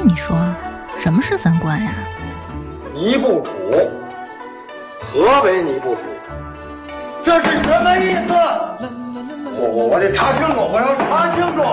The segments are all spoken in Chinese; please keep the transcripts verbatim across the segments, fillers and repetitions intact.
你说，什么是三观呀？ 尼不楚，何为尼不楚？这是什么意思？我我我得查清楚，我要查清楚。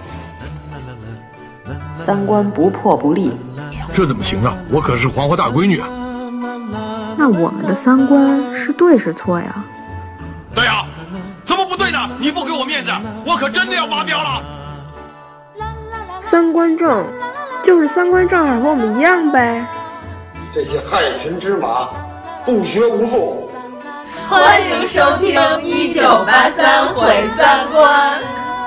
三观不破不立， 这怎么行啊？我可是黄花大闺女啊！ 那我们的三观是对是错呀？ 对呀、啊，怎么不对呢？你不给我面子，我可真的要发飙了。 三观正，就是三观正好和我们一样呗。 这些害群之马，不学无术。 欢迎收听一九八三毁三观。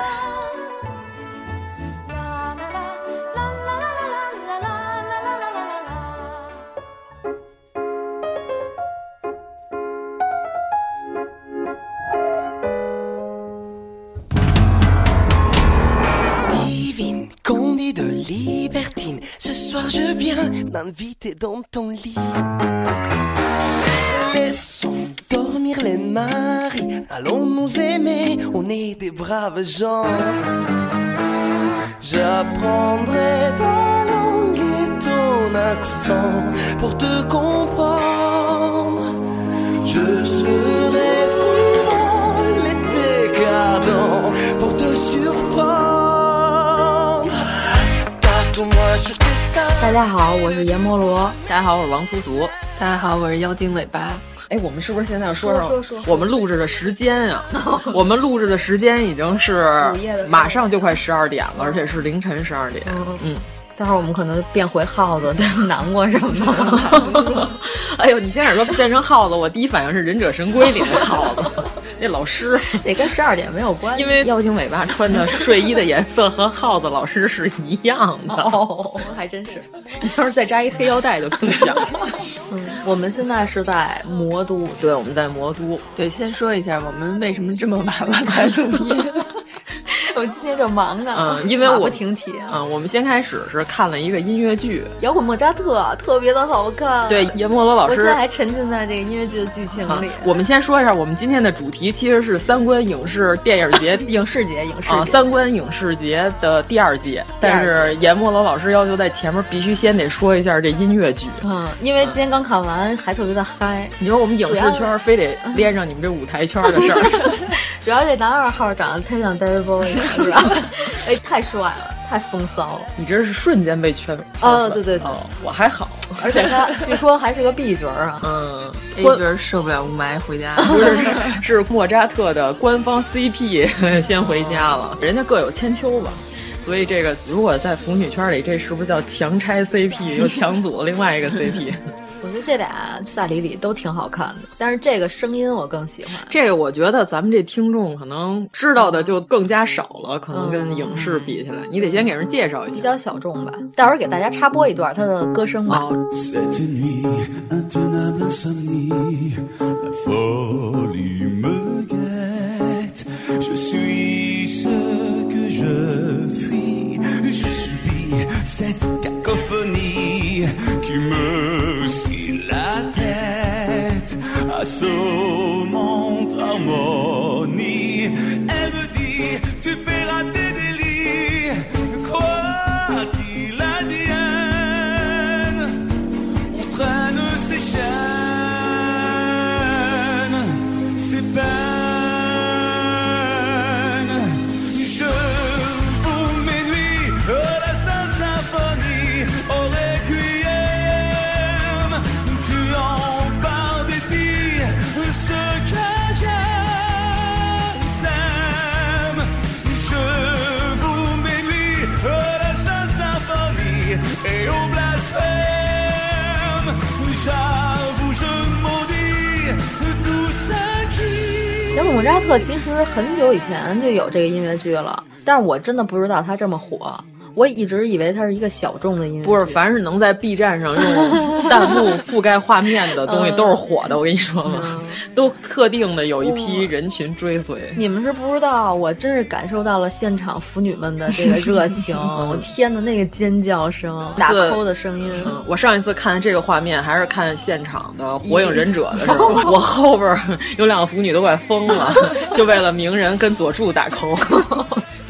De libertine, ce soir je viens m'inviter dans ton lit. Laissons dormir les maris, allons nous aimer, on est des braves gens. J'apprendrai ta langue et ton accent pour te comprendre. Je serai frivole et décadent pour te surprendre. 大家好，我是阎摩罗。 大家好，我是王苏苏。 大家好，我是妖精尾巴。 哎，我们是不是现在要说说说说我们录制的时间啊？我们录制的时间已经是马上就快十二点了，而且是凌晨十二点。嗯嗯。 待会儿我们可能变回耗子，难过什么的。 哎呦，你现在说变成耗子，我第一反应是忍者神龟里的耗子，那老师。 得跟十二点没有关系， 因为妖精尾巴穿的睡衣的颜色和耗子老师是一样的。 哦，还真是。 你要是再扎一黑腰带就更像。 嗯，我们现在是在魔都， 对，我们在魔都。 对，先说一下我们为什么这么晚了才录音。 我今天就忙啊， 嗯，因为我停体， 嗯，我们先开始是看了一个音乐剧 《摇滚莫扎特》，特别的好看。 对，阎摩罗老师， 我现在还沉浸在这个音乐剧的剧情里。 啊、我们先说一下，我们今天的主题其实是三观影视电影节、 影视节、影视节、 啊、三观影视节的第二届。但是阎摩罗老师要求在前面必须先得说一下这音乐剧， 嗯，因为今天刚看完，还特别的嗨。 你说我们影视圈非得连上你们这舞台圈的事儿。 主要这男二号长得太像 David Bowie 了，是吧？哎，太帅了，太风骚了。 你这是瞬间被圈粉。 哦，对对对， 哦，我还好， 而且他据说还是个 B 角啊。 嗯 ，A 角受不了雾霾回家。 不是，是莫扎特的官方 C P 先回家了，人家各有千秋吧。所以这个如果在腐女圈里，这是不是叫强拆 C P， 又强组另外一个 C P？ 我觉得这俩萨里里都挺好看的，但是这个声音我更喜欢。 这个我觉得咱们这听众可能知道的就更加少了，可能跟影视比起来，嗯、你得先给人介绍一下， 比较小众吧。待会儿给大家插播一段他的歌声吧。哦 Cette cacophonie qui me scie la tête, assommante harmonie. Elle me dit, tu paieras tes délits, quoi qu'il advienne. On traîne ses chaînes, ses peines. Je vous m'énuis la sainte symphonie au requiem, tuant par dépit ce que j'aime. Je vous m'énuis la sainte symphonie et au blasphème, j'avoue je maudis tout ça qui。 摇滚莫扎特其实很久以前就有这个音乐剧了，但是我真的不知道它这么火。我一直以为它是一个小众的音乐剧。 不是，凡是能在 B 站上用弹幕覆盖画面的东西都是火的，我跟你说嘛，嗯、都特定的有一批人群追随。 你们是不知道，我真是感受到了现场腐女们的这个热情。我天哪，那个尖叫声、打 call 的声音、 嗯！我上一次看这个画面还是看现场的《火影忍者》的时候，我后边有两个腐女都快疯了，就为了鸣人跟佐助打 call。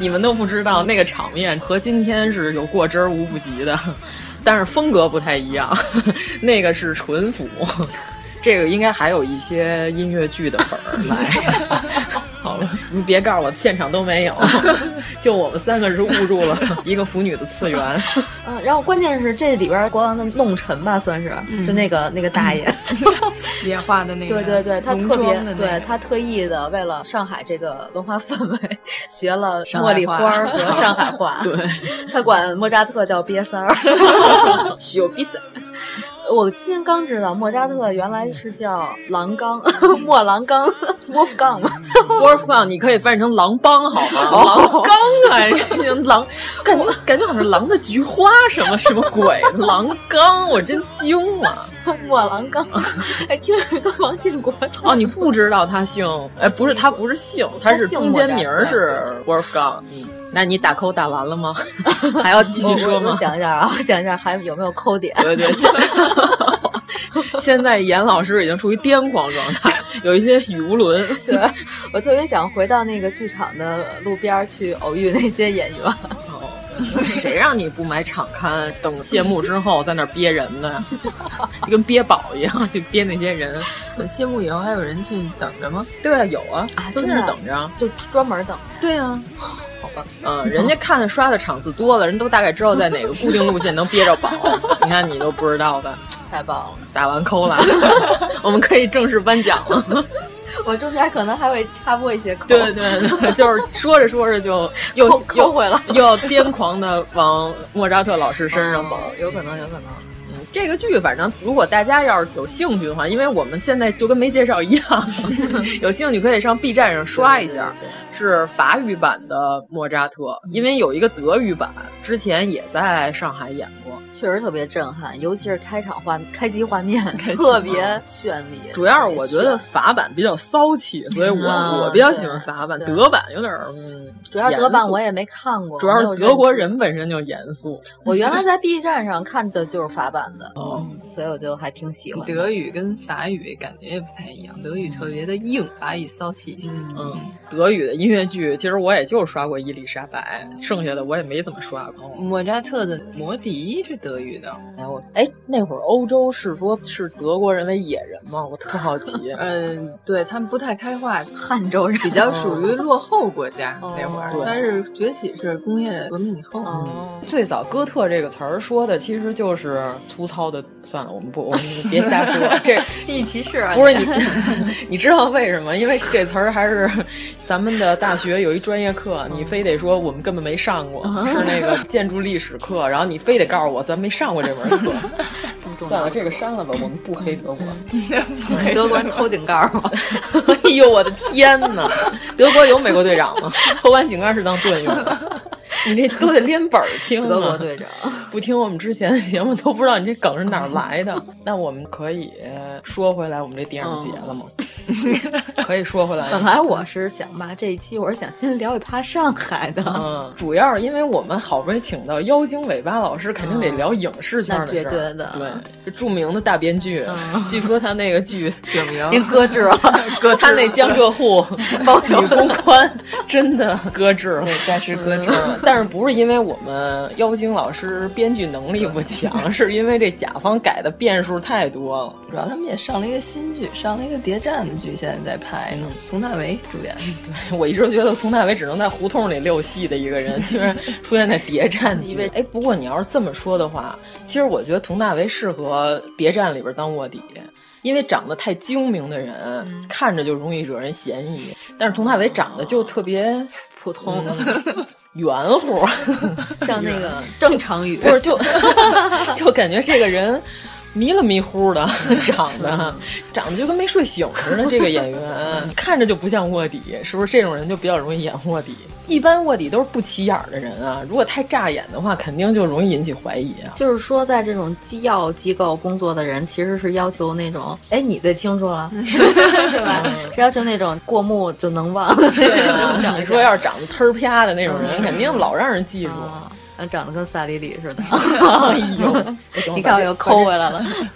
你们都不知道那个场面和今天是有过之而无不及的，但是风格不太一样，那个是纯腐，这个应该还有一些音乐剧的本儿来。好了，你别告诉我现场都没有，就我们三个是误入了一个腐女的次元。 嗯，然后关键是这里边国王的弄臣吧，算是、嗯、就那个那个大爷野化的那个， 对对对，他特别、 那个、 对他特意的为了上海这个文化氛围，学了茉莉花和上海话。 对， 他管莫扎特叫瘪三儿，小瘪三。我今天刚知道莫扎特原来是叫郎刚，莫郎刚 Wolfgang Wolfgang 你可以翻译成狼帮好吗？狼刚来着，狼感觉感觉好像狼的菊花什么什么鬼，狼刚我真惊了。 莫郎刚，哎，听着跟王建国哦，你不知道他姓？哎，不是，他不是姓，他是中间名是 Wolfgang。嗯，那你打扣打完了吗？还要继续说吗？ 我, 我想一下啊，我想一下还有没有扣点？ 对对，现在现在严老师已经处于癫狂状态，有一些语无伦。 对，我特别想回到那个剧场的路边去偶遇那些演员。 谁让你不买场刊，等谢幕之后在那儿憋人呢？就跟憋宝一样去憋那些人。 谢幕以后还有人去等着吗？ 对啊，有啊， 啊， 就在那儿等着， 就专门等。 对啊。好吧，嗯，人家看刷的场次多了，人都大概知道在哪个固定路线能憋着宝。你看你都不知道的， 太棒了！ 打完扣了，我们可以正式颁奖了。 我中间可能还会插播一些扣。 对对对，就是说着说着就又扣回了， 又要癫狂的往莫扎特老师身上走， 哦、有可能，有可能。 嗯，这个剧反正如果大家要是有兴趣的话，因为我们现在就跟没介绍一样，有兴趣可以上 B 站上刷一下，是法语版的莫扎特，因为有一个德语版，之前也在上海演过。 确实特别震撼，尤其是开场画开机画面特别绚丽。 主要是我觉得法版比较骚气，所以我、嗯、我比较喜欢法版，德版有点嗯。 主要德版我也没看过， 主要是德国人本身就严肃。 我原来在 B 站上看的就是法版的，哦、嗯，所以我就还挺喜欢。 德语跟法语感觉也不太一样，德语特别的硬，法语骚气一些。 嗯，嗯德语的音乐剧其实我也就刷过伊丽莎白，剩下的我也没怎么刷过。 莫扎特的《魔笛》是德语的。 哎，我哎，那会儿欧洲是说是德国人为野人吗？我特好奇。 嗯、呃，对他们不太开化， 汉州人比较属于落后国家。哦、那会儿，它是崛起是工业革命以后。 嗯，最早哥特这个词儿说的其实就是粗糙的。算了，我们不，我们别瞎说。这地域歧视啊！ 不是你，你知道为什么？因为这词儿还是咱们的大学有一专业课，你非得说我们根本没上过，是那个建筑历史课，然后你非得告诉我咱没上过这门课。算了，这个删了吧，我们不黑德国。 德国人偷井盖吗？ 哎呦，我的天哪！德国有美国队长吗？偷完井盖是当盾用的。你这都得连本儿听啊！ 德国队长不听我们之前的节目都不知道你这梗是哪儿来的。那我们可以说回来我们这电影节了吗？嗯、可以说回来。 本来我是想吧，这一期我是想先聊一趴上海的， 嗯，主要是因为我们好不容易请到妖精尾巴老师，肯定得聊影视圈的事儿。 那绝对的， 对，这著名的大编剧，嗯、据说他那个剧证明您搁置了， 搁他那江浙沪女公关真的搁置了， 对，暂时搁置了。 但是不是因为我们妖精老师编剧能力不强，是因为这甲方改的变数太多了。 主要他们也上了一个新剧，上了一个谍战的剧，现在在拍呢。佟大为主演。 对，我一直觉得佟大为只能在胡同里溜戏的一个人，居然出现在谍战剧。哎，不过你要是这么说的话，其实我觉得佟大为适合谍战里边当卧底。因为长得太精明的人、嗯、看着就容易惹人嫌疑，但是佟大为长得就特别普通、 嗯、圆乎， 像那个郑常宇， 不是就就感觉这个人迷了迷糊的，长得长得就跟没睡醒似的。这个演员看着就不像卧底，是不是？这种人就比较容易演卧底。一般卧底都是不起眼的人啊，如果太扎眼的话，肯定就容易引起怀疑啊。 就是说，在这种机要机构工作的人，其实是要求那种，哎，你最清楚了，对吧？是要求那种过目就能忘的那种长。 你说要是长得忒儿啪的那种人，嗯、肯定老让人记住。 啊长得跟萨莉莉似的， 哎呦！ 你看我又抠回来了。 哎，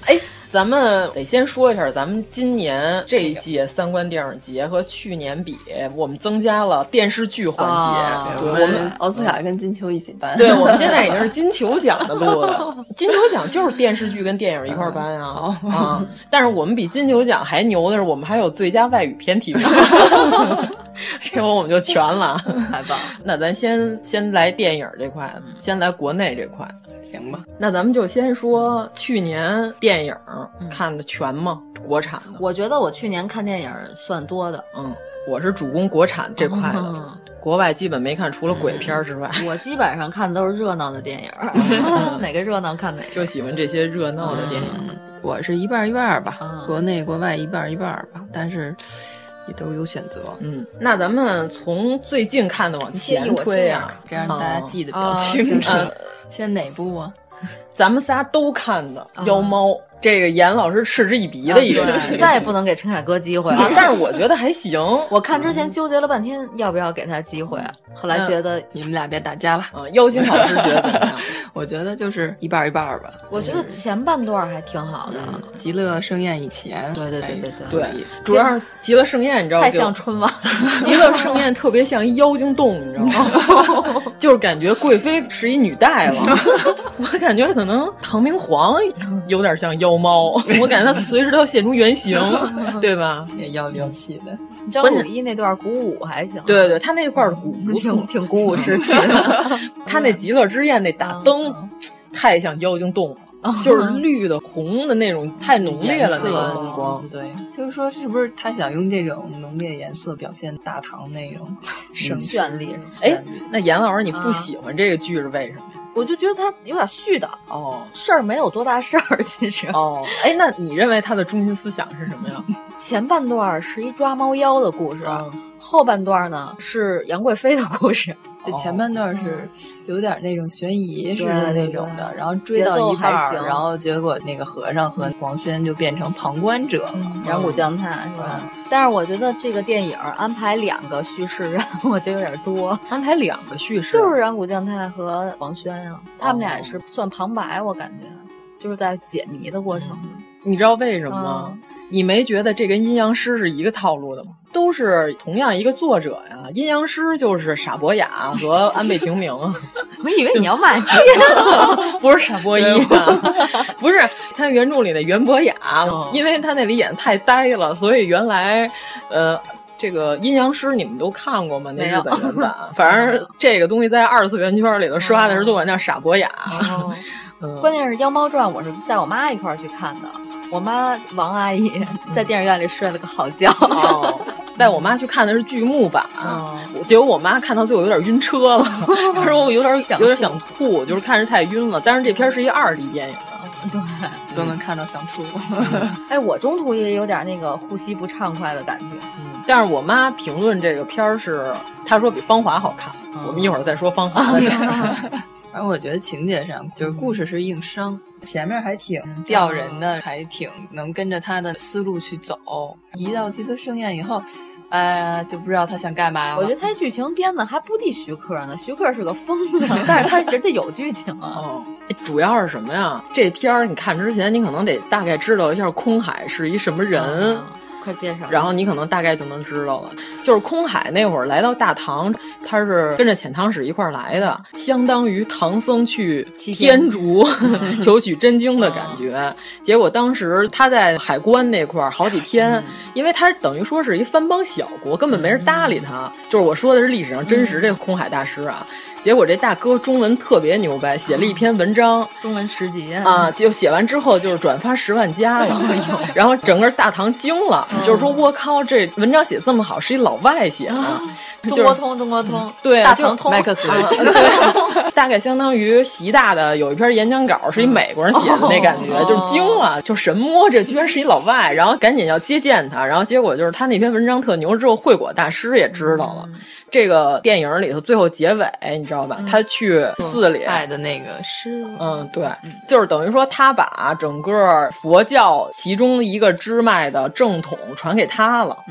咱们得先说一下，咱们今年这一届三观电影节和去年比，我们增加了电视剧环节。 啊、对，我们奥斯卡跟金球一起颁。 对，我们现在已经是金球奖的路了。金球奖就是电视剧跟电影一块颁啊、嗯、啊！但是我们比金球奖还牛的是，我们还有最佳外语片提名。这回我们就全了， 太棒了！ 那咱先先来电影这块，先来国内这块。 行吧， 那咱们就先说去年电影看的全吗？嗯、国产的？ 我觉得我去年看电影算多的。 嗯，我是主攻国产这块的，嗯、国外基本没看，除了鬼片之外。 嗯、我基本上看的都是热闹的电影，哪个热闹看哪个。 就喜欢这些热闹的电影。 嗯、我是一半一半吧，嗯、国内国外一半一半吧，但是也都有选择。 嗯，那咱们从最近看的往前推啊， 这样大家记得比较清楚。嗯先哪部啊？ 咱们仨都看的《妖猫》，嗯、这个严老师嗤之以鼻的一个， 啊、再也不能给陈凯歌机会了。 啊、但是我觉得还行。 我看之前纠结了半天，要不要给他机会，后来觉得、 嗯、你们俩别打架了。 啊，妖精老师觉得怎么样？ 我觉得就是一半一半吧。 我觉得前半段还挺好的， 嗯、极乐盛宴以前， 对对对对对对，主要是极乐盛宴，你知道吗？ 太像春晚， 极乐盛宴特别像一妖精洞，你知道吗？就是感觉贵妃是一女大夫，我感觉可能唐明皇有点像妖猫，我感觉他随时都要现出原形，对吧？ 也妖里妖气的。 张鲁一那段鼓舞还行， 对对，他那块鼓不挺挺鼓舞士气的。 他那极乐之宴那大灯、嗯、太像妖精洞了。就是绿的、红的那种，太浓烈了，那个灯光。 对，就是说，是不是他想用这种浓烈颜色表现大唐那种绚丽？ 哎，那严老师，你不喜欢这个剧是为什么呀？ 我就觉得他有点絮叨哦， 事儿没有多大事儿，其实哦。哎，那你认为他的中心思想是什么呀？ 前半段是一抓猫妖的故事， 嗯、 后半段呢是杨贵妃的故事。 就前半段是有点那种悬疑似的那种的，然后追到一半，然后结果那个和尚和黄轩就变成旁观者了， 嗯、然古将太是吧？嗯、但是我觉得这个电影安排两个叙事人，我觉得有点多。 安排两个叙事， 就是然古将太和黄轩呀、啊，他们俩也是算旁白，我感觉就是在解谜的过程。 嗯、你知道为什么吗？嗯你没觉得这跟阴阳师是一个套路的吗？都是同样一个作者呀。阴阳师就是傻伯雅和安倍晴明啊。 我以为你要骂街， 不是傻伯一啊，不是他原著里的袁博雅，哦、因为他那里演太呆了，所以原来呃。这个阴阳师你们都看过吗？那日本原版，反正这个东西在二次元圈里头刷的时候都管叫傻伯雅。 哦嗯、关键是《妖猫传》，我是带我妈一块儿去看的。我妈王阿姨在电影院里睡了个好觉。 哦，带我妈去看的是剧目版，哦、结果我妈看到最后有点晕车了，她说我有点有点想吐，就是看着太晕了。但是这片是一二 D 电影。 对， 都能看到想吐。 哎，我中途也有点那个呼吸不畅快的感觉。 嗯，但是我妈评论这个片儿是，她说比《芳华》好看。嗯、我们一会儿再说《芳华》的事儿。 反正我觉得情节上就是故事是硬伤，前面还挺吊人的，还挺能跟着他的思路去走。一到极乐盛宴以后，呃，就不知道他想干嘛了。 我觉得他剧情编的还不敌徐克呢，徐克是个疯子，但是他人家有剧情啊。 哦，主要是什么呀？这片儿你看之前，你可能得大概知道一下空海是一什么人。 嗯快介绍， 然后你可能大概就能知道了。就是空海那会儿来到大唐，他是跟着遣唐使一块儿来的，相当于唐僧去天竺求取真经的感觉。结果当时他在海关那块儿好几天，因为他等于说是一藩邦小国，根本没人搭理他。就是我说的是历史上真实这个空海大师啊。结果这大哥中文特别牛掰，写了一篇文章， 中文十级啊，就写完之后就是转发十万加了，然后整个大唐惊了，嗯、就是说我靠，这文章写这么好，是一老外写的。啊中国通，中国通， 对， 大唐通， 麦克斯， 对，大概相当于习大的有一篇演讲稿是一美国人写的那感觉，就是惊了，就神摸，这居然是一老外，然后赶紧要接见他，然后结果就是他那篇文章特牛，之后惠果大师也知道了。这个电影里头最后结尾你知道吧？他去寺里爱的那个师， 嗯，对，就是等于说他把整个佛教其中一个支脉的正统传给他了。嗯。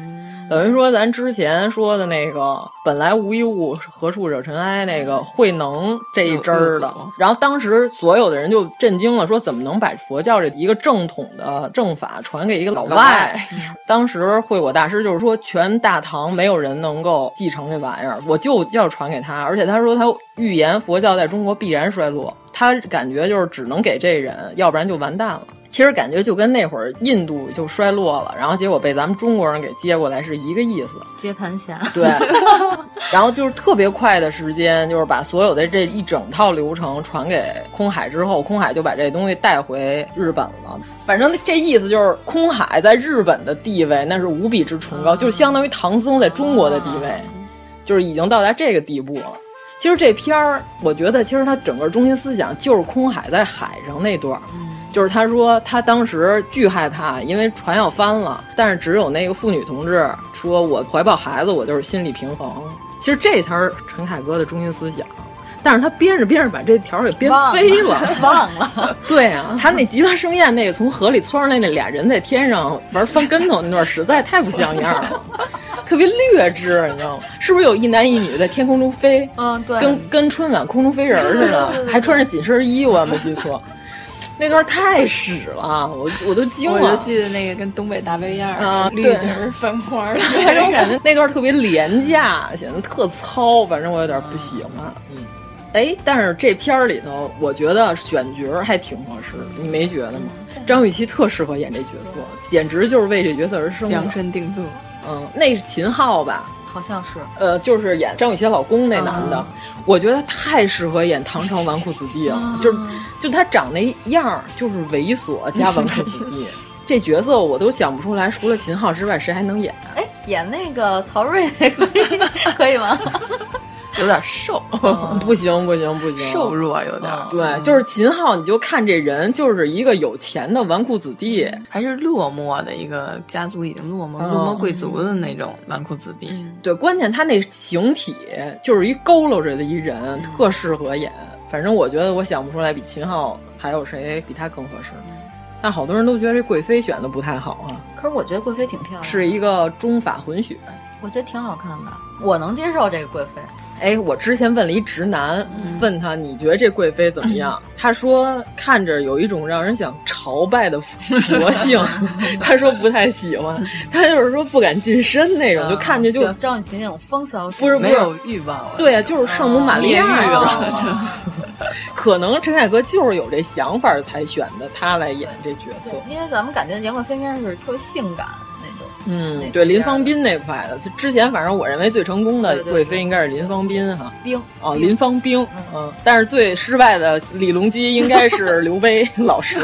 等于说咱之前说的那个本来无一物，何处惹尘埃，那个慧能这一支儿的，然后当时所有的人就震惊了，说怎么能把佛教这一个正统的正法传给一个老外？当时慧果大师就是说，全大唐没有人能够继承这玩意儿，我就要传给他。而且他说他预言佛教在中国必然衰落，他感觉就是只能给这人，要不然就完蛋了。其实感觉就跟那会儿印度就衰落了，然后结果被咱们中国人给接过来是一个意思。 接盘侠。 对。然后就是特别快的时间，就是把所有的这一整套流程传给空海之后，空海就把这东西带回日本了。反正这意思就是空海在日本的地位那是无比之崇高，嗯、就是相当于唐僧在中国的地位，嗯、就是已经到达这个地步了。其实这篇儿，我觉得其实它整个中心思想就是空海在海上那段。嗯就是他说他当时巨害怕，因为船要翻了，但是只有那个妇女同志说我怀抱孩子，我就是心理平衡。其实这才是陈凯歌的中心思想，但是他编着编着把这条给编飞了， 忘了。 对啊，他那吉他盛宴那个从河里窜上来那俩人在天上玩翻跟头那段实在太不像样了。特别劣质，你知道吗？是不是有一男一女在天空中飞？ 嗯，对， 跟跟春晚空中飞人似的，还穿着紧身衣，我没记错。那段太屎了，我我都惊了。 我就记得那个跟东北大背样啊，绿底翻花的那种感觉，那段特别廉价，显得特糙，反正我有点不喜欢。嗯，哎，但是这片儿里头，我觉得选角还挺合适的，你没觉得吗？张雨绮特适合演这角色，简直就是为这角色而生， 量身定做。 嗯，那是秦昊吧？ 好像是， 呃，就是演张雨绮老公那男的，嗯、我觉得太适合演唐朝纨绔子弟了，嗯、就是就他长那样儿，就是猥琐加纨绔子弟，这角色我都想不出来，除了秦昊之外，谁还能演？ 哎，演那个曹睿那个可以吗？ 有点瘦， 嗯、不行不行不行， 瘦弱有点。 嗯、对，就是秦昊，你就看这人就是一个有钱的纨绔子弟， 还是落寞的一个家族，已经落寞、嗯、落寞贵族的那种纨绔子弟。 嗯、对，关键他那形体就是一佝偻着的一人，嗯、特适合演。反正我觉得我想不出来比秦昊还有谁比他更合适。嗯、但好多人都觉得这贵妃选的不太好啊。 可是我觉得贵妃挺漂亮的， 是一个中法混血， 我觉得挺好看的，我能接受这个贵妃。 哎，我之前问了一直男，嗯、问他你觉得这贵妃怎么样？嗯、他说看着有一种让人想朝拜的佛性，他说不太喜欢，他就是说不敢近身那种，嗯、就看见就张雨绮那种风骚， 不是没有欲望。 对啊，就是圣母玛利亚啊。可能陈凯歌就是有这想法才选的他来演这角色， 因为咱们感觉杨贵妃应该是特别性感。 嗯，对，林芳斌那块的，之前反正我认为最成功的贵妃应该是林芳斌哈， 冰哦，林芳冰，嗯，嗯，但是最失败的李隆基应该是刘薇老师，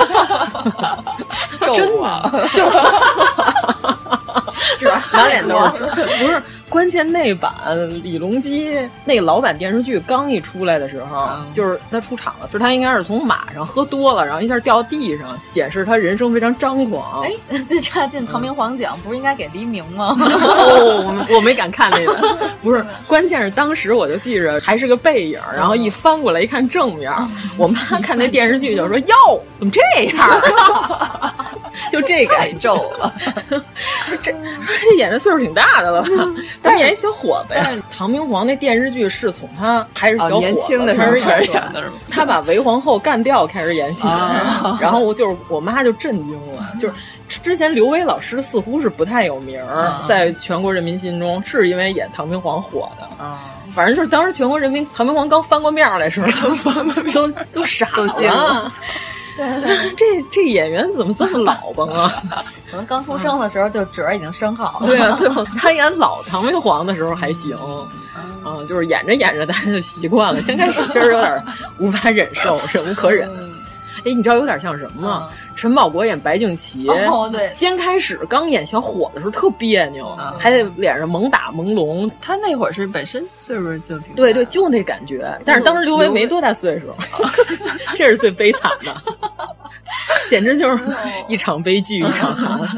真的就。是吧？满脸都是，不是关键那版李隆基那个老版电视剧刚一出来的时候，嗯、就是他出场了，就是他应该是从马上喝多了，然后一下掉地上，显示他人生非常张狂。 哎，最差劲唐明皇奖不是应该给黎明吗？ 哦，我没敢看那个，不是，关键是当时我就记着还是个背影，然后一翻过来一看正面，嗯、我妈看那电视剧就说：“哟，怎么这样？”就这个太皱了， 这这演的岁数挺大的了吧？但是演一小伙子。但是唐明皇那电视剧是从他还是小伙子、哦、 年轻的开始演的是吗？ 他把韦皇后干掉开始演戏，啊、然后我就是我妈就震惊了，就是之前刘薇老师似乎是不太有名儿，啊、在全国人民心中是因为演唐明皇火的啊。反正就是当时全国人民唐明皇刚翻过面来的时候，就都都傻都惊了。 这这演员怎么这么老吧啊？ 可能刚出生的时候就褶儿已经生好了。 对啊，最后他演老唐明皇的时候还行，啊，就是演着演着大家就习惯了。先开始确实有点无法忍受，忍无可忍。哎，你知道有点像什么吗？嗯、陈宝国演白敬琦， 哦，对， 先开始刚演小伙的时候特别扭，嗯、还得脸上猛打朦胧。 他那会儿是本身岁数就挺大， 对对，就那感觉。但是当时刘维没多大岁数，这是最悲惨的，简直就是一场悲剧一场寒。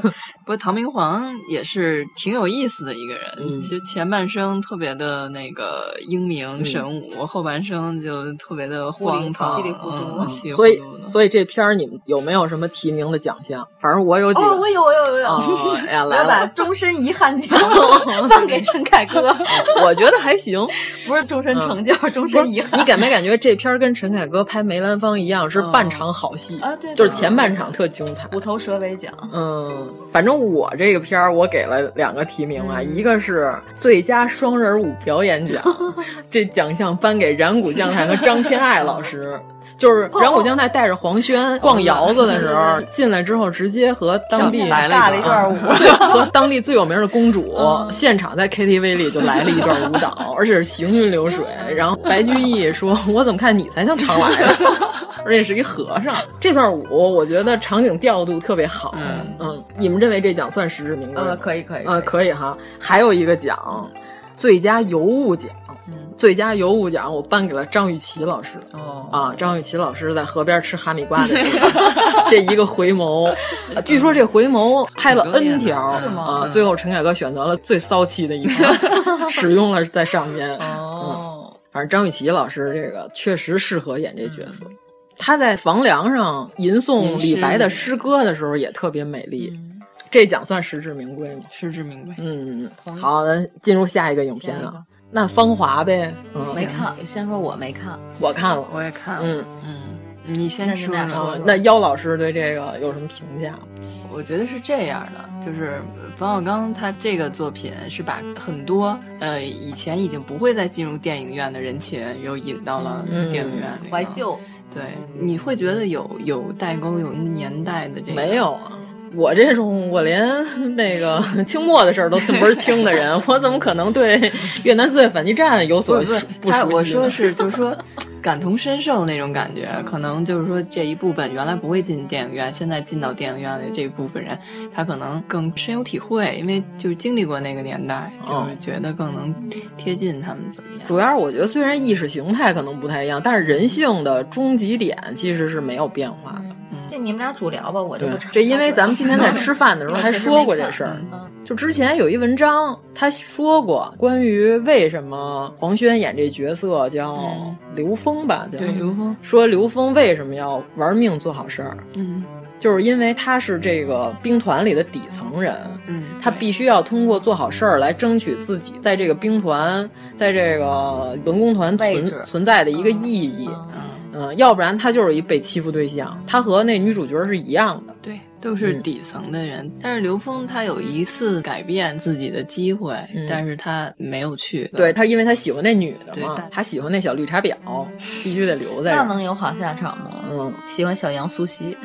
不过唐明皇也是挺有意思的一个人， 嗯、 其实前半生特别的那个英明神武，嗯、后半生就特别的荒唐， 稀里糊涂。 嗯、 所以，所以这片儿你们有没有什么提名的奖项？反正我有几个， 哦，我有，我有，我有。 哦、哎呀， 我要把终身遗憾奖颁给陈凯歌。 我觉得还行， 不是终身成就，嗯、终身遗憾。 你感没感觉这片儿跟陈凯歌拍梅兰芳一样，是半场好戏、 嗯、啊？对， 就是前半场特精彩， 虎头蛇尾奖。 嗯，反正我这个片儿我给了两个提名啊，嗯、一个是最佳双人舞表演奖，这奖项颁给染谷将太和张天爱老师。就是染谷将太带着黄轩逛窑子的时候，进来之后直接和当地来了一段舞， 和当地最有名的公主现场在 K T V 里就来了一段舞蹈，而且是行云流水。然后白居易说：“我怎么看你才像常来的？”而且是一和尚。这段舞我觉得场景调度特别好。嗯嗯，你们认为这奖算实至名归？ 呃，可以可以， 呃，可以哈。还有一个奖，最佳尤物奖。嗯，最佳尤物奖我颁给了张雨绮老师。 哦啊，张雨绮老师在河边吃哈密瓜的这个这一个回眸，啊、据说这回眸拍了 N 条， 是吗？ 啊，最后陈凯歌选择了最骚气的一条，使用了在上面。 哦、 嗯，反正张雨绮老师这个确实适合演这角色。嗯、她在房梁上吟诵李白的诗歌的时候也特别美丽。嗯，这奖算实至名归吗？ 实至名归。 嗯，好的，进入下一个影片啊。那芳华呗， 嗯、没看。先说我没看， 我看了， 我也看了。 嗯嗯，你先说说。 嗯、那妖老师对这个有什么评价？ 我觉得是这样的，就是冯小刚他这个作品是把很多呃以前已经不会再进入电影院的人群又引到了电影院、 嗯，怀旧。 对，你会觉得有有代沟、有年代的这个没有啊？我这种我连那个清末的事儿都分不是清的人，我怎么可能对越南自卫反击战有所不熟悉？ 我说是，就是说感同身受那种感觉，可能就是说这一部分原来不会进电影院，现在进到电影院的这一部分人，他可能更深有体会，因为就是经历过那个年代，就是觉得更能贴近他们怎么样。 主要我觉得虽然意识形态可能不太一样，但是人性的终极点其实是没有变化的。 这你们俩主聊吧，我就不插。 这因为咱们今天在吃饭的时候还说过这事儿，就之前有一文章他说过关于为什么黄轩演这角色叫刘峰吧， 对刘峰， 说刘峰为什么要玩命做好事儿， 嗯， 就是因为他是这个兵团里的底层人， 嗯， 他必须要通过做好事儿来争取自己在这个兵团，在这个文工团存存在的一个意义， 嗯。 嗯，要不然他就是一被欺负对象，他和那女主角是一样的， 对，都是底层的人。嗯、但是刘峰他有一次改变自己的机会，嗯、但是他没有去。 对他，因为他喜欢那女的嘛，他喜欢那小绿茶婊，必须得留在这。 那能有好下场吗？ 嗯， 喜欢小杨苏西。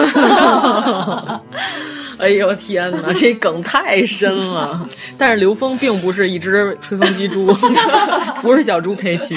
哎呦天哪，这梗太深了。但是刘峰并不是一只吹风机猪，不是小猪佩奇。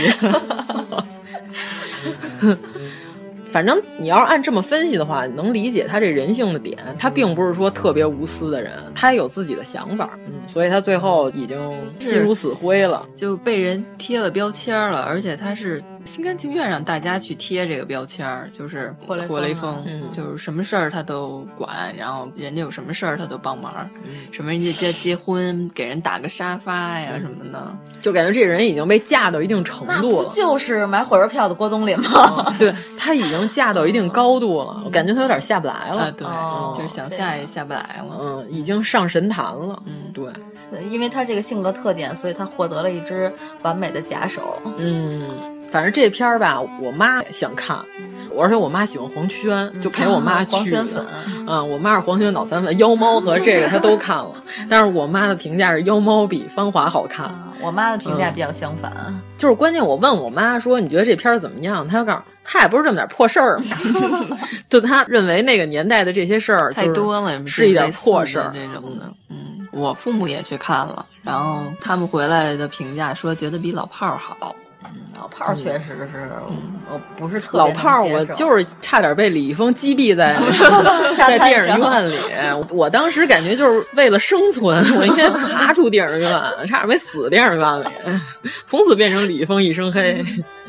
反正你要是按这么分析的话，能理解他这人性的点，他并不是说特别无私的人，他也有自己的想法，嗯，所以他最后已经心如死灰了， 就被人贴了标签了，而且他是心甘情愿让大家去贴这个标签，就是活雷锋，活雷锋，嗯，就是什么事儿他都管，然后人家有什么事儿他都帮忙，嗯，什么人家结结婚给人打个沙发呀、嗯、什么的， 就感觉这人已经被架到一定程度了。 那不就是买火车票的郭冬临吗？ 嗯、对，他已经架到一定高度了，我感觉他有点下不来了。 啊，对，哦、就是想下也下不来了， 嗯，已经上神坛了。嗯，对， 对，因为他这个性格特点，所以他获得了一只完美的假手。 嗯。反正这片儿吧，我妈想看，而且我妈喜欢黄轩，就陪我妈去。 黄轩粉， 嗯，我妈是黄轩脑残粉，妖猫和这个她都看了，但是我妈的评价是妖猫比芳华好看。 啊、我妈的评价比较相反、 嗯，就是关键我问我妈说你觉得这片儿怎么样，她就告诉嗨，不是这么点破事儿吗？就她认为那个年代的这些事儿太多了， 是一点破事儿这种的。嗯，我父母也去看了，然后他们回来的评价说觉得比老炮儿好。 老炮儿确实是，嗯、我不是特别老炮儿，我就是差点被李易峰击毙在在电影院里。我当时感觉就是为了生存，我应该爬出电影院，差点没死电影院里，从此变成李易峰一身黑。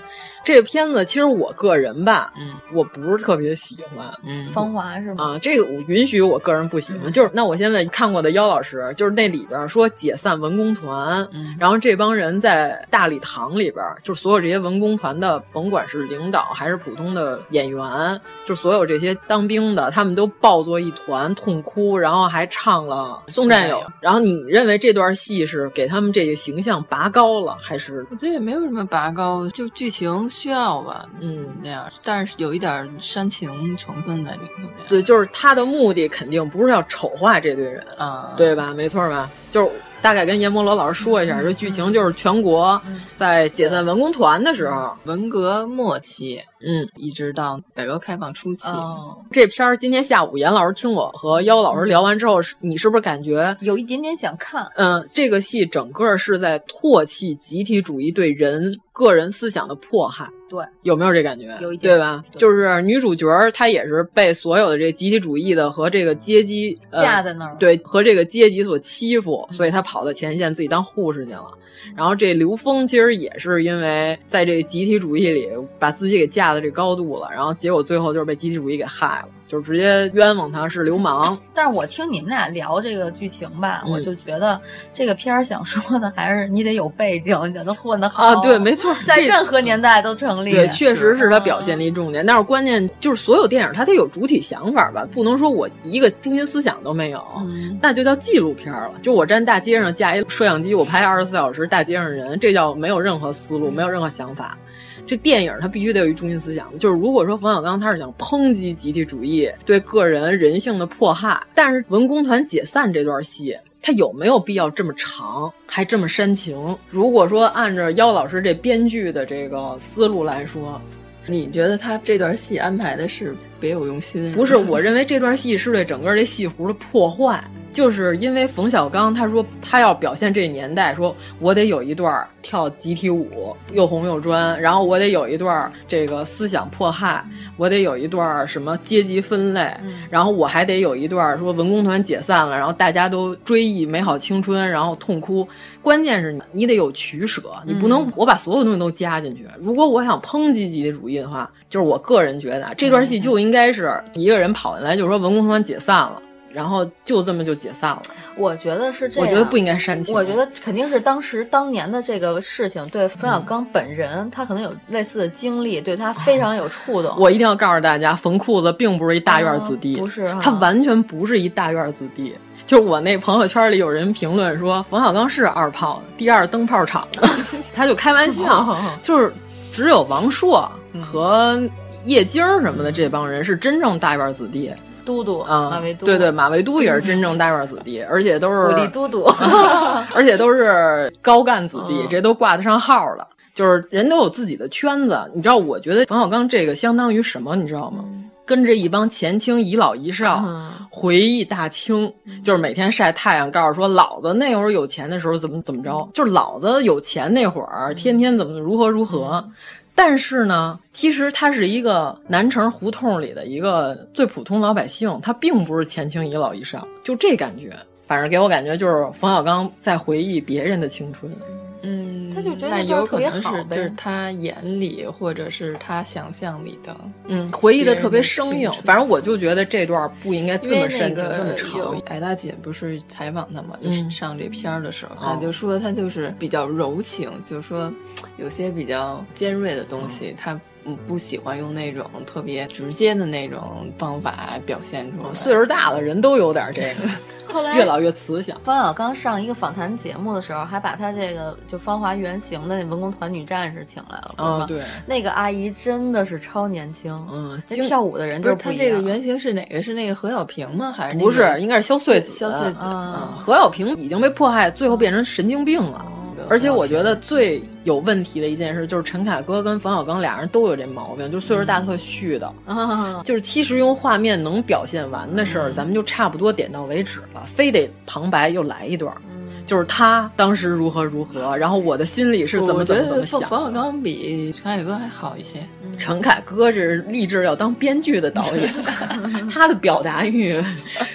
这个片子其实我个人吧， 嗯， 我不是特别喜欢。 嗯， 芳华是吗？ 啊，这个我允许我个人不喜欢。嗯、就是那我现在看过的妖老师，就是那里边说解散文工团， 嗯， 然后这帮人在大礼堂里边，就是所有这些文工团的，甭管是领导还是普通的演员，就所有这些当兵的，他们都抱作一团痛哭，然后还唱了《送战友》。然后你认为这段戏是给他们这个形象拔高了，还是？ 我觉得也没有什么拔高，就剧情需要吧， 嗯， 那样，但是有一点煽情成分在里头。 对，就是他的目的肯定不是要丑化这堆人啊， 对吧？没错吧？就是大概跟阎摩罗老师说一下，这剧情就是全国在解散文工团的时候， 文革末期， 嗯， 一直到改革开放初期。 哦、这片儿今天下午严老师听我和妖老师聊完之后，你是不是感觉有一点点想看？ 嗯，这个戏整个是在唾弃集体主义对人个人思想的迫害。 对， 有没有这感觉？ 有一点， 对吧？对，就是女主角她也是被所有的这集体主义的和这个阶级架在那儿、 呃，对，和这个阶级所欺负，所以她跑到前线自己当护士去了。然后这刘峰其实也是因为在这个集体主义里把自己给架到这高度了，然后结果最后就是被集体主义给害了，就是直接冤枉他是流氓。 但是我听你们俩聊这个剧情吧， 嗯、 我就觉得这个片儿想说的还是你得有背景，你得能混得好啊。对，没错， 在任何年代都成立。 对，确实是他表现的一重点。但是关键就是所有电影它得有主体想法吧，不能说我一个中心思想都没有， 嗯、 那就叫纪录片了。就我站大街上架一摄像机，我拍二十四小时大街上人，这叫没有任何思路，没有任何想法。这电影它必须得有一中心思想，就是如果说冯小刚他是想抨击集体主义对个人人性的迫害，但是文工团解散这段戏他有没有必要这么长还这么煽情？如果说按照妖老师这编剧的这个思路来说， 你觉得他这段戏安排的是别有用心？ 不是，我认为这段戏是对整个这戏弧的破坏。就是因为冯小刚他说他要表现这年代，说我得有一段跳集体舞又红又专，然后我得有一段这个思想迫害，我得有一段什么阶级分类， 嗯、 然后我还得有一段说文工团解散了，然后大家都追忆美好青春，然后痛哭。关键是你得有取舍，你不能我把所有东西都加进去。如果我想抨击集体主义的话，就是我个人觉得这段戏就应该是一个人跑进来就说文工团解散了，然后就这么就解散了。 我觉得是这样， 我觉得不应该煽情。 我觉得肯定是当时当年的这个事情对冯小刚本人、嗯、他可能有类似的经历，对他非常有触动。 我一定要告诉大家，冯裤子并不是一大院子弟、 啊、不是、啊、 他完全不是一大院子弟。就是我那朋友圈里有人评论说冯小刚是二炮的第二灯泡厂的他就开玩笑就是只有王朔和叶金儿什么的这帮人是真正大院子弟。 都督啊、嗯， 马未都， 对对，马未都也是真正大院子弟，而且都是武力都督， 而且都是高干子弟， 嗯、 这都挂得上号了。就是人都有自己的圈子，你知道？我觉得冯小刚这个相当于什么，你知道吗？嗯、跟着一帮前清遗老遗少、嗯、回忆大清，就是每天晒太阳，告诉说老子那会儿有钱的时候怎么怎么着，就是老子有钱那会儿，天天怎么如何如何。嗯但是呢，其实他是一个南城胡同里的一个最普通老百姓，他并不是前清遗老遗少，就这感觉。反正给我感觉就是冯小刚在回忆别人的青春。 嗯， 他就觉得那有可能是就是他眼里或者是他想象里的， 嗯，回忆的特别生硬。反正我就觉得这段不应该这么煽情、这么长。 矮大姐不是采访他嘛，就是上这片儿的时候，他、嗯、就说他就是比较柔情，就是说有些比较尖锐的东西，他。嗯，不喜欢用那种特别直接的那种方法表现出来。 岁数大了，人都有点这个。 后来越老越慈祥。 方小刚上一个访谈节目的时候，还把他这个就芳华原型的那文工团女战士请来了。 嗯、哦，对， 那个阿姨真的是超年轻。 嗯， 那跳舞的人就是不一样。他这个原型是哪个？是那个何小平吗？还是、那个、 不是？应该是萧穗子。 萧穗子。 嗯，何小平已经被迫害，最后变成神经病了。 哦而且我觉得最有问题的一件事就是陈凯歌跟冯小刚俩人都有这毛病，就是岁数大特絮的、 嗯、 就是其实用画面能表现完的事儿、嗯、咱们就差不多点到为止了，非得旁白又来一段、嗯、就是他当时如何如何，然后我的心里是怎么怎么怎么想。 冯小刚比陈凯歌还好一些、 嗯、陈凯歌是立志要当编剧的导演他的表达欲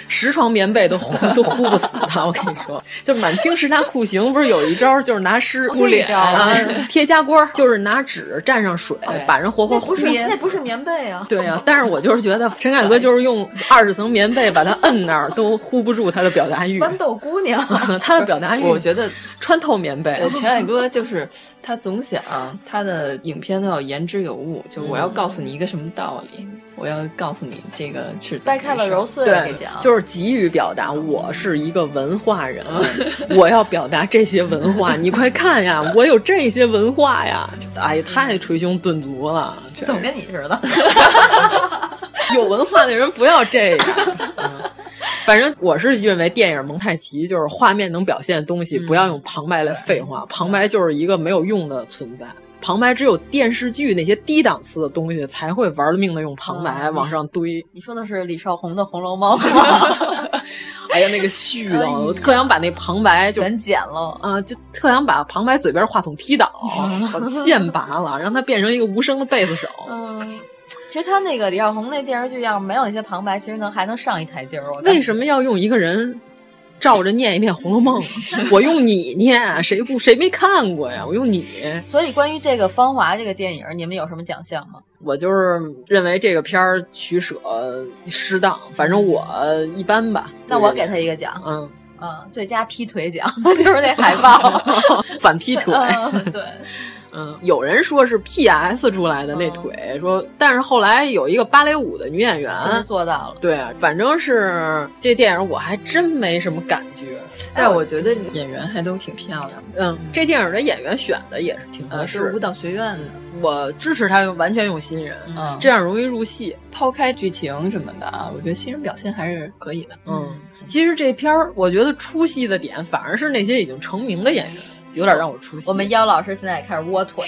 十床棉被都呼都呼不死他。我跟你说，就满清十大酷刑不是有一招，就是拿湿捂脸啊，贴家锅，就是拿纸蘸上水，把人活活不是那不是棉被啊。 对啊，但是我就是觉得陈凯歌就是用二十层棉被把他摁那儿，都呼不住他的表达欲。 豌豆姑娘， 他的表达欲， 我觉得穿透棉被。 陈凯歌就是他总想他的影片都要言之有物，就我要告诉你一个什么道理。嗯，我要告诉你，这个是掰开了揉碎了给讲， 就是急于表达我是一个文化人，我要表达这些文化，你快看呀，我有这些文化呀！哎呀，太捶胸顿足了， 怎么跟你似的？ 有文化的人不要这样。嗯，反正我是认为电影蒙太奇就是画面能表现的东西，嗯，不要用旁白来废话，旁白就是一个没有用的存在。旁白只有电视剧那些低档次的东西才会玩了命的用旁白往上堆。 你说的是李少红的《红楼梦》吗？ 哎呀，那个絮叨，我特想把那旁白就全剪了啊，就特想把旁白嘴边话筒踢倒，把线拔了，让他变成一个无声的贝斯手。 嗯，其实他那个李少红那电视剧要是没有那些旁白，其实能还能上一台阶儿。 为什么要用一个人照着念一遍《红楼梦》？我用你念，谁不谁没看过呀？我用你。 所以关于这个《芳华》这个电影，你们有什么奖项吗？ 我就是认为这个片儿取舍适当，反正我一般吧。 那我给他一个奖， 嗯嗯，最佳劈腿奖就是那海报反劈腿。 嗯，对。 嗯，有人说是 P S 出来的那腿，嗯，说，但是后来有一个芭蕾舞的女演员做到了。 对，反正是这电影我还真没什么感觉， 但是我觉得演员还都挺漂亮的。 嗯，这电影的演员选的也是挺合适， 呃、是舞蹈学院的。 我支持他完全用新人，嗯，这样容易入戏。 抛开剧情什么的啊，我觉得新人表现还是可以的。 嗯，其实这片儿我觉得出戏的点反而是那些已经成名的演员。有点让我出戏。 我们妖老师现在也开始窝腿，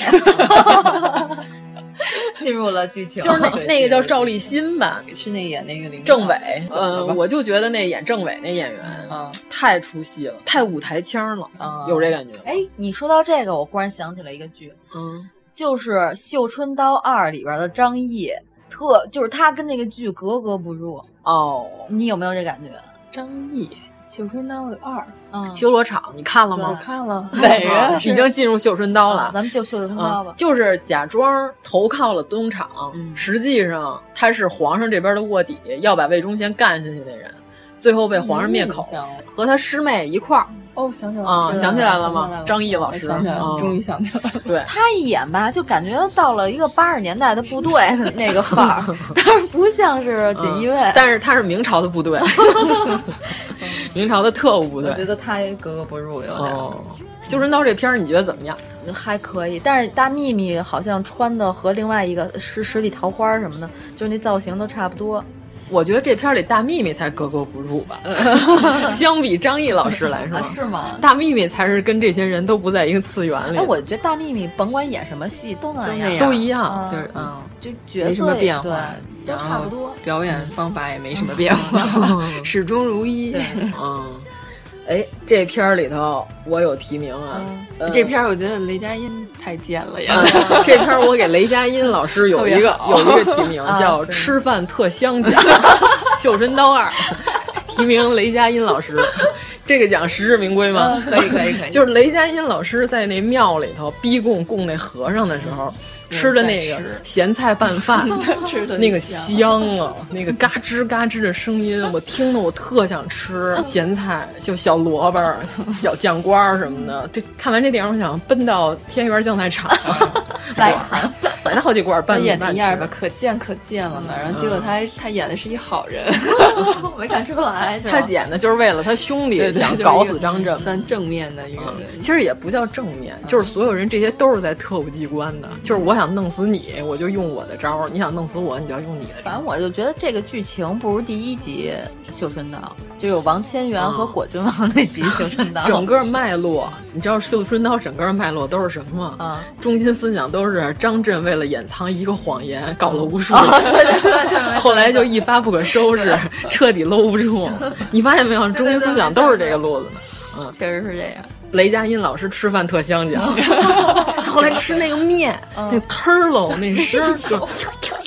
进入了剧情。 就是那那个叫赵立新吧， 是那个演那个林政委。呃，我就觉得那演政委那演员， 嗯， 太出戏了，太舞台腔了， 嗯， 有这感觉。 哎，你说到这个，我忽然想起了一个剧， 嗯， 就是《绣春刀二》里边的张译，特就是他跟那个剧格格不入。 哦， 你有没有这感觉？ 张译。绣春刀二， 嗯， 修罗场你看了吗？ 我看了， 哪个已经进入绣春刀了？ 啊、咱们就绣春刀吧、 嗯。就是假装投靠了东厂，嗯、实际上他是皇上这边的卧底，要把魏忠贤干下去的人，最后被皇上灭口， 嗯、 和他师妹一块儿。 哦，想起来了啊、嗯，想起来了吗？ 了张译老师， 想起来了，终于想起来了。 对， 他一演吧，就感觉到了一个八十年代的部队的那个范儿，但是不像是锦衣卫、 嗯，但是他是明朝的部队，明朝的特务部队。 我觉得他也格格不入，有点。 哦，绣春刀这片儿你觉得怎么样？ 还可以，但是大幂幂好像穿的和另外一个十十里桃花什么的，就是那造型都差不多。 我觉得这片里大幂幂才格格不入吧，相比张译老师来说、 啊，是吗？ 大幂幂才是跟这些人都不在一个次元里。 哎，我觉得大幂幂甭管演什么戏都那样， 都一样， 就是嗯， 就角色没什么变化， 对，都差不多。 表演方法也没什么变化，始终如一。 嗯。哎，这片儿里头我有提名啊！ 嗯呃、这片儿我觉得雷佳音太贱了呀！ 嗯、这片儿我给雷佳音老师有一个有一个提名，叫“吃饭特香奖”，绣春刀二提名雷佳音老师，这个奖实至名归吗？ 嗯、可以可以可以。 就是雷佳音老师在那庙里头逼供供那和尚的时候。嗯吃的那个咸菜拌饭， 吃的那个香啊，那个嘎吱嘎吱的声音，我听着我特想吃咸菜，就小萝卜、小酱瓜什么的。这看完这电影，我想奔到天元酱菜厂来一盘， 买了好几罐拌米饭。他演那样吧，可贱可贱了呢。然后结果他他演的是一好人， 没看出来。 他演的就是为了他兄弟想搞死张震， 算正面的一个人。 其实也不叫正面，就是所有人这些都是在特务机关的，就是我想。想弄死你，我就用我的招；你想弄死我，你就要用你的招。 反正我就觉得这个剧情不如第一集《绣春刀》，就有王千源和果郡王那集《绣春刀》。 整个脉络，你知道《绣春刀》整个脉络都是什么吗？ 啊， 中心思想都是张震为了掩藏一个谎言，搞了无数人，哦、对对对对后来就一发不可收拾，彻底搂不住。你发现没有？中心思想都是这个路子的。嗯， 确实是这样。 雷佳音老师吃饭特香讲，后来吃那个面，嗯、那汤儿喽，那声就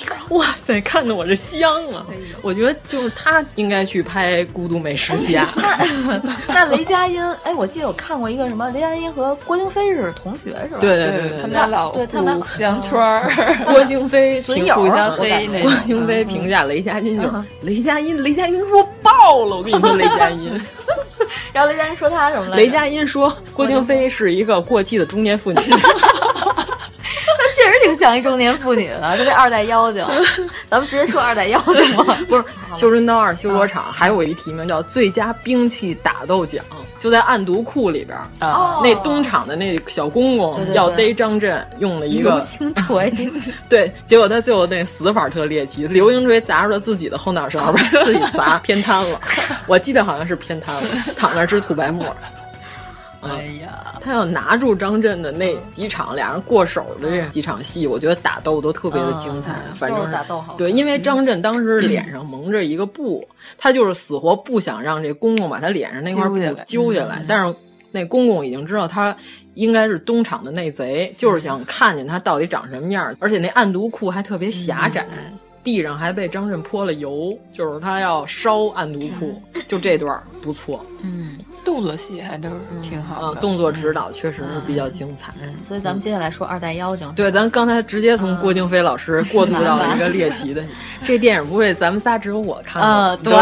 哇塞，看得我这香啊！我觉得就是他应该去拍《孤独美食家》。 那雷佳音，哎，我记得我看过一个什么，雷佳音和郭京飞是同学是吧？ 对对对对， 他们俩老对他们互相圈儿。 郭京飞评互相黑那郭京飞评价雷佳音就是雷佳音，雷佳音弱爆了，我跟你说雷佳音。 然后雷佳音说他什么来着？ 雷佳音说郭京飞是一个过气的中年妇女。 他确实挺像一中年妇女的，这二代妖精。咱们直接说二代妖精吧。 不是，修真刀二修罗场还有一提名叫最佳兵器打斗奖，就在暗毒库里边啊。那东厂的那小公公要逮张震，用了一个流星锤。 对，结果他最后那死法特猎奇，流星锤砸入了自己的后脑勺，把自己砸偏瘫了。我记得好像是偏瘫了，躺那吃吐白沫。 哎呀， 他要拿住张震的那几场俩人过手的这几场戏，我觉得打斗都特别的精彩。嗯、反正就是打斗好。 对，因为张震当时脸上蒙着一个布，他就是死活不想让这公公把他脸上那块布揪下来，嗯、但是那公公已经知道他应该是东厂的内贼，就是想看见他到底长什么样，而且那暗毒库还特别狭窄。嗯，地上还被张震泼了油，就是他要烧暗毒库，就这段不错。 嗯，动作戏还都是挺好的， 嗯、动作指导确实是比较精彩。 嗯，所以咱们接下来说二代妖精。 对，咱刚才直接从郭京飞老师过渡到了一个猎奇的，这电影不会咱们仨只有我看过。 嗯，对。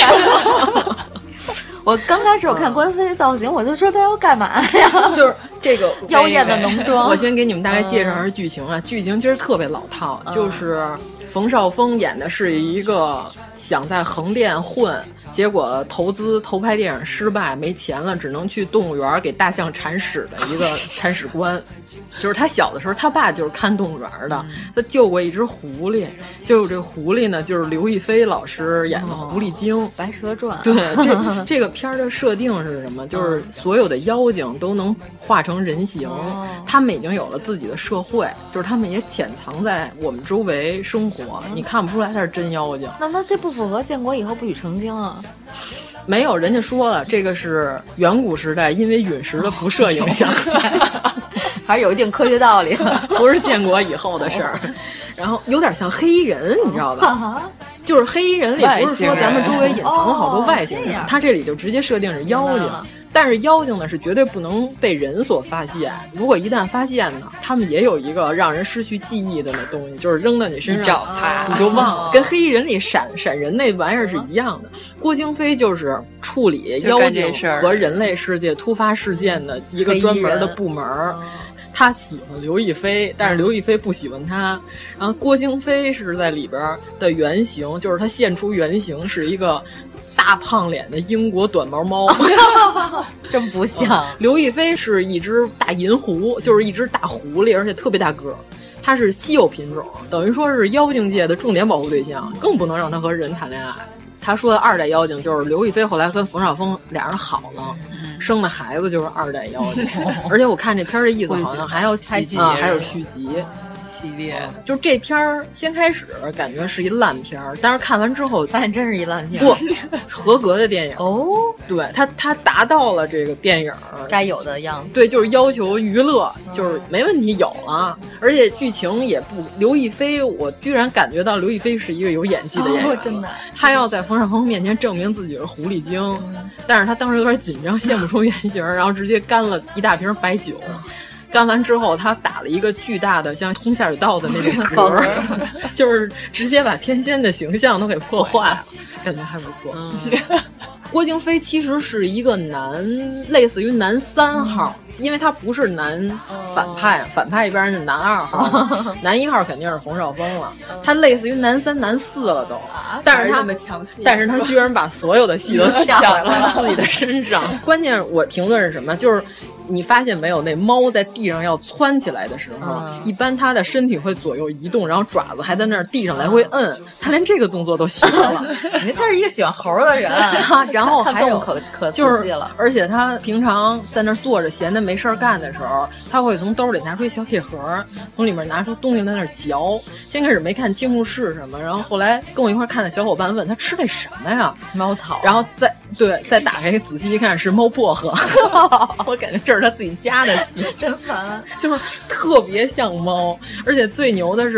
我刚开始我看关飞造型，我就说他要干嘛呀？ 就是这个妖艳的浓妆。 我先给你们大概介绍一下剧情啊，剧情其实特别老套，就是冯绍峰演的是一个想在横店混，结果投资投拍电影失败，没钱了，只能去动物园给大象铲屎的一个铲屎官。就是他小的时候，他爸就是看动物园的，他救过一只狐狸，救这狐狸呢，就是刘亦菲老师演的狐狸精， 哦《白蛇传》。 对，这这个片儿的设定是什么？就是所有的妖精都能化成人形，哦、他们已经有了自己的社会，就是他们也潜藏在我们周围生活。你看不出来他是真妖精， 那那这不符合建国以后不许成精啊？ 没有，人家说了，这个是远古时代因为陨石的辐射影响， 还是有一定科学道理的， 不是建国以后的事儿。然后有点像黑衣人，你知道吧？就是黑衣人里不是说咱们周围隐藏了好多外星人，他这里就直接设定是妖精。但是妖精呢是绝对不能被人所发现，如果一旦发现呢，他们也有一个让人失去记忆的那东西，就是扔到你身上，你就忘了，跟黑衣人里闪闪人那玩意儿是一样的。郭京飞就是处理妖精和人类世界突发事件的一个专门的部门。他喜欢刘亦菲，但是刘亦菲不喜欢他。然后郭京飞是在里边的原型，就是他现出原型是一个大胖脸的英国短毛猫， 真不像。 嗯、刘亦菲是一只大银狐，就是一只大狐狸，而且特别大个。它是稀有品种，等于说是妖精界的重点保护对象，更不能让他和人谈恋爱。他说的二代妖精就是刘亦菲后来跟冯绍峰俩人好了，嗯、生的孩子就是二代妖精。而且我看这片儿的意思好像还要拍戏啊，还有续集。 系列就这片儿先开始感觉是一烂片儿，但是看完之后发现真是一烂片， 不合格的电影哦。 对，它它达到了这个电影该有的样子。 对，就是要求娱乐，就是没问题有了，而且剧情也不。刘亦菲，我居然感觉到刘亦菲是一个有演技的演员， 哦、真的。 她要在冯绍峰面前证明自己是狐狸精，嗯、但是她当时有点紧张，现不出原形，然后直接干了一大瓶白酒。干完之后，他打了一个巨大的像通下水道的那种嗝，就是直接把天仙的形象都给破坏了，感觉还不错。嗯、郭京飞其实是一个男，类似于男三号。嗯，因为他不是男反派，哦、反派一边是男二号，哦、男一号肯定是冯绍峰了，哦、他类似于男三男四了都， 啊、 但是他强戏， 但是他居然把所有的戏都抢在自己的身上。关键我评论是什么？就是你发现没有，那猫在地上要窜起来的时候，嗯、一般它的身体会左右移动，然后爪子还在那儿地上来回摁，他连这个动作都学了。 你看他是一个喜欢猴的人， 然后还有可可就是， 仔细了， 而且他平常在那儿坐着闲的没事儿干的时候，他会从兜里拿出一小铁盒，从里面拿出东西在那儿嚼。先开始没看清楚是什么，然后后来跟我一块看的小伙伴问他吃这什么呀？ 猫草。 然后再对再打开仔细一看是猫薄荷，我感觉这是他自己家的戏， 真烦， 就是特别像猫。而且最牛的是，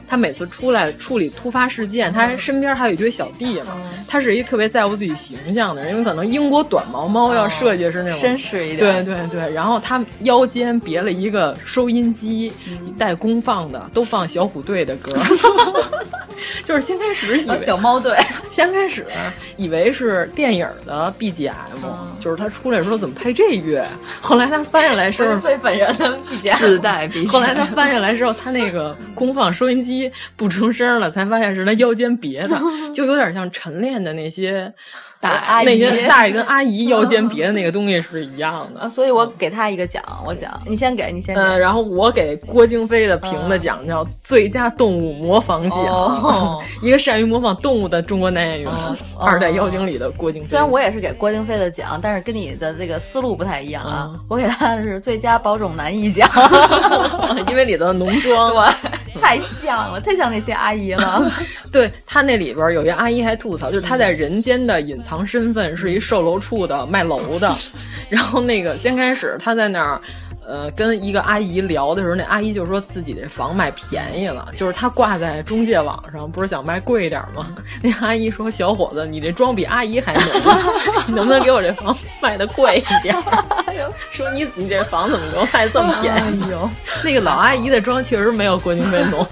他每次出来处理突发事件，他身边还有一堆小弟嘛，他是一特别在乎自己形象的人，因为可能英国短毛猫要设计是那种绅士一点，对对对。然后他腰间别了一个收音机，带功放的，都放小虎队的歌。就是先开始以为小猫队， 先开始以为是电影的 B G M，、嗯、就是他出来说怎么配这乐，后来他翻下来时候非本人的 B G M 自带 B G M， 后来他翻下来时候，他那个功放收音机不出声了，才发现是他腰间别的，就有点像晨练的那些。 大阿姨那些大爷跟阿姨腰间别的那个东西是一样的、 啊，所以我给他一个奖，我想你先给，你先给。 嗯，然后我给郭京飞的评的奖叫最佳动物模仿奖，哦、一个善于模仿动物的中国男演员，哦、二代妖精里的郭京飞。 虽然我也是给郭京飞的奖，但是跟你的这个思路不太一样啊。嗯、我给他的是最佳保种男艺奖， 因为里头的浓妆对太像了，太像那些阿姨了。 对他那里边有一个阿姨还吐槽，就是他在人间的隐藏身份是一售楼处的卖楼的，然后那个先开始他在那儿呃跟一个阿姨聊的时候，那阿姨就说自己这房卖便宜了，就是他挂在中介网上不是想卖贵一点吗？那阿姨说小伙子你这妆比阿姨还浓，你能不能给我这房卖的贵一点？说你你这房怎么给我卖这么便宜？哎呦，那个老阿姨的妆确实没有郭京飞浓。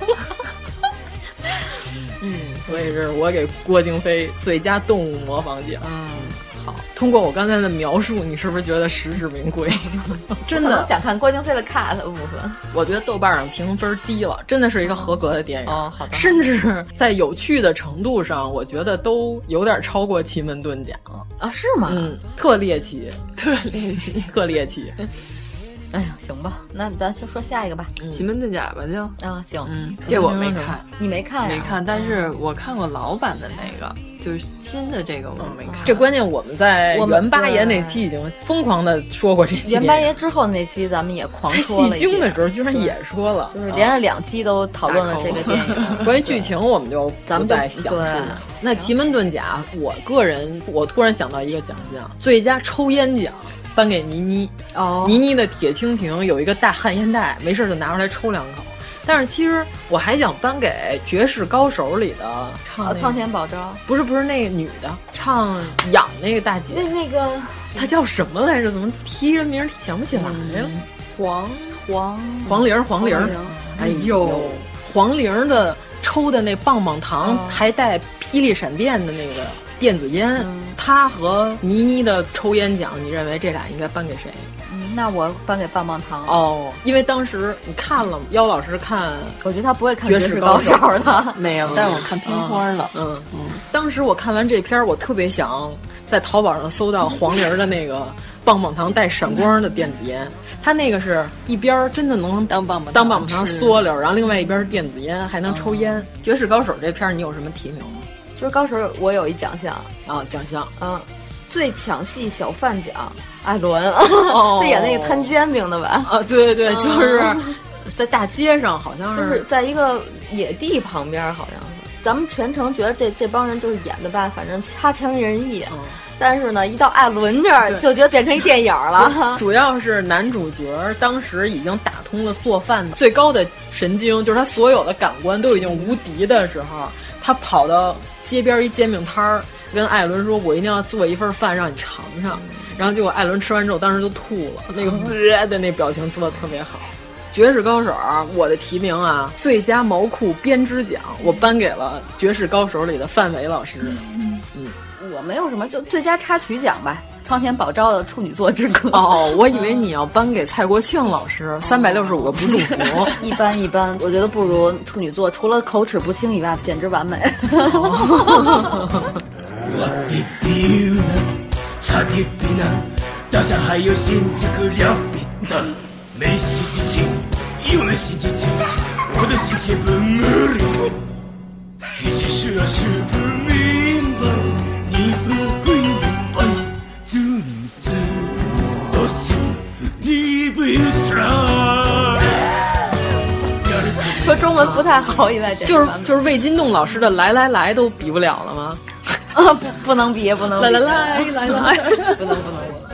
嗯，所以是我给郭京飞最佳动物模仿奖。 嗯，好。 通过我刚才的描述，你是不是觉得实至名归？真的想看郭京飞的 cut 部分。 我觉得豆瓣上评分低了，真的是一个合格的电影。 哦，好的。 甚至在有趣的程度上，我觉得都有点超过奇门遁甲啊？是吗？ 嗯，特猎奇，特猎奇，特猎奇。 哎呀，行吧，那咱先说下一个吧。 嗯、奇门遁甲吧，就啊，行， 嗯，这我没看， 你没看、啊？ 没看，但是我看过老版的那个，就是新的这个我没看。 这关键我们在袁八爷那期已经疯狂的说过这期。 袁八爷之后那期咱们也狂说了， 在戏精的时候居然也说了， 就是连着两期都讨论了这个电影。 关于剧情我们就咱们再详述。那奇门遁甲，我个人我突然想到一个奖项，最佳抽烟奖。颁给倪妮哦， 倪妮的铁蜻蜓有一个大旱烟袋，没事就拿出来抽两口。但是其实我还想颁给《绝世高手》里的唱、那个哦、苍田宝昭， 不是不是那个女的唱痒那个大姐， 那那个她叫什么来着？怎么提人名想不起来了？ 嗯、黄黄黄玲黄玲，哎呦，黄玲的抽的那棒棒糖、哦、还带霹雳闪电的那个电子烟。嗯，他和倪妮的抽烟奖，你认为这俩应该颁给谁？ 嗯，那我颁给棒棒糖哦，因为当时你看了妖老师看， 我觉得他不会看绝世高手的， 没有，但是我看片花了。 嗯 嗯, 嗯，当时我看完这片，我特别想在淘宝上搜到黄玲的那个棒棒糖带闪光的电子烟，他那个是一边真的能当棒棒当棒棒糖缩溜，然后另外一边是电子烟，还能抽烟。嗯、绝世高手这片你有什么提名吗？ 就是高手，我有一奖项啊，奖项， 嗯，最抢戏小贩奖，艾伦，哦，他演那个摊煎饼的吧？ 啊，对对对，就是在大街上，好像是，就是在一个野地旁边，好像是。咱们全程觉得这这帮人就是演的吧，反正差强人意。嗯，但是呢，一到艾伦这儿，就觉得变成一电影了。 主要是男主角当时已经打通了做饭最高的神经，就是他所有的感官都已经无敌的时候，他跑到街边一煎饼摊儿，跟艾伦说：“我一定要做一份饭让你尝尝。”然后结果艾伦吃完之后，当时就吐了，那个呃的那表情做的特别好。绝世高手，我的提名啊，最佳毛裤编织奖，我颁给了绝世高手里的范伟老师。 嗯嗯，我没有什么，就最佳插曲奖吧，苍田宝昭的处女座之歌。 哦，我以为你要颁给蔡国庆老师三百六十五个不祝福。 一般一般，我觉得不如处女座，除了口齿不清以外，简直完美。说中文不太好以外， 就是就是魏金栋老师的来来来都比不了了吗？ 啊，不不能比，不能比， 来来来来来， 不能不能。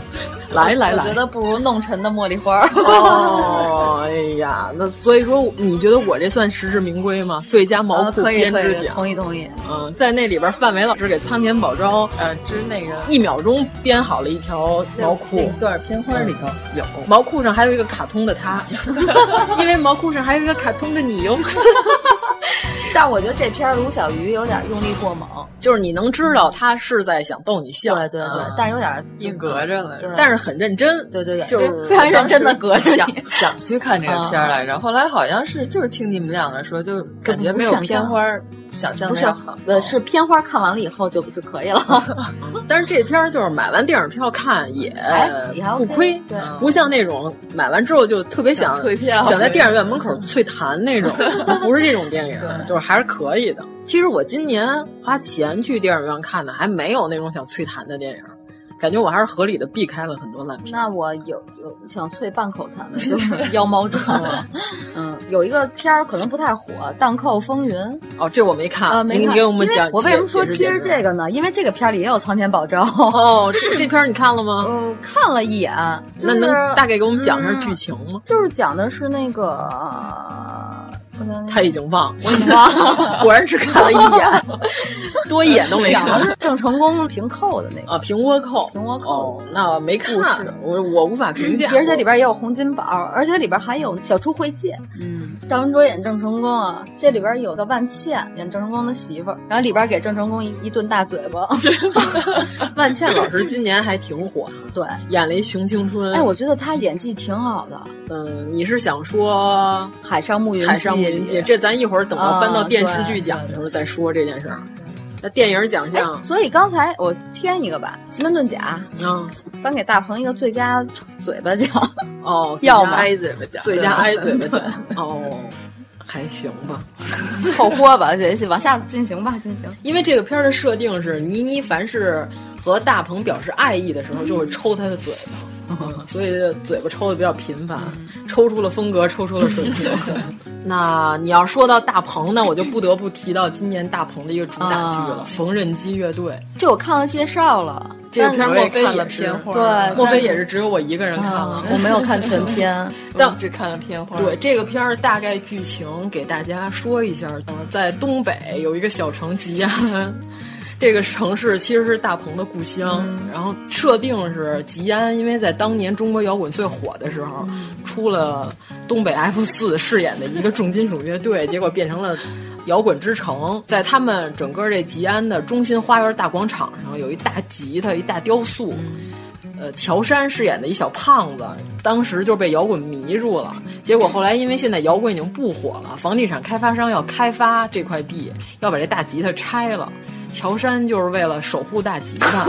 来来来， 我觉得不如弄臣的茉莉花。 哦，哎呀，那所以说，你觉得我这算实至名归吗？最佳毛裤编织奖， 同意同意。 嗯，在那里边，范伟老师给仓田保昭呃织那个一秒钟编好了一条毛裤， 那段片花里头有毛裤上还有一个卡通的他，因为毛裤上还有一个卡通的你哟。 但我觉得这篇卢小鱼有点用力过猛， 就是你能知道他是在想逗你笑， 对对对，嗯、但是有点硬隔着了， 但是很认真， 对对对， 就是非常认真的隔着想想去看这个片来着，后来好像是就是听你们两个说，就感觉没有片花想象的好， 呃，是片花看完了以后就就可以了。 但是这片就是买完电影票看也也还不亏， 对， 不像那种买完之后就特别想退票， 想在电影院门口啐痰那种，不是这种电影，就是还是可以的。其实我今年花钱去电影院看的，还没有那种想啐痰的电影。感觉我还是合理的避开了很多烂片。 那我有有想啐半口痰的，就是《妖猫传》。嗯，有一个片儿可能不太火，《荡寇风云》。 哦，这我没看。 呃，没看。 你给我们讲。 我为什么说贴着这个呢？因为这个片儿里也有仓田保昭。 哦，这这片儿你看了吗？ 嗯，看了一眼。 那能大概给我们讲一下剧情吗？ 就是讲的是那个。 他已经忘， 我已经忘了， 果然只看了一眼，多一眼都没看。 讲的是郑成功平寇的那个啊，平倭寇， 平倭寇。 哦，那没看，我我无法评价。 而且里边也有洪金宝，而且里边还有小猪惠介。 嗯， 赵文卓演郑成功啊，这里边有个万茜演郑成功的媳妇儿，然后里边给郑成功一一顿大嘴巴。 万茜老师今年还挺火的， 对， 演了一《熊青春》。 哎，我觉得她演技挺好的。 嗯，你是想说 《海上牧云记》？ 海上牧云记，这咱一会儿等到搬到电视剧奖的时候再说这件事儿。那电影奖项， 所以刚才我添一个吧，《奇门遁甲》 嗯， 颁给大鹏一个最佳嘴巴奖。 哦， 要么挨嘴巴奖， 最佳挨嘴巴奖。哦。还行吧， 凑合吧，这往下进行吧，进行。 因为这个片儿的设定是，倪妮凡是和大鹏表示爱意的时候，就会抽他的嘴巴，嗯、所以嘴巴抽的比较频繁，嗯、抽出了风格，抽出了水平。那你要说到大鹏呢，我就不得不提到今年大鹏的一个主打剧了，啊《缝纫机乐队》。 这我看了介绍了。 这个片莫非也片花？ 对， 莫非也是只有我一个人看了？ 嗯、我没有看全片， 但只看了片花。 对，这个片儿大概剧情给大家说一下。呃，在东北有一个小城吉安，这个城市其实是大鹏的故乡。嗯、然后设定是吉安，因为在当年中国摇滚最火的时候，嗯、出了东北 F 四饰演的一个重金属乐队，结果变成了。摇滚之城，在他们整个这吉安的中心花园大广场上，有一大吉他，一大雕塑。呃，乔杉饰演的一小胖子，当时就被摇滚迷住了。结果后来因为现在摇滚已经不火了，房地产开发商要开发这块地，要把这大吉他拆了。乔杉就是为了守护大吉他。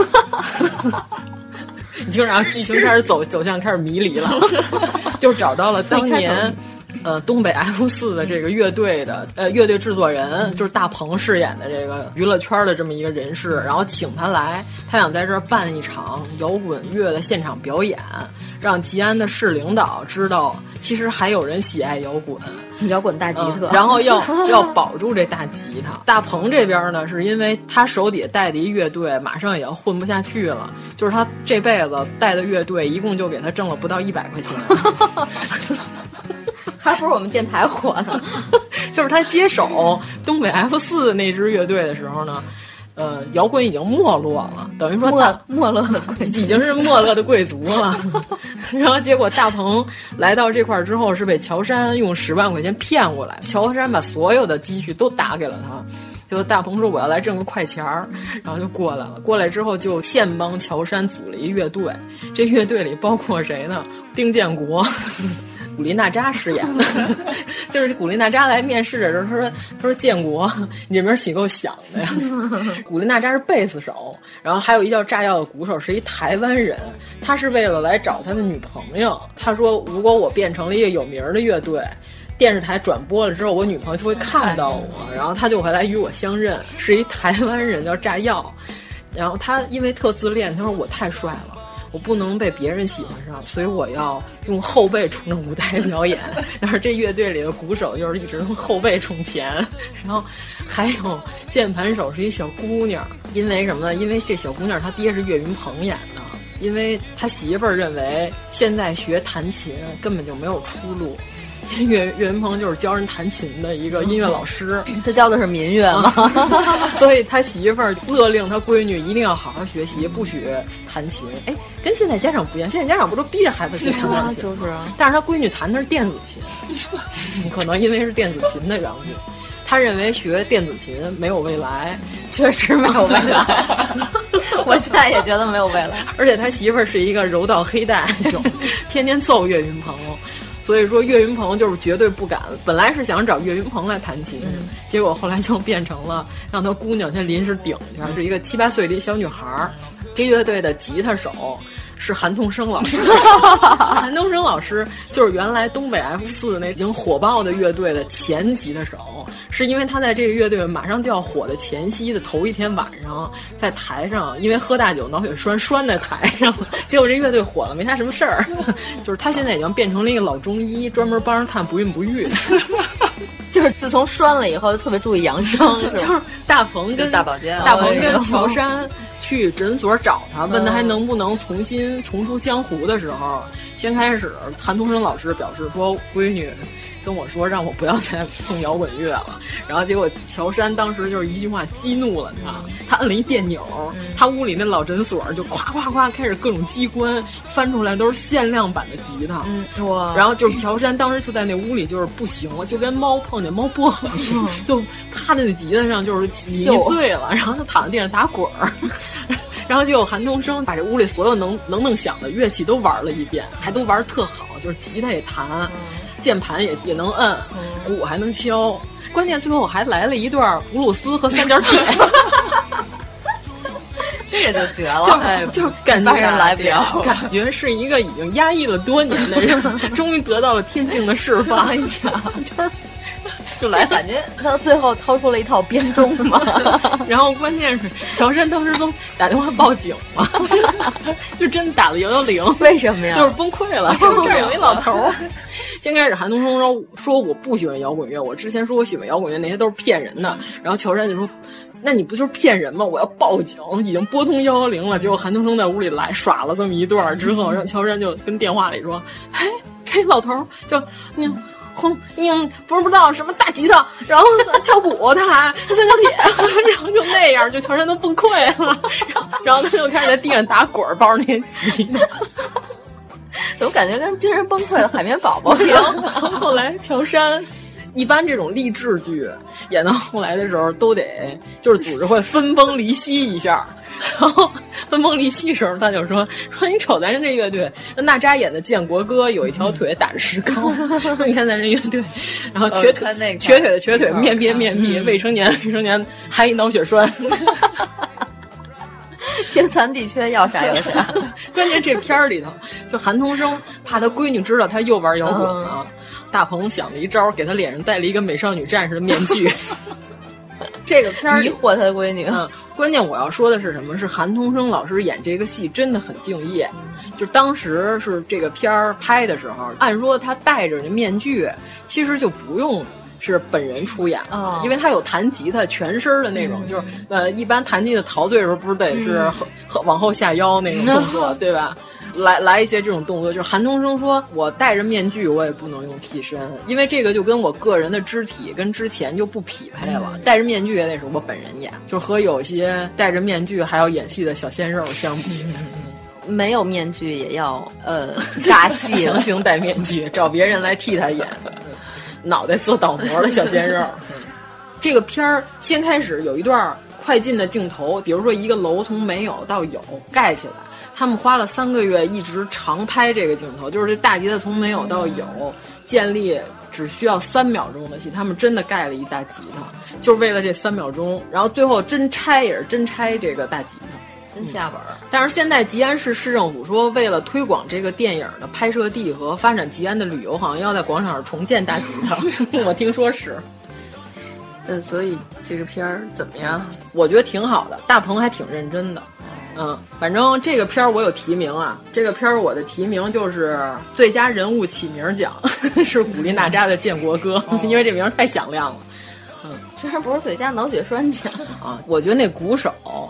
你听，然后剧情开始走走向开始迷离了，就找到了当年。呃，东北 F 四的这个乐队的呃乐队制作人就是大鹏饰演的这个娱乐圈的这么一个人士，然后请他来，他想在这儿办一场摇滚乐的现场表演，让吉安的市领导知道，其实还有人喜爱摇滚， 摇滚大吉他， 嗯、然后要要保住这大吉他。大鹏这边呢，是因为他手底下带的一乐队马上也要混不下去了，就是他这辈子带的乐队一共就给他挣了不到一百块钱。 还不是我们电台火呢， 就是他接手东北 F 四那支乐队的时候呢，呃，摇滚已经没落了，等于说大没落的贵已经是没落的贵族了。然后结果大鹏来到这块儿之后，是被乔杉用十万块钱骗过来，乔杉把所有的积蓄都打给了他。就大鹏说我要来挣个快钱儿，然后就过来了。过来之后就现帮乔杉组了一乐队，这乐队里包括谁呢？丁建国。古力娜扎饰演的，就是古力娜扎来面试的时候，他说：“他说建国，你这名起够响的呀。”古力娜扎是贝斯手，然后还有一叫炸药的鼓手，是一台湾人。他是为了来找他的女朋友。他说：“如果我变成了一个有名的乐队，电视台转播了之后，我女朋友就会看到我，然后他就会来与我相认。”是一台湾人叫炸药，然后他因为特自恋，他说我太帅了。我不能被别人喜欢上，所以我要用后背冲着舞台表演。但是这乐队里的鼓手就是一直用后背冲前，然后还有键盘手是一小姑娘，因为什么呢？因为这小姑娘她爹是岳云鹏演的， 因为他媳妇儿认为现在学弹琴根本就没有出路。岳岳云鹏就是教人弹琴的一个音乐老师， 他教的是民乐吗？ 所以他媳妇儿勒令他闺女一定要好好学习，不许弹琴。哎，跟现在家长不一样，现在家长不都逼着孩子去弹钢琴？ 就是啊， 但是他闺女弹的是电子琴，可能因为是电子琴的缘故，他认为学电子琴没有未来， 确实没有未来。我现在也觉得没有未来， 而且他媳妇儿是一个柔道黑带那种，天天揍岳云鹏。所以说岳云鹏就是绝对不敢，本来是想找岳云鹏来弹琴，嗯、结果后来就变成了让他姑娘先临时顶一下，是一个七八岁的小女孩。这乐队的吉他手是韩童生老师，韩童生老师就是原来东北 F 四 那已经火爆的乐队的前吉他手，是因为他在这个乐队马上就要火的前夕的头一天晚上，在台上因为喝大酒脑血栓拴在台上，结果这乐队火了，没他什么事儿。就是他现在已经变成了一个老中医，专门帮人看不孕不育的。 就是自从拴了以后，就特别注意养生。是就是大鹏跟大保健， 大鹏跟乔杉去诊所找他，问他还能不能重新重出江湖的时候，先开始韩童生老师表示说，闺女跟我说让我不要再碰摇滚乐了，然后结果乔杉当时就是一句话激怒了他，他摁了一电钮，他屋里那老诊所就咵咵咵开始各种机关翻出来，都是限量版的吉他， 嗯哇！ 然后就是乔杉当时就在那屋里就是不行了，就跟猫碰见猫薄荷，嗯、就趴在那吉他上就是迷醉了，然后就躺在地上打滚儿。然后结果韩童生把这屋里所有能能弄响的乐器都玩了一遍，还都玩得特好，就是吉他也弹。嗯键盘也也能摁，鼓还能敲，关键最后我还来了一段葫芦丝和三角腿， 这个就绝了， 就、哎、就感觉人来不了， 感觉是一个已经压抑了多年的人，终于得到了天性的释放。哎呀，就是就来， 感觉他最后掏出了一套编钟嘛， 然后关键是乔杉当时都打电话报警了，就真的打了幺幺零。 为什么呀？ 就是崩溃了，说这儿有一老头儿。先开始韩童生说说我不喜欢摇滚乐，我之前说我喜欢摇滚乐那些都是骗人的，然后乔杉就说那你不就是骗人吗？我要报警，已经拨通幺幺零了。结果韩童生在屋里来耍了这么一段之后，让乔杉就跟电话里说，嘿，这老头就你轰嗯不是不知道什么大吉他，然后敲鼓他还三角铁，然后就那样，就乔杉都崩溃了，然后然后他就开始在地上打滚抱着那些吉他。 怎么感觉跟精神崩溃的海绵宝宝一样？ 后来乔杉，一般这种励志剧演到后来的时候，都得就是组织会分崩离析一下。然后分崩离析的时候，他就说说你瞅咱这乐队，娜扎演的建国歌有一条腿打着石膏，说你看咱这乐队，然后瘸腿、 那个、 瘸腿的瘸腿，面壁面壁，未成年未成年还一脑血栓。 天残地缺要啥有啥。 关键这片儿里头，就韩童生怕他闺女知道他又玩摇滚了，嗯、大鹏想了一招，给他脸上戴了一个美少女战士的面具。这个片儿迷惑他的闺女。 嗯，关键我要说的是什么？是韩童生老师演这个戏真的很敬业。嗯、就当时是这个片儿拍的时候，按说他戴着那面具，其实就不用是本人出演， 哦、 因为他有弹吉他全身的那种，嗯、就是呃，一般弹吉他陶醉的时候不是得是和、嗯、往后下腰那种动作，嗯、对吧？来来一些这种动作，就是韩童生说，我戴着面具，我也不能用替身，因为这个就跟我个人的肢体跟之前就不匹配了。嗯、戴着面具也得是我本人演，就和有些戴着面具还要演戏的小鲜肉相比。 嗯、没有面具也要呃尬戏， 强行戴面具，找别人来替他演。脑袋做倒模的小鲜肉。这个片儿先开始有一段快进的镜头，比如说一个楼从没有到有盖起来，他们花了三个月一直长拍这个镜头，就是这大吉他从没有到有建立只需要三秒钟的戏，他们真的盖了一大吉他，就是为了这三秒钟，然后最后真拆也是真拆这个大吉他。 真下本。 嗯、但是现在吉安市市政府说，为了推广这个电影的拍摄地和发展吉安的旅游，好像要在广场上重建大吉他。我听说是。 呃，所以这个片儿怎么样？ 我觉得挺好的，大鹏还挺认真的。嗯，反正这个片儿我有提名啊，这个片儿我的提名就是最佳人物起名奖，是古力娜扎的《建国歌》，哦、因为这名太响亮了。 嗯，居然不是最佳脑血栓奖啊！我觉得那鼓手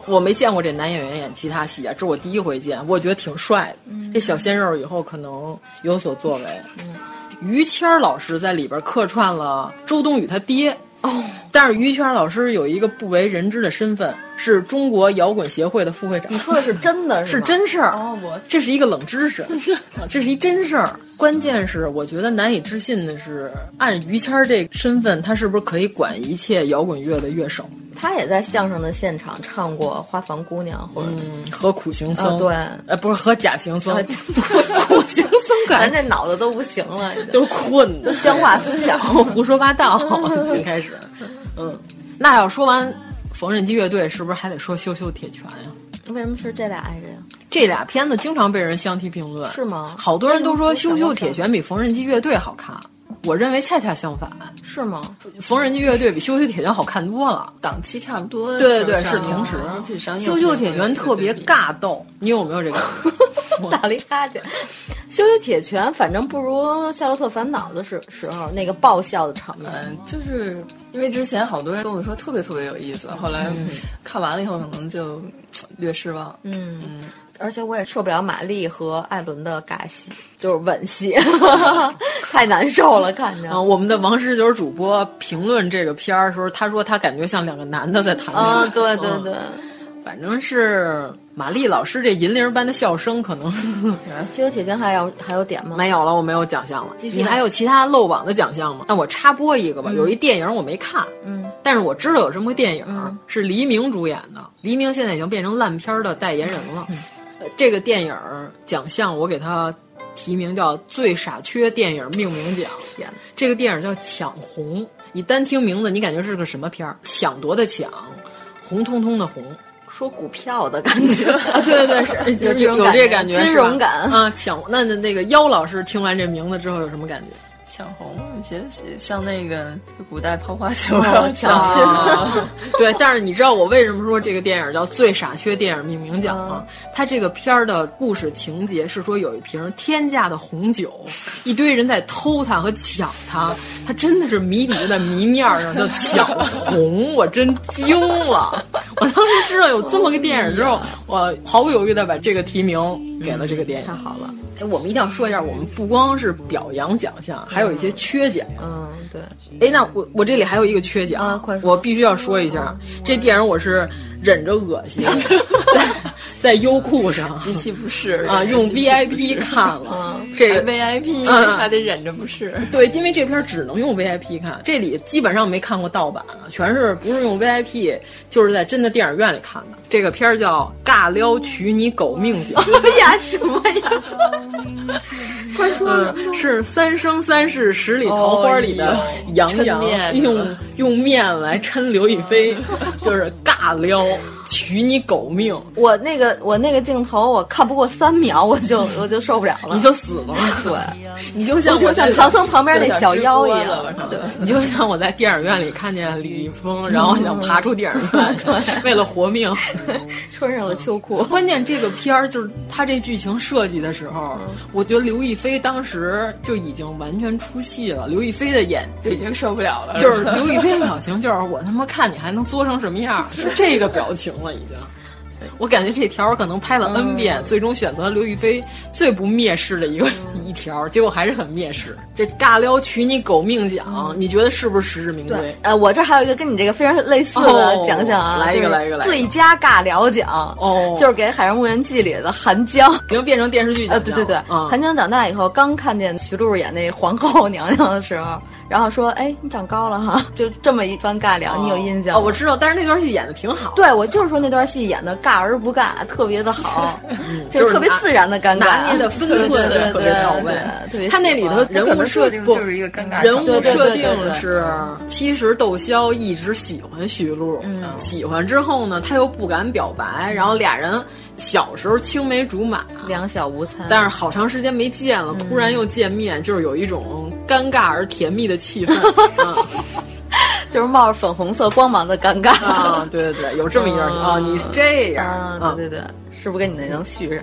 我没见过这男演员演其他戏啊，这是我第一回见，我觉得挺帅的。嗯、这小鲜肉以后可能有所作为。嗯、于谦老师在里边客串了周冬雨他爹。哦，但是于谦老师有一个不为人知的身份，是中国摇滚协会的副会长。 你说的是真的是是真事儿哦，我这是一个冷知识，这是一真事儿。关键是我觉得难以置信的是，按于谦这身份，他是不是可以管一切摇滚乐的乐手？ 他也在相声的现场唱过《花房姑娘》或者、 嗯、和苦行僧、 哦，对， 呃，不是和假行僧，苦行僧感觉这脑子都不行了， 都困的， 僵化思想， 胡说八道，已经开始。嗯，那要说完缝纫机乐队，是不是还得说羞羞铁拳呀？ 为什么是这俩挨着呀？ 这俩片子经常被人相提并论， 是吗？ 好多人都说羞羞铁拳比缝纫机乐队好看。我认为恰恰相反， 是吗？ 缝纫机乐队比羞羞铁拳好看多了， 档期差不多。 对对对，是同时。羞羞铁拳特别尬斗，你有没有这个？ 打了一哈欠。羞羞铁拳反正不如《夏洛特烦恼》的时时候那个爆笑的场面。 嗯，就是因为之前好多人跟我说特别特别有意思，后来看完了以后可能就略失望。 嗯嗯。而且我也受不了玛丽和艾伦的尬戏，就是吻戏，太难受了，看着。 嗯，我们的王十九主播评论这个片儿的时候，他说他感觉像两个男的在谈恋爱。 啊，对对对， 嗯、反正是玛丽老师这银铃般的笑声，可能。 羞羞铁拳还有还有点吗？ 没有了，我没有奖项了。你还有其他漏网的奖项吗？那我插播一个吧，嗯、有一电影我没看，嗯，但是我知道有这么个电影，嗯、是黎明主演的。黎明现在已经变成烂片的代言人了。嗯这个电影奖项我给他提名叫最傻缺电影命名奖。这个电影叫《抢红》，你单听名字你感觉是个什么片儿？抢夺的抢，红彤彤的红， 说股票的感觉啊！对对对，是有这有这感觉， 金融感啊！抢那那那个妖老师听完这名字之后有什么感觉？ 抢红，我觉得像那个古代抛花球抢亲。对，但是你知道我为什么说这个电影叫最傻缺电影命名奖吗？它这个片儿的故事情节是说有一瓶天价的红酒，一堆人在偷它和抢它，它真的是谜底就在谜面上，叫抢红，我真惊了。我当时知道有这么个电影之后，我毫不犹豫的把这个提名给了这个电影。 太好了。 哎，我们一定要说一下，我们不光是表扬奖项，还有一些缺奖。 嗯，对。 哎，那我我这里还有一个缺奖啊，快说！ 我必须要说一下，这电影我是忍着恶心，在在优酷上极其不适啊，用 V I P 看了。这个 V I P 还得忍着不适。 对，因为这片只能用 V I P 看，这里基本上没看过盗版，全是不是用 V I P， 就是在真的电影院里看的。这个片儿叫《尬撩娶你狗命奖》。 哎呀，什么呀？快说、 嗯！是《三生三世十里桃花》里的杨洋、哦、用用面来抻刘亦菲，就是尬撩娶你狗命。 我那个我那个镜头我看不过三秒，我就我就受不了了， 你就死了。 对， 你就像我就像唐僧旁边那小妖一样。 对，你就像我在电影院里看见李易峰，然后想爬出电影院，对，为了活命， 穿上了秋裤。 关键这个片儿就是他这剧情设计的时候，嗯、我觉得刘亦菲当时就已经完全出戏了。刘亦菲的演就已经受不了了， 就是刘亦菲的表情，就是我他妈看你还能作成什么样，是这个表情了已经。我感觉这条可能拍了 N 遍，嗯、最终选择刘亦菲最不蔑视的一个、嗯、一条，结果还是很蔑视。这尬撩娶你狗命奖，嗯、你觉得是不是实至名归？ 呃，我这还有一个跟你这个非常类似的奖项啊， 哦、来一个来一个来一个， 最佳尬聊奖哦，就是给《海上牧人记》里的韩江， 已经变成电视剧奖。 呃，对对对，嗯、韩江长大以后，刚看见徐璐演那皇后娘娘的时候。然后说，哎，你长高了哈，就这么一番尬聊，哦、你有印象吗？ 哦，我知道，但是那段戏演的挺好。 对，我就是说那段戏演的尬而不尬，特别的好，嗯、就是特别自然的尴尬， 拿捏的分寸特别到位。 特别他那里头人物设定就是一个尴尬， 人物设定是，其实窦骁一直喜欢徐璐，嗯、喜欢之后呢，他又不敢表白，然后俩人。小时候青梅竹马， 两小无猜， 但是好长时间没见了，嗯、突然又见面，就是有一种尴尬而甜蜜的气氛，啊、 就是冒着粉红色光芒的尴尬啊！对对对，有这么一段啊、嗯哦，你是这样啊？对对对，是不是跟你那能续上？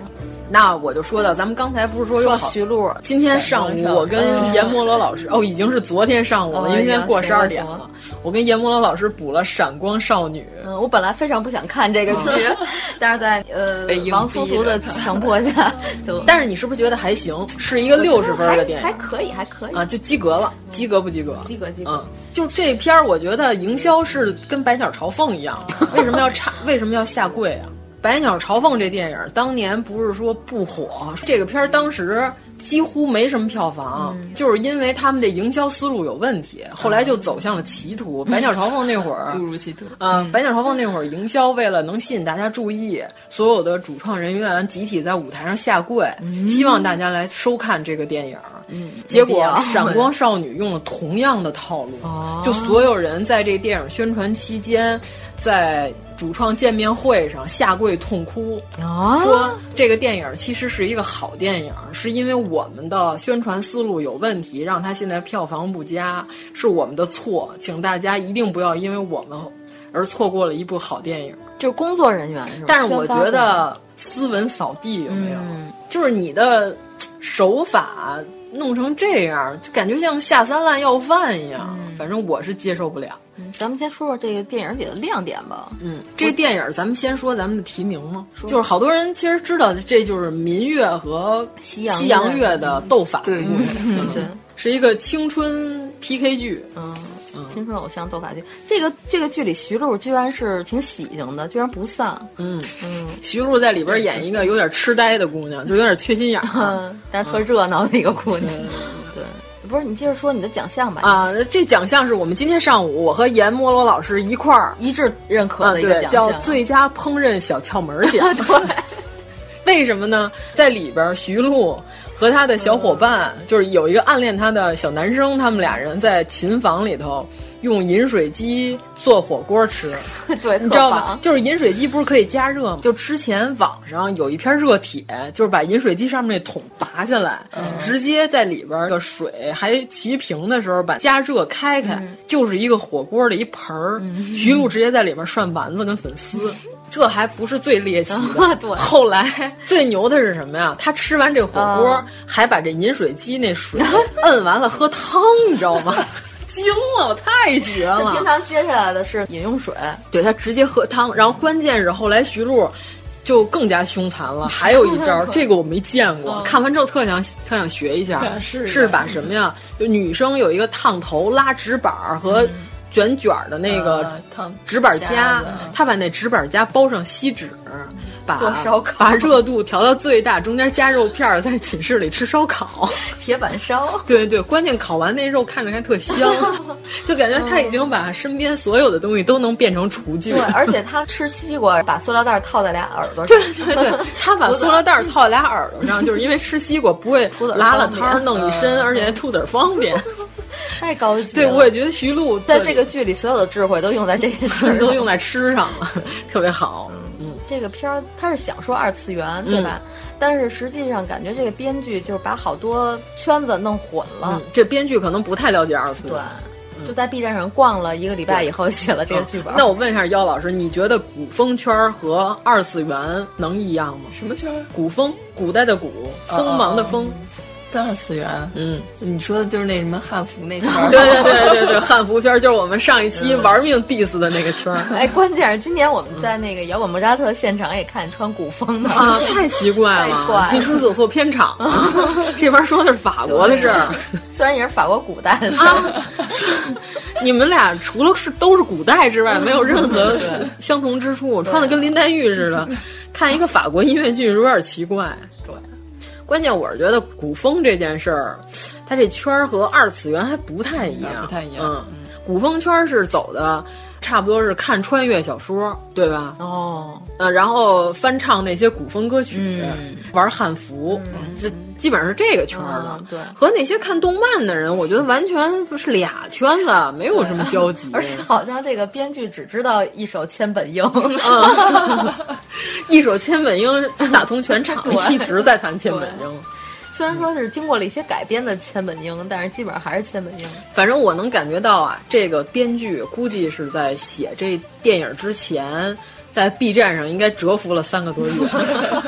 那我就说到，咱们刚才不是说有好徐璐， 今天上午我跟阎摩罗老师，哦，已经是昨天上午了，因为现在过十二点了。我跟阎摩罗老师补了《闪光少女》。 嗯，我本来非常不想看这个剧，但是在呃王苏苏的强迫下，就但是你是不是觉得还行？是一个六十分的电影， 还可以，还可以啊，就及格了，及格不及格？ 及格，及格。 嗯，就这片儿，我觉得营销是跟《百鸟朝凤》一样，为什么要差？为什么要下跪啊？《百鸟朝凤》这电影当年不是说不火，这个片儿当时几乎没什么票房，嗯、就是因为他们这营销思路有问题，后来就走向了歧途。《百鸟朝凤》那会儿， 误入歧途。 嗯，《百鸟朝凤》那会儿营销为了能吸引大家注意，所有的主创人员集体在舞台上下跪，嗯、希望大家来收看这个电影。 嗯， 结果《闪光少女》用了同样的套路，哦、就所有人在这电影宣传期间，在主创见面会上下跪痛哭， 哦、 说这个电影其实是一个好电影，是因为我们的宣传思路有问题，让它现在票房不佳，是我们的错，请大家一定不要因为我们而错过了一部好电影。 就工作人员是吧？ 但是我觉得斯文扫地有没有？嗯、就是你的手法弄成这样，就感觉像下三滥要饭一样，嗯、反正我是接受不了。 嗯，咱们先说说这个电影里的亮点吧。 嗯，这个电影咱们先说咱们的提名嘛，就是好多人其实知道这就是民乐和西洋西洋乐的斗法对故事， 嗯、 对，是一个青春 P K 剧。 嗯。青春偶像斗法剧，这个这个剧里徐璐居然是挺喜庆的，居然不丧。 嗯嗯，徐璐在里边演一个有点痴呆的姑娘，就有点缺心眼儿， 嗯、但是特热闹的一个姑娘。嗯、对，不是你接着说你的奖项吧？ 啊，这奖项是我们今天上午我和阎摩罗老师一块儿一致认可的一个奖项， 嗯、叫最佳烹饪小窍门奖。 对。 为什么呢？在里边，徐璐和他的小伙伴，嗯、就是有一个暗恋他的小男生，他们俩人在琴房里头用饮水机做火锅吃。 对， 你知道吗？就是饮水机不是可以加热吗？就之前网上有一片热帖，就是把饮水机上面那桶拔下来，嗯、直接在里边的水还齐平的时候把加热开开，嗯、就是一个火锅的一盆儿。嗯、徐璐直接在里边涮丸子跟粉丝。这还不是最猎奇的， 啊、对。 后来最牛的是什么呀？他吃完这火锅，啊、还把这饮水机那水摁完了喝汤，你知道吗？惊了，我太绝了！ 平常接下来的是饮用水， 对他直接喝汤。然后关键是后来徐璐就更加凶残了，还有一招，这个我没见过，嗯、看完之后特想特想学一下， 是是把什么呀？就女生有一个烫头拉直板和。嗯卷卷的那个纸板夹，他把那纸板夹包上锡纸，把做烧烤， 把热度调到最大，中间加肉片，在寝室里吃烧烤， 铁板烧。 对对，关键烤完那肉看着还特香，就感觉他已经把身边所有的东西都能变成厨具。 对，而且他吃西瓜，把塑料袋套在俩耳朵上。 对对对，他把塑料袋套在俩耳朵上，就是因为吃西瓜不会拉了汤弄一身，而且吐籽方便。 太高级了。 对，我也觉得徐璐在这个剧里所有的智慧都用在这件事， 都用在吃上了，特别好。 嗯，这个片儿他是想说二次元，对吧？嗯、但是实际上感觉这个编剧就是把好多圈子弄混了。 嗯、这编剧可能不太了解二次元。 对。就在 B 站上逛了一个礼拜以后写了这个剧本。 嗯、那我问一下姚老师，你觉得古风圈和二次元能一样吗？ 什么圈？ 古风，古代的古，锋芒的锋。 二次元， 嗯， 你说的就是那什么汉服那圈儿， 对对对对对，汉服圈就是我们上一期玩命 diss 的那个圈儿。 哎，关键是今年我们在那个摇滚莫扎特现场也看穿古风的啊，太奇怪了， 太怪了， 你是不是走错片场了？这边说的是法国的事儿， 虽然也是法国古代的事儿。 啊你们俩除了是都是古代之外，没有任何相同之处，穿的跟林黛玉似的，看一个法国音乐剧有点奇怪。 对。 关键我是觉得古风这件事儿，它这圈儿和二次元还不太一样， 不太一样。 嗯，古风圈是走的差不多是看穿越小说，对吧？ 哦， 呃，然后翻唱那些古风歌曲， 嗯、 玩汉服，这、嗯、基本上是这个圈的、 嗯。对， 和那些看动漫的人，我觉得完全不是俩圈子，没有什么交集。 而且好像这个编剧只知道一首千本樱。 嗯一首千本樱打通全场，一直在弹千本樱。 虽然说是经过了一些改编的千本樱，但是基本上还是千本樱。 反正我能感觉到啊，这个编剧估计是在写这电影之前，在 B 站上应该蛰伏了三个多月，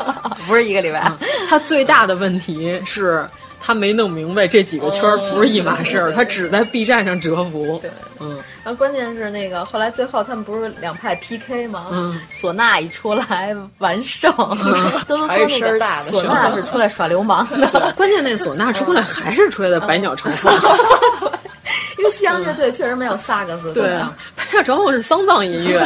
不是一个礼拜。 嗯、他最大的问题是他没弄明白这几个圈不是一码事儿，哦、他只在 B 站上蛰伏。 对， 嗯， 然后关键是那个后来最后他们不是两派 P K 吗？ 嗯， 唢呐一出来完胜，嗯、都都说那个唢呐是出来耍流氓的。 关键那唢呐出来还是吹的百鸟朝凤。 嗯因为西洋乐队确实没有萨克斯。 对啊，百鸟朝凤是丧葬音乐。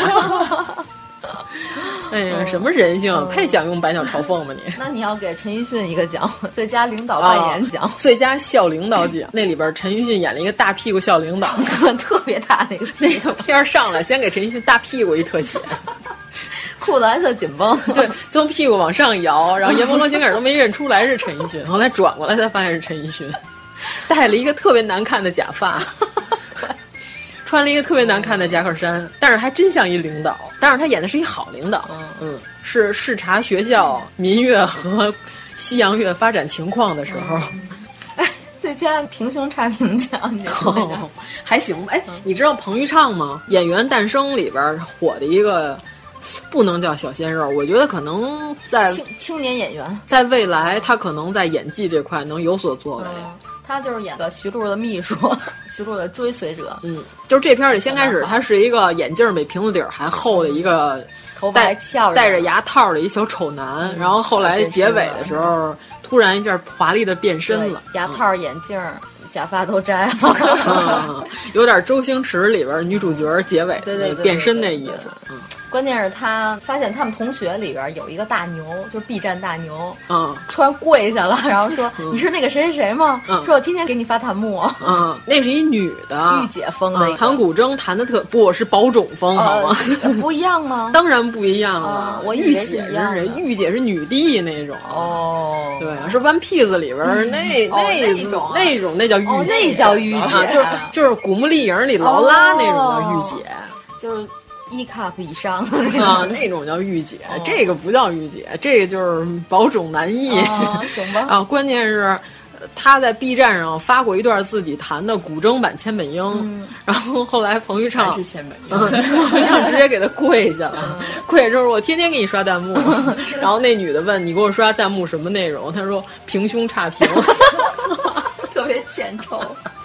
哎呀，什么人性？嗯、太想用百鸟朝凤吧你？ 那你要给陈奕迅一个奖，最佳领导扮演奖、 哦，最佳校领导奖。那里边陈奕迅演了一个大屁股校领导， 特别大那个那个片上来，先给陈奕迅大屁股一特写， 裤子还特紧绷， 对，从屁股往上摇，然后阎摩罗星儿都没认出来是陈奕迅，后来转过来才发现是陈奕迅，戴了一个特别难看的假发。穿了一个特别难看的夹克衫，但是还真像一领导。但是他演的是一好领导，嗯嗯，是视察学校民乐和西洋乐发展情况的时候。 哎，最佳平胸差评奖，你说、哦、 还行吧？哎，你知道彭昱畅吗？《演员诞生》里边火的一个，不能叫小鲜肉，我觉得可能在青青年演员， 在未来他可能在演技这块能有所作为。 嗯他就是演个徐璐的秘书，徐璐的追随者。 嗯，就是这片里先开始，他是一个眼镜比瓶子底儿还厚的一个头发还翘着戴着牙套的一小丑男，嗯、然后后来结尾的时候，突然一下华丽的变身了， 牙套、眼镜、假发都摘了， 嗯，有点周星驰里边女主角结尾对对变身那意思。嗯。 关键是他发现他们同学里边有一个大牛，就是 B 站大牛， 嗯， 突然跪下了，然后说：“嗯、你是那个谁谁谁吗？”嗯、说：“我天天给你发弹幕。” 嗯，那是一女的， 御姐风的、嗯， 弹古筝弹的特不是宝冢风，好吗？ 呃、不一样吗？ 当然不一样了。 呃、我御姐是谁？御姐是女帝那种。 哦， 对，是 One Piece 里边、嗯、那、 哦、 那种那种那叫御姐， 哦、那叫御姐、 啊，就是就是古墓丽影里劳拉那种叫御姐， 哦、就是。一 cup 以上啊，那种叫御姐，哦、这个不叫御姐，这个就是保种难易。 啊，行吧。 啊，关键是他在 B 站上发过一段自己弹的古筝版千本樱，嗯、然后后来彭昱畅是千本樱， 彭昱畅直接给他跪下了，嗯、跪下之后我天天给你刷弹幕，然后那女的问你给我刷弹幕什么内容，他说平胸差评， 特别欠抽。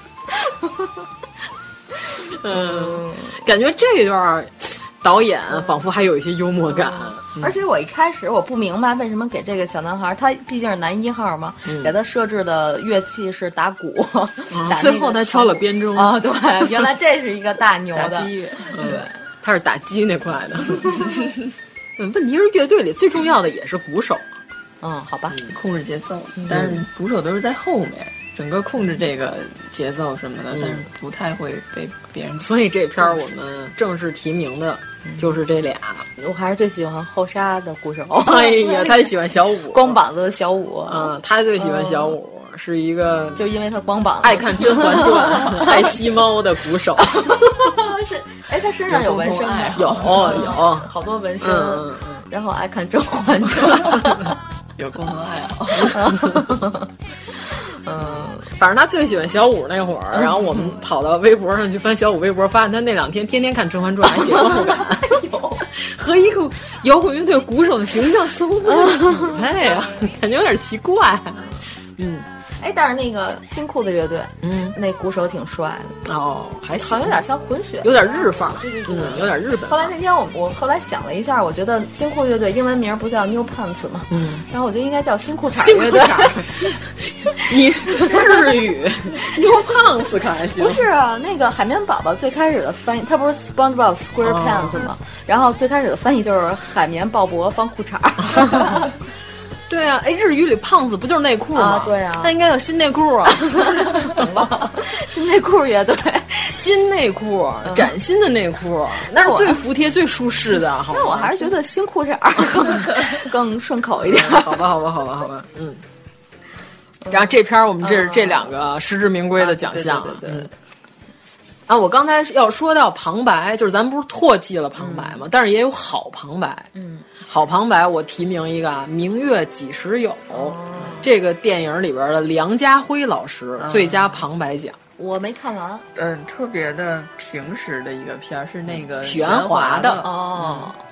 嗯，感觉这一段导演仿佛还有一些幽默感、 嗯，而且我一开始我不明白为什么给这个小男孩，他毕竟是男一号嘛，嗯、给他设置的乐器是打鼓， 嗯、 打最后他敲了编钟啊、哦，对，原来这是一个大牛的打击乐， 嗯、对，他是打击那块的。嗯，问题是乐队里最重要的也是鼓手， 嗯，好吧， 嗯、控制节奏，嗯、但是鼓手都是在后面。整个控制这个节奏什么的，嗯、但是不太会被别人。 所以这片儿我们正式提名的就是这俩。 嗯、我还是最喜欢后沙的鼓手。 哎呀，他喜欢小五， 光膀子的小五。 嗯，他最喜欢小五，嗯、是一个就因为他光膀子， 爱看《甄嬛传》、爱吸猫的鼓手。 是，哎，他身上有纹身吗？ 有有， 好多纹身。 嗯嗯、 然后爱看《甄嬛传》， 有共同爱好。 嗯，反正他最喜欢小五那会儿，然后我们跑到微博上去翻小五微博，发现他那两天天天看《甄嬛传》，还写观后感，和一个摇滚乐队鼓手的形象似乎不匹配啊，感觉有点奇怪。嗯， 哎，但是那个新裤子乐队， 嗯， 那鼓手挺帅的哦，还行， 好像有点像混血， 有点日范儿， 对对对， 嗯，有点日本。 后来那天我我后来想了一下，我觉得新裤乐队英文名不叫 New Pants 吗？ 嗯， 然后我觉得应该叫新裤衩新裤乐队。 你日语 New Pants 可还行？ 不是啊，那个海绵宝宝最开始的翻译，它不是 SpongeBob Square Pants 吗？哦、然后最开始的翻译就是海绵鲍勃方裤衩。 对啊，哎，日语里胖子不就是内裤吗？ 啊，对啊， 那应该叫新内裤啊。 行吧，新内裤乐队， 新内裤，嗯、崭新的内裤，那是最服帖、最舒适的。好， 那我还是觉得新裤衩更更顺口一点。 好吧，好吧，好吧，好吧，嗯。然后这篇我们这是这两个实至名归的奖项， 啊、对对 对, 对。 嗯啊，我刚才要说到旁白，就是咱们不是唾弃了旁白吗？嗯、但是也有好旁白。 嗯， 好旁白，我提名一个《明月几时有》哦、这个电影里边的梁家辉老师、嗯、最佳旁白奖。 我没看完。 嗯，特别的平实的一个片儿，是那个许鞍华的哦。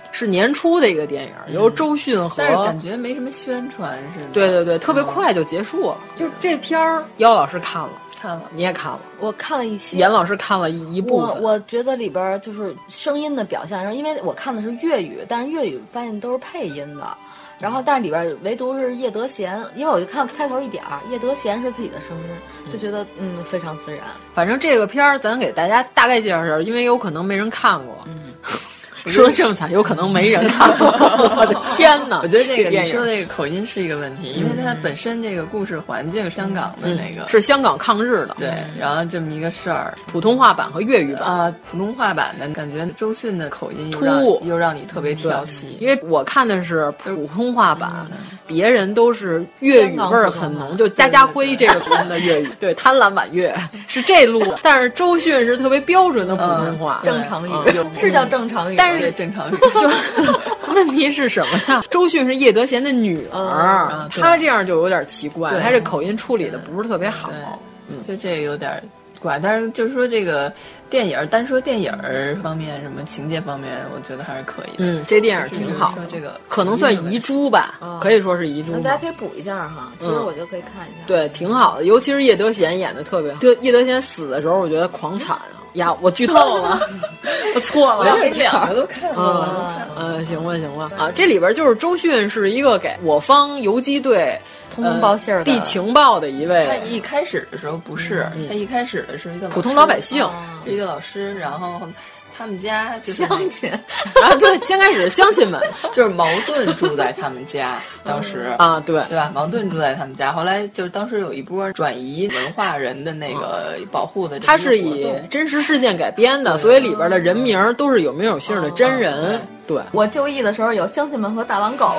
是年初的一个电影，嗯、由周迅和， 但是感觉没什么宣传似的。 对对对，特别快就结束了。嗯、就这片儿，姚老师看了。 看了， 你也看了， 我看了一些。 严老师看了一一部分。 我我觉得里边就是声音的表现，因为我看的是粤语，但是粤语发现都是配音的。然后，但是里边唯独是叶德娴，因为我就看开头一点儿，叶德娴是自己的声音，就觉得嗯非常自然。 反正这个片儿，咱给大家大概介绍一下，因为有可能没人看过。嗯。说的这么惨，有可能没人看过。我的天哪！ 我觉得这个你说的这个口音是一个问题，因为它本身这个故事环境，香港的那个、 嗯、是香港抗日的， 对，然后这么一个事儿， 普通话版和粤语版啊、呃，普通话版的感觉周迅的口音又让突又让你特别挑戏， 因为我看的是普通话版，嗯、别人都是粤语味儿很浓，就家家辉这个人的粤语，对，贪婪婉约是这路的，但是周迅是特别标准的普通话， 嗯、正常语、嗯、是叫正常语， 但是正常语。 就问题是什么呀？周迅是叶德娴的女儿，嗯、她这样就有点奇怪，她这口音处理的不是特别好， 嗯，就这有点怪。但是就是说这个电影，单说电影方面，什么情节方面，我觉得还是可以的。 嗯，这电影挺好。 说这个可能算遗珠吧，嗯、可以说是遗珠。 那大家可以补一下哈，其实我就可以看一下。 嗯、对，挺好的，尤其是叶德娴演的特别好。对，叶德娴死的时候，我觉得狂惨啊。呀，我剧透了，我错了， 我两个都看过了。 嗯，嗯行吧，行吧。啊，这里边就是周迅是一个给我方游击队通风报信儿、 递情报的一位。 他一开始的时候不是，嗯、他一开始的是一个普通老百姓， 是一个老师，然后。他们家就是乡亲啊，对，先开始乡亲们就是矛盾住在他们家，当时啊，对对吧？矛盾住在他们家，后来就是当时有一波转移文化人的那个保护的， 它是以真实事件改编的，所以里边的人名都是有名有姓的真人。对， 我就医的时候有乡亲们和大狼狗。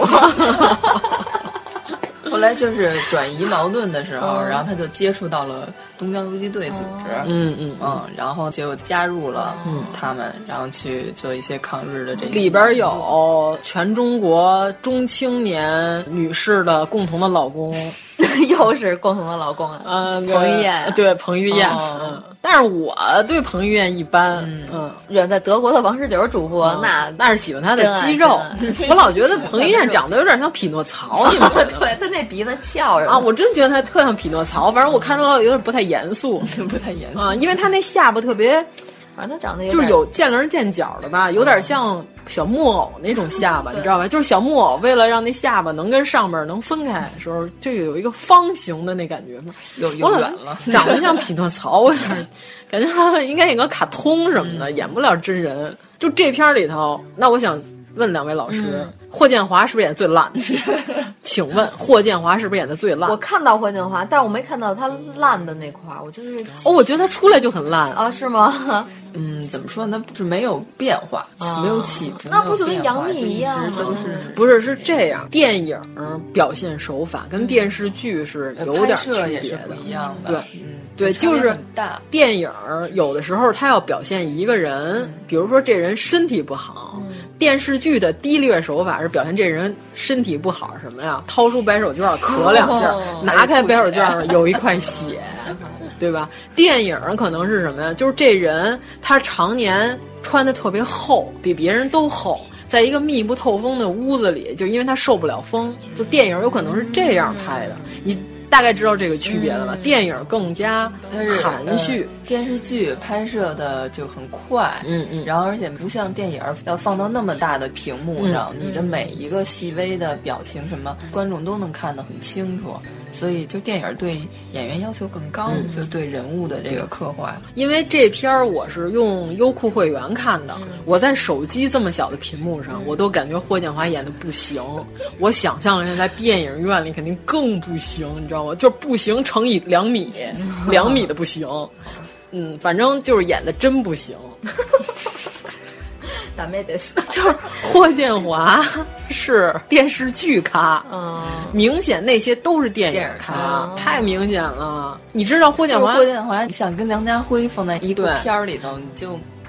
后来就是转移矛盾的时候，嗯、然后他就接触到了东江游击队组织， 嗯嗯嗯，然后结果加入了他们，嗯、然后去做一些抗日的这个。 里边有全中国中青年女士的共同的老公， 又是共同的老公啊， 嗯， 彭于晏， 对彭于晏，哦、嗯，但是我对彭于晏一般，嗯嗯， 远在德国的王十九主播， 嗯、 那那是喜欢他的肌肉，我老觉得彭于晏长得有点像匹诺曹，你们觉得？ 对他那鼻子翘着啊，我真觉得他特像匹诺曹，反正我看到有点不太严肃， 不太严肃啊，因为他那下巴特别， 反正他长得就是有见棱见角的吧，有点像小木偶那种下巴，你知道吧？就是小木偶为了让那下巴能跟上边能分开的时候，就有一个方形的那感觉嘛， 有有远了， 长得像匹诺曹，我感觉他应该演个卡通什么的，嗯、演不了真人。就这片里头，那我想问两位老师。嗯霍建华是不是演的最烂？请问霍建华是不是演的最烂？ 我看到霍建华，但我没看到他烂的那块儿。我就是哦，我觉得他出来就很烂啊，是吗？ 嗯，怎么说呢？是没有变化，啊、没有起伏。 那不就跟杨幂一样吗？ 都是不是是这样？电影表现手法跟电视剧是有点区别的， 不一样的。 对， 嗯。 对，就是电影有的时候他要表现一个人，嗯、比如说这人身体不好，嗯、电视剧的低劣手法是表现这人身体不好什么呀？掏出白手绢咳两下，哦、拿开白手绢有一块血，对吧？电影可能是什么呀？就是这人他常年穿的特别厚，比别人都厚。在一个密不透风的屋子里，就因为他受不了风，就电影有可能是这样拍的。你大概知道这个区别了吧？嗯、电影更加含蓄、 呃，电视剧拍摄的就很快， 嗯嗯， 然后而且不像电影要放到那么大的屏幕上，嗯、你的每一个细微的表情什么，观众都能看得很清楚。所以，就电影对演员要求更高，嗯、就对人物的这个刻画。 因为这片儿我是用优酷会员看的，嗯、我在手机这么小的屏幕上，嗯、我都感觉霍建华演的不行。我想象了一下，在电影院里肯定更不行，你知道吗？就是不行乘以两米，两米的不行。嗯，反正就是演的真不行。 ダメです。 就是霍建华是电视剧咖， 嗯， 明显那些都是电影咖，嗯、太明显了。你知道霍建华？ 霍建华，你想跟梁家辉放在一个片儿里头，你就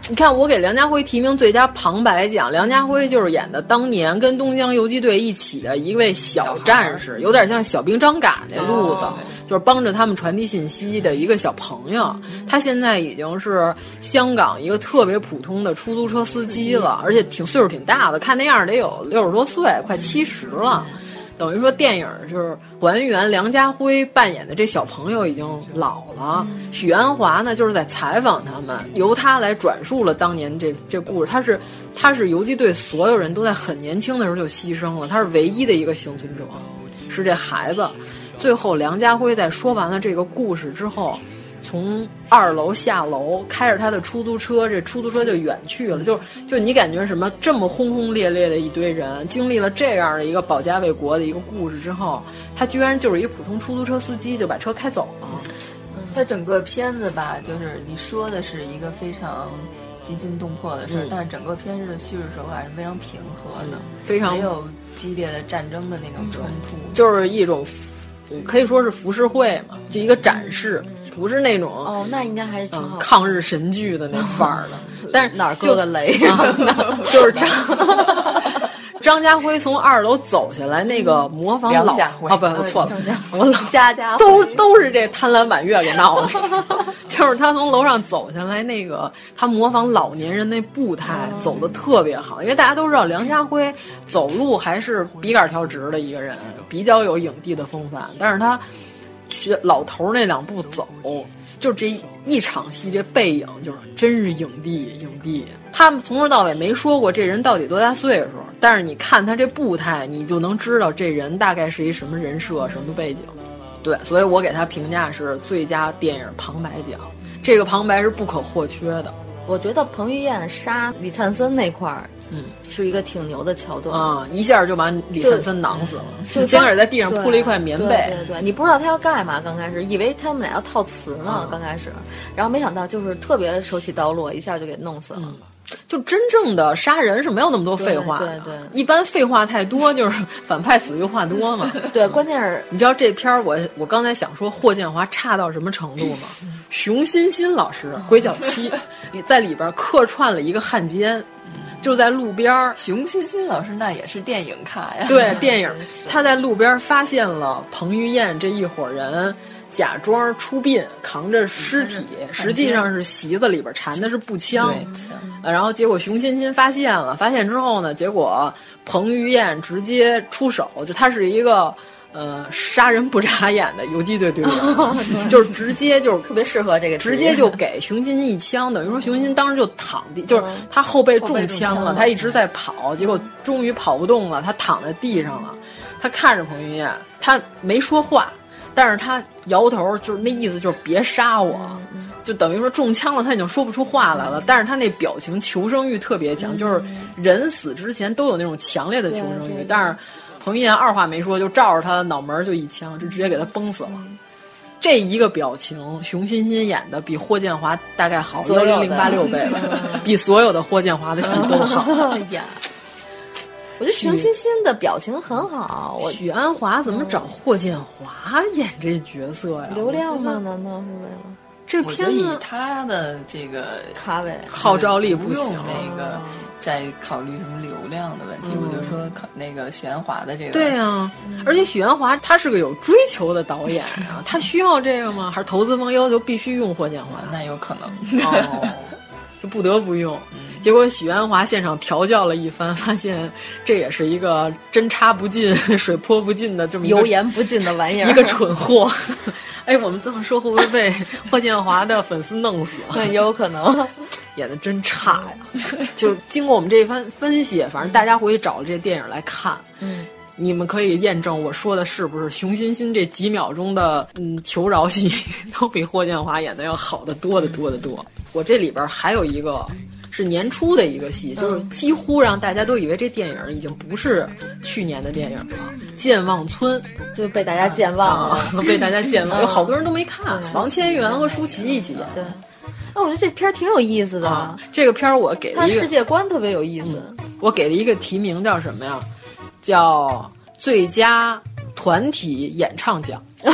你看，我给梁家辉提名最佳旁白奖，梁家辉就是演的当年跟东江游击队一起的一位小战士，有点像小兵张嘎那路子，就是帮着他们传递信息的一个小朋友。他现在已经是香港一个特别普通的出租车司机了，而且挺岁数挺大的，看那样得有六十多岁，快七十了。等于说电影就是还原梁家辉扮演的这小朋友已经老了，嗯、许鞍华呢就是在采访他们，由他来转述了当年这这故事。他是他是游击队所有人都在很年轻的时候就牺牲了，他是唯一的一个幸存者，是这孩子。最后梁家辉在说完了这个故事之后，从二楼下楼，开着他的出租车，这出租车就远去了。就就你感觉什么这么轰轰烈烈的一堆人，经历了这样的一个保家卫国的一个故事之后，他居然就是一普通出租车司机，就把车开走了。 他整个片子吧，就是你说的是一个非常惊心动魄的事儿、嗯，但是整个片子的叙事手法是非常平和的，嗯、 非常没有激烈的战争的那种冲突， 就是一种可以说是浮世绘嘛，就一个展示。不是那种哦，那应该还是挺好、 嗯、抗日神剧的那范儿的，但是哪儿搁个雷， 啊、就是张张家辉从二楼走下来，那个模仿老啊、哦、不，我错了，我老家家都都是这贪婪满月给闹的，就是他从楼上走下来，那个他模仿老年人那步态、嗯、走得特别好，因为大家都知道梁家辉走路还是笔杆挑直的一个人，比较有影帝的风范，但是他。学老头那两步走，就这一场戏，这背影就是真是影帝影帝。他们从头到尾没说过这人到底多大岁数，但是你看他这步态，你就能知道这人大概是一什么人设、什么背景。对，所以我给他评价是最佳电影旁白奖，这个旁白是不可或缺的。 我觉得彭于晏杀李灿森那块儿。嗯，是一个挺牛的桥段啊、嗯！一下就把李灿森囊死了，就先给在地上铺了一块棉被。 对对 对, 对，你不知道他要干嘛，刚开始以为他们俩要套词呢，嗯、刚开始，然后没想到就是特别手起刀落，一下就给弄死了。嗯、 就真正的杀人是没有那么多废话的， 对 对, 对， 一般废话太多就是反派死于话多嘛。 对，关键是你知道这片儿，我我刚才想说霍建华差到什么程度吗？熊欣欣老师《鬼脚七》在里边客串了一个汉奸。就在路边， 熊欣欣老师那也是电影咖呀。 对，电影，他在路边发现了彭于晏这一伙人假装出殡，扛着尸体，实际上是席子里边缠的是步枪。呃，然后结果熊欣欣发现了，发现之后呢，结果彭于晏直接出手，就他是一个。呃，杀人不眨眼的游击队队员，就是直接就是特别适合这个， 直接就给熊欣欣一枪，等于说熊欣欣当时就躺地，就是他后背中枪了，他一直在跑，结果终于跑不动了，他躺在地上了，他看着彭于晏，他没说话，但是他摇头，就是那意思就是别杀我。就等于说中枪了，他已经说不出话来了，但是他那表情求生欲特别强，就是人死之前都有那种强烈的求生欲，但是。彭于晏二话没说就照着他脑门就一枪，就直接给他崩死了。这一个表情，熊欣欣演的比霍建华大概好幺零零八六倍了，比所有的霍建华的戏都好。 呀，我觉得熊欣欣的表情很好。我许鞍华怎么找霍建华演这角色呀？ 流量吗？难道是为了？ 这片子以他的这个咖位号召力不行， 那个再考虑什么流量的问题，嗯、我就说考那个许鞍华的这个。 对啊，嗯、而且许鞍华他是个有追求的导演啊，他需要这个吗？还是投资方要求必须用霍建华？ 那有可能， 哦，就不得不用。结果许鞍华现场调教了一番，发现这也是一个针插不进、水泼不进的这么一个油盐不进的玩意儿， 一个蠢货。哎，我们这么说会不会被霍建华的粉丝弄死？ 那也有可能。 演得真差呀！就经过我们这一番分析，反正大家回去找了这电影来看，嗯，你们可以验证我说的是不是熊欣欣这几秒钟的嗯求饶戏，都比霍建华演的要好得多得多得多。我这里边还有一个是年初的一个戏，就是几乎让大家都以为这电影已经不是去年的电影了，《健忘村》 就被大家健忘了， 啊、被大家健忘，有好多人都没看。王千源和舒淇一起演。 对。那、哦、我觉得这片儿挺有意思的、 啊。这个片儿我给它世界观特别有意思、 嗯。我给了一个提名叫什么呀？叫最佳团体演唱奖。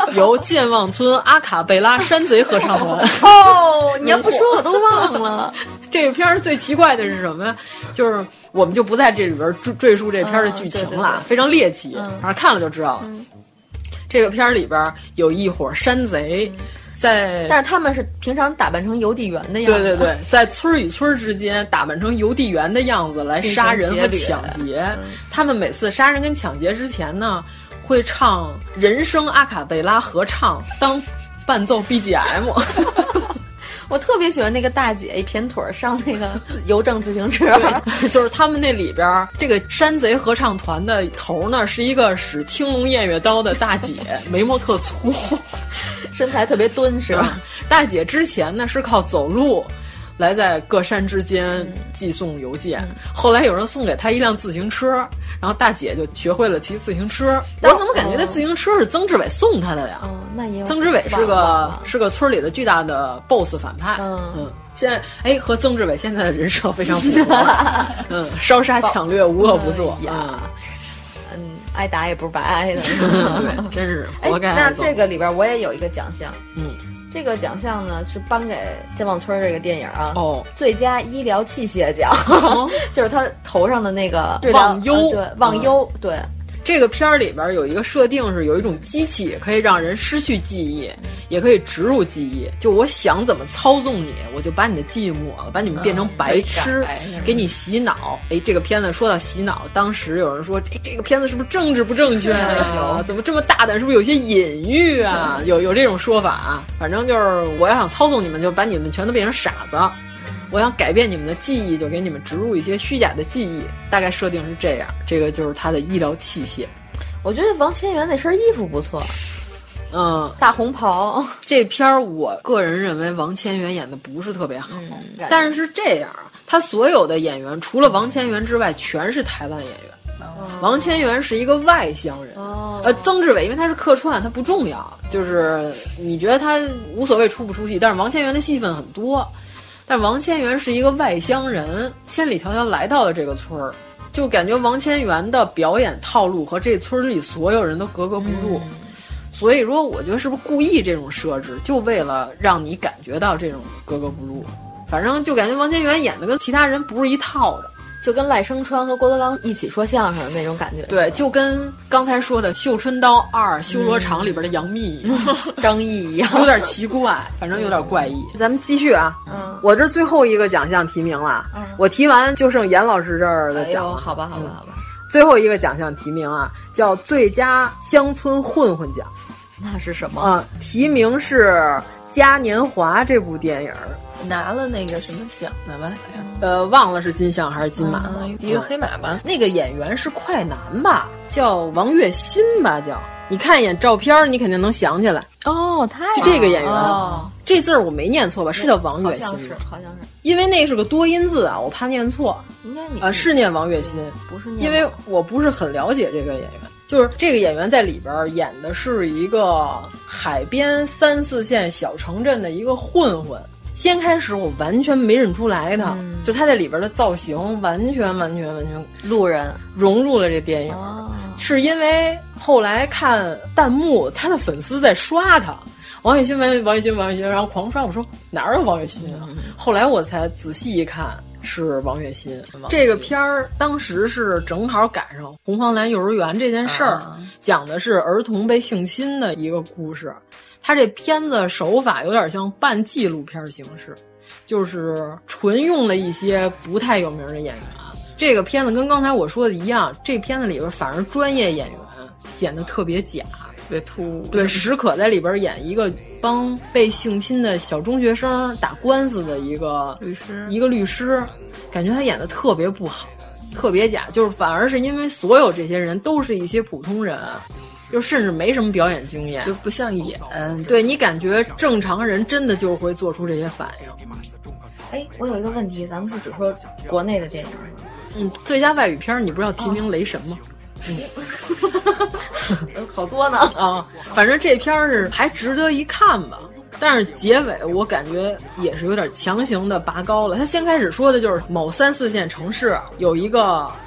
由健忘村阿卡贝拉山贼合唱团。 哦，你要不说我都忘了。 这个片儿最奇怪的是什么呀？就是我们就不在这里边赘赘述这片的剧情了，嗯、对对对非常猎奇，嗯、反正看了就知道了。嗯、这个片儿里边有一伙山贼。在， 但是他们是平常打扮成邮递员的样子。 对对对，在村与村之间打扮成邮递员的样子来杀人和抢劫。嗯、他们每次杀人跟抢劫之前呢，会唱人声阿卡贝拉合唱当伴奏 B G M。 我特别喜欢那个大姐一偏腿上那个邮政自行车， 就是他们那里边这个山贼合唱团的头呢是一个使青龙偃月刀的大姐，眉毛特粗， 身材特别敦实。 大姐之前呢是靠走路来在各山之间寄送邮件，嗯、后来有人送给她一辆自行车，然后大姐就学会了骑自行车。我怎么感觉那自行车是曾志伟送她的呀？ 哦，那也有。 曾志伟是个是个村里的巨大的 boss 反派。嗯嗯，现在哎和曾志伟现在的人设非常符合。嗯，烧杀抢掠无恶不作呀。嗯，挨打也不是白挨的。 对，真是活该。 那这个里边我也有一个奖项。嗯。这个奖项呢是颁给健忘村这个电影啊，哦，最佳医疗器械奖，哦、就是他头上的那个忘忧， 对，忘忧，嗯、对。 这个片儿里边有一个设定是有一种机器可以让人失去记忆，也可以植入记忆。就我想怎么操纵你，我就把你的记忆抹了，把你们变成白痴，嗯、给你洗脑。哎，这个片子说到洗脑，当时有人说，哎，这个片子是不是政治不正确啊？怎么这么大胆？是不是有些隐喻啊？有有这种说法啊？反正就是我要想操纵你们，就把你们全都变成傻子。我想改变你们的记忆，就给你们植入一些虚假的记忆，大概设定是这样。这个就是他的医疗器械。 我觉得王千源那身衣服不错， 嗯， 大红袍。 这片儿我个人认为王千源演的不是特别好，嗯、但是是这样，他所有的演员除了王千源之外，全是台湾演员。哦、王千源是一个外乡人，哦、呃，曾志伟因为他是客串，他不重要，就是你觉得他无所谓出不出戏，但是王千源的戏份很多。但王千源是一个外乡人，千里迢迢来到了这个村儿，就感觉王千源的表演套路和这村里所有人都格格不入。嗯、所以说，我觉得是不是故意这种设置，就为了让你感觉到这种格格不入？反正就感觉王千源演的跟其他人不是一套的。 就跟赖声川和郭德纲一起说相声的那种感觉， 对，就跟刚才说的《绣春刀二》修罗场里边的杨幂一样， 嗯、张译一样， 有点奇怪，反正有点怪异。咱们继续啊，嗯，我这最后一个奖项提名了，嗯，我提完就剩严老师这儿的奖、 哎、好吧，好吧，好吧。 最后一个奖项提名啊，叫最佳乡村混混奖， 那是什么啊？提名是《嘉年华》这部电影。 拿了那个什么奖的吧？好像呃，忘了是金像还是金马、 嗯、一个黑马吧。 那个演员是快男吧，叫王栎鑫吧，叫你看一眼照片，你肯定能想起来。 哦，他就这个演员，哦、这字儿我没念错吧？是叫王栎鑫， 好像是，好像是。 因为那是个多音字啊，我怕念错。 应该你啊、呃，是念王栎鑫， 不是念。 因为我不是很了解这个演员。就是这个演员在里边演的是一个海边三四线小城镇的一个混混。先开始我完全没认出来他，嗯、就他在里边的造型完全完全完全路人融入了这电影，哦、是因为后来看弹幕，他的粉丝在刷他，王栎鑫王王栎鑫王栎鑫，然后狂刷，我说哪有王栎鑫啊？嗯、后来我才仔细一看，是王栎鑫。这个片儿当时是正好赶上红黄蓝幼儿园这件事儿，啊、讲的是儿童被性侵的一个故事。他这片子手法有点像半纪录片形式，就是纯用了一些不太有名的演员。这个片子跟刚才我说的一样，这片子里边反而专业演员显得特别假， 特别突兀。 对，史可在里边演一个帮被性侵的小中学生打官司的一个律师， 一个律师，感觉他演的特别不好，特别假。就是反而是因为所有这些人都是一些普通人。就甚至没什么表演经验， 就不像演。 对，你感觉正常人真的就会做出这些反应。 哎，我有一个问题，咱们不只说国内的电影吗？ 嗯，最佳外语片你不是要提名雷神吗？ 哦、嗯，好多呢啊！反正这片是还值得一看吧。但是结尾我感觉也是有点强行的拔高了。他先开始说的就是某三四线城市有一个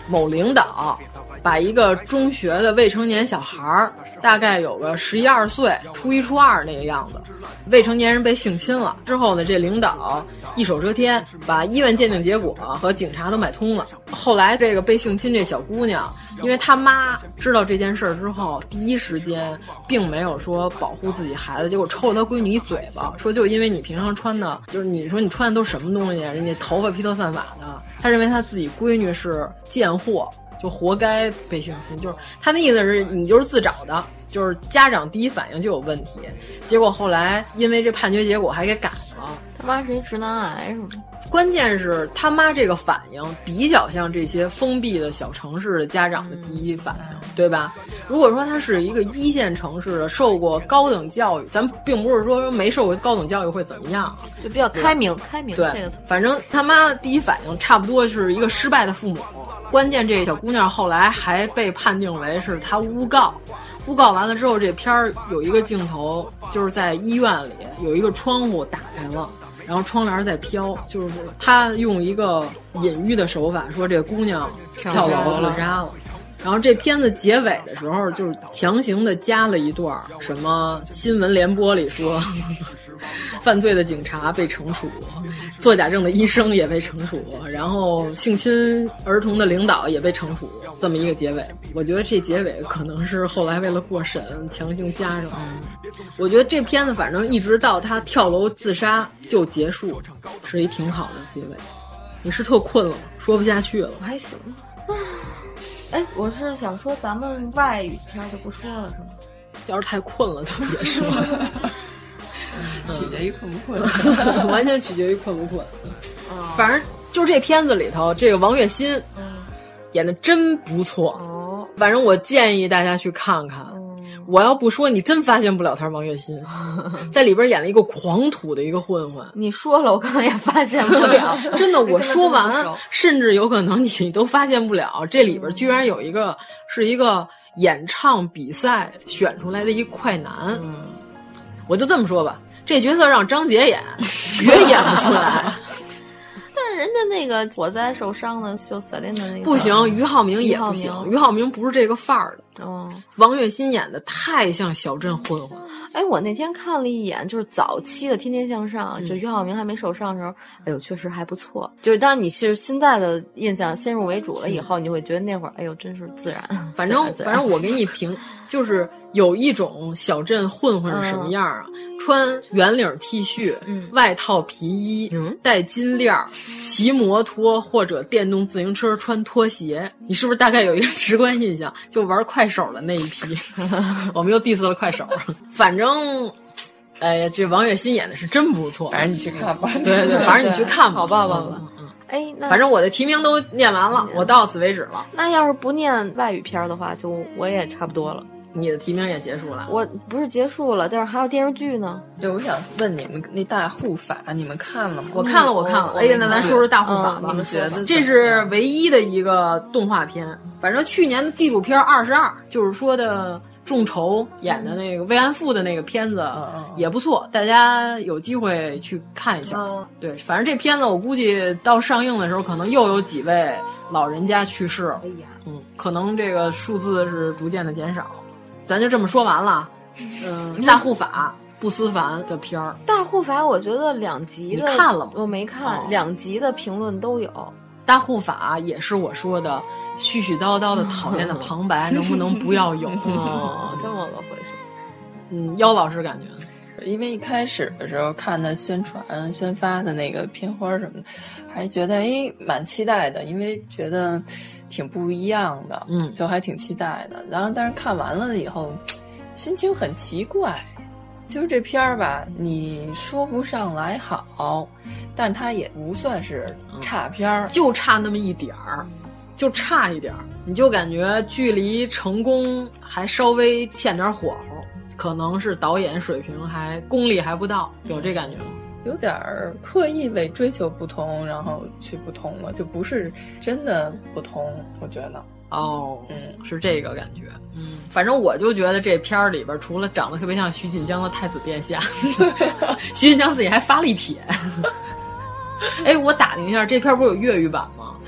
某领导把一个中学的未成年小孩儿，大概有个十一二岁，初一初二那个样子，未成年人被性侵了之后呢，这领导一手遮天，把医院鉴定结果和警察都买通了。后来这个被性侵这小姑娘，因为她妈知道这件事之后，第一时间并没有说保护自己孩子，结果抽了她闺女一嘴巴，说就因为你平常穿的，就是你说你穿的都什么东西，人家头发披头散发的，她认为她自己闺女是贱货，就活该被性侵。就是她的意思是你就是自找的，就是家长第一反应就有问题。结果后来因为这判决结果还给改了。 他妈是一直男癌是吗？ 关键是他妈这个反应比较像这些封闭的小城市的家长的第一反应，嗯、对吧？如果说他是一个一线城市的，受过高等教育，咱并不是说没受过高等教育会怎么样， 就比较开明，开明对这个词。 反正他妈第一反应差不多是一个失败的父母。关键这小姑娘后来还被判定为是她诬告。诬告完了之后，这片儿有一个镜头，就是在医院里有一个窗户打开了，然后窗帘在飘，就是他用一个隐喻的手法说这姑娘跳楼自杀了。然后这片子结尾的时候，就是强行的加了一段什么新闻联播里说，犯罪的警察被惩处，做假证的医生也被惩处，然后性侵儿童的领导也被惩处，这么一个结尾。我觉得这结尾可能是后来为了过审强行加上。我觉得这片子反正一直到他跳楼自杀就结束，是一挺好的结尾。你是特困了吗？说不下去了？ 我还行。哎，我是想说咱们外语片就不说了是吗？ 要是太困了就别说了。 取决于困不困， 完全取决于困不困。哦、反正就这片子里头，这个王栎鑫、嗯、演的真不错。哦，反正我建议大家去看看。嗯、我要不说，你真发现不了他是王栎鑫，在里边演了一个狂土的一个混混。 你说了，我可能也发现不了。 真的，我说完，甚至有可能你都发现不了，这里边居然有一个、嗯、是一个演唱比赛选出来的一快男。嗯，我就这么说吧。这角色让张杰演，绝演不出来。 但是人家那个火灾受伤的，就瑟琳的那个不行，俞灏明也不行，俞灏明不是这个范儿的。 哦， 王栎鑫演的太像小镇混混。 哎，我那天看了一眼，就是早期的《天天向上》，嗯、就俞灏明还没受伤的时候，哎呦，确实还不错。就是当你是现在的印象先入为主了以后，嗯、你会觉得那会儿，哎呦，真是自然。 反正反正我给你评，就是有一种小镇混混是什么样啊？嗯、穿圆领 T 恤，嗯、外套皮衣，嗯、戴金链，骑摩托或者电动自行车，穿拖鞋。你是不是大概有一个直观印象？就玩快手的那一批。我们又 diss 了快手，反正。哎呀，这王栎鑫演的是真不错， 反正你去看吧。 对对，反正你去看吧。 好吧，好吧。 嗯， 哎，那反正我的提名都念完了，我到此为止了。 那要是不念外语片的话，就我也差不多了。 你的提名也结束了？ 我不是结束了，但是还有电视剧呢。 对，我想问你们那大护法，你们看了吗？ 我看了，我看了。哎呀，那咱说说大护法吧。 你们觉得这是唯一的一个动画片？反正去年的纪录片二十二，就是说的。众筹演的那个慰安妇的那个片子也不错，大家有机会去看一下。对，反正这片子我估计到上映的时候，可能又有几位老人家去世。哎呀，嗯，可能这个数字是逐渐的减少。咱就这么说完了。嗯，大护法不思凡的片儿， 大护法我觉得两集的你看了吗？ 我没看，哦、两集的评论都有。 大护法也是我说的絮絮叨叨的讨厌的旁白，能不能不要有？ 哦，这么个回事。 嗯，妖老师感觉， 因为一开始的时候看他宣传宣发的那个片花什么的，还觉得哎蛮期待的，因为觉得挺不一样的，嗯，就还挺期待的。然后但是看完了以后，心情很奇怪。就是这片儿吧，你说不上来好，但它也不算是差片儿、嗯， 就差那么一点儿，就差一点儿，你就感觉距离成功还稍微欠点火候，可能是导演水平还功力还不到，有这感觉吗？ 有点刻意为追求不同，然后去不同了，就不是真的不同，我觉得。 哦，嗯，是这个感觉。嗯，反正我就觉得这片儿里边，除了长得特别像徐锦江的太子殿下，徐锦江自己还发了一帖。哎，我打听一下，这片不是有粤语版吗？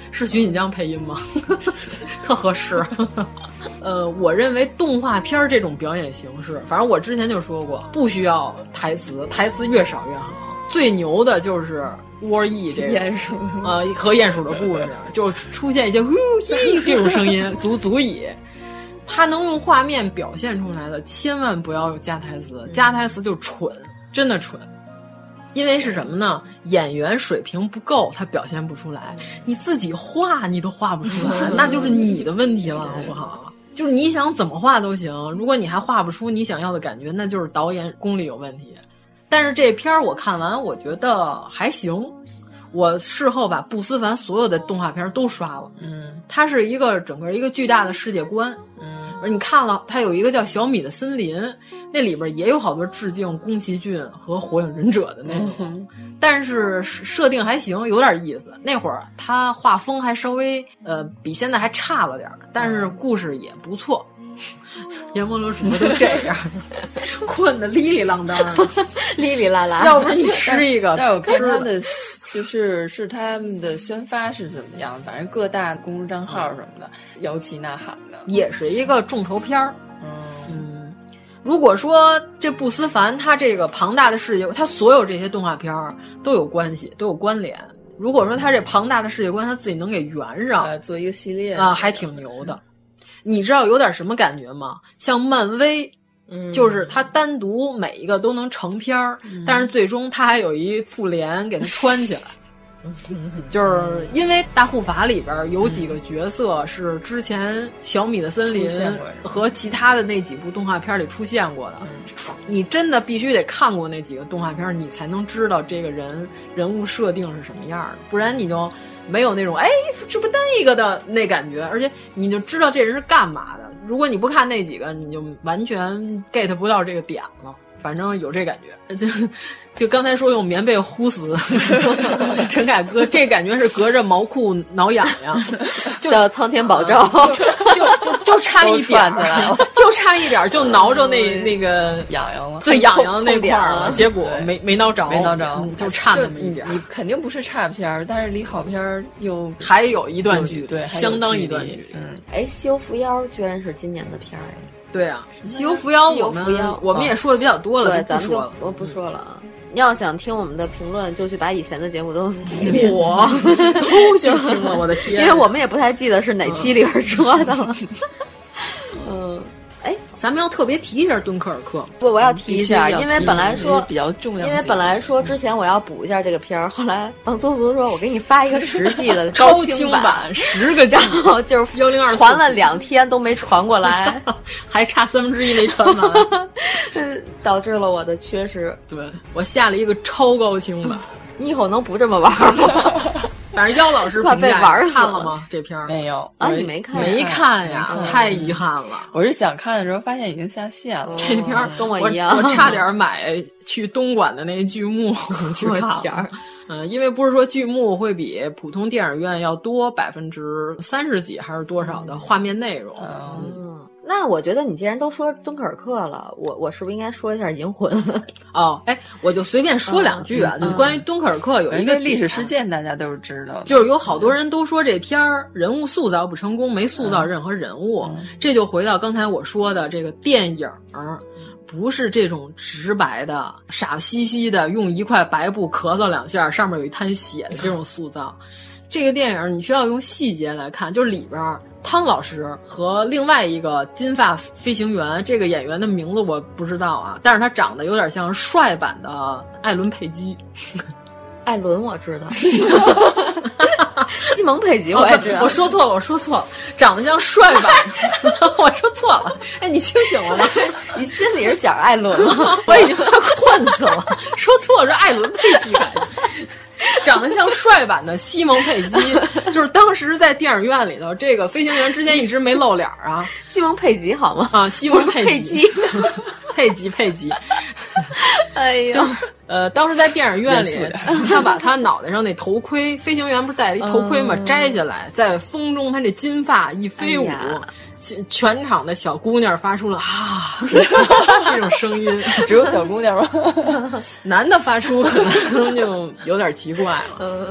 是徐锦江配音吗？特合适。呃，我认为动画片这种表演形式，反正我之前就说过，不需要台词，台词越少越好。最牛的就是沃伊这个鼹鼠呃和鼹鼠的故事，就出现一些呼嘿这种声音，足足以。他能用画面表现出来的，千万不要加台词，加台词就蠢，真的蠢。因为是什么呢？演员水平不够，他表现不出来。你自己画你都画不出来，那就是你的问题了，好不好？就是你想怎么画都行，如果你还画不出你想要的感觉，那就是导演功力有问题。但是这片儿我看完，我觉得还行。我事后把布思凡所有的动画片都刷了， 嗯， 它是一个整个一个巨大的世界观， 嗯， 而你看了，它有一个叫小米的森林，那里边也有好多致敬宫崎骏和火影忍者的那种，嗯、但是设定还行，有点意思。那会儿它画风还稍微呃比现在还差了点，但是故事也不错。阎摩罗什么都这样，困得哩哩啷当， 哩哩啦啦。 要不你吃一个？ 但是我看他的就是是他们的宣发是怎么样，反正各大公众账号什么的摇旗呐喊的， 也是一个众筹片儿。嗯嗯，如果说这布思凡他这个庞大的世界，他所有这些动画片儿都有关系，都有关联。如果说他这庞大的世界观他自己能给圆上， 呃、做一个系列啊，还挺牛的。你知道有点什么感觉吗？像漫威，嗯，就是它单独每一个都能成片儿，嗯，但是最终它还有一复联给它穿起来。嗯，就是因为大护法里边有几个角色是之前小米的森林和其他的那几部动画片里出现过的，嗯，你真的必须得看过那几个动画片，你才能知道这个人人物设定是什么样的，不然你就没有那种哎这不那个的那感觉，而且你就知道这人是干嘛的。如果你不看那几个，你就完全 get 不到这个点了。反正有这感觉，就就刚才说用棉被呼死陈凯歌，这感觉是隔着毛裤挠痒痒， 就叫苍天保佑， 就就就差一点儿，就差一点儿就挠着那那个痒痒了， 最痒痒的那块儿了，结果没没挠着， 没挠着， 嗯，就差那么一点。 你肯定不是差片儿，但是离好片儿又还有一段距离， 对， 相当一段距离。 嗯，哎，《西游伏妖》居然是今年的片儿哎。 对啊，西游伏妖我们我们也说的比较多了， 对，咱们就我不说了啊。你要想听我们的评论，就去把以前的节目都我都去听了，我的天！ 因为我们也不太记得是哪期里边说的了。嗯，哎， 咱们要特别提一下敦刻尔克。 不，我要提一下，因为本来说比较重要， 因为本来说之前我要补一下这个片儿，后来王宗族说我给你发一个实际的高清版，十个然后就是幺零二传了两天都没传过来， 还差三分之一没传完， 导致了我的缺失。 对，我下了一个超高清版， 你以后能不这么玩吗？ 反正妖老师评价玩看了吗？这片儿没有啊，你没看？ 没看呀， 嗯、 太遗憾了。 我是想看的时候，发现已经下线了。 这片儿跟我一样， 我差点买去东莞的那剧目去看。嗯，因为不是说剧目会比普通电影院要多百分之三十几还是多少的画面内容。 嗯。嗯那我觉得你既然都说敦刻尔克了，我我是不是应该说一下银魂？ 哦，哎，我就随便说两句啊，嗯、就是关于敦刻尔克有一个历史事件，大家都是知道的， 就是有好多人都说这片儿人物塑造不成功，没塑造任何人物，嗯、这就回到刚才我说的这个电影儿。不是这种直白的傻兮兮的用一块白布咳嗽两下上面有一滩血的这种塑造，这个电影你需要用细节来看，就是里边汤老师和另外一个金发飞行员，这个演员的名字我不知道啊，但是他长得有点像帅版的艾伦佩基。 艾伦我知道，西蒙佩吉我也知道、 哦，我说错了，我说错了，长得像帅版，我说错了。哎，你清醒了吗？ 你心里是想艾伦吗？ 我已经快困死了，说错了是艾伦佩吉感觉。长得像帅版的西蒙佩基，就是当时在电影院里头，这个飞行员之前一直没露脸啊。 西蒙佩吉好吗？ 啊，西蒙佩吉，佩吉佩吉。 哎呀， 就呃，当时在电影院里，他把他脑袋上那头盔，飞行员不是戴了一头盔嘛，嗯、摘下来，在风中他这金发一飞舞。哎全场的小姑娘发出了啊这种声音， 只有小姑娘吗？ 男的发出可能就有点奇怪了。 嗯，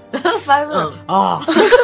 发誓啊、 嗯哦！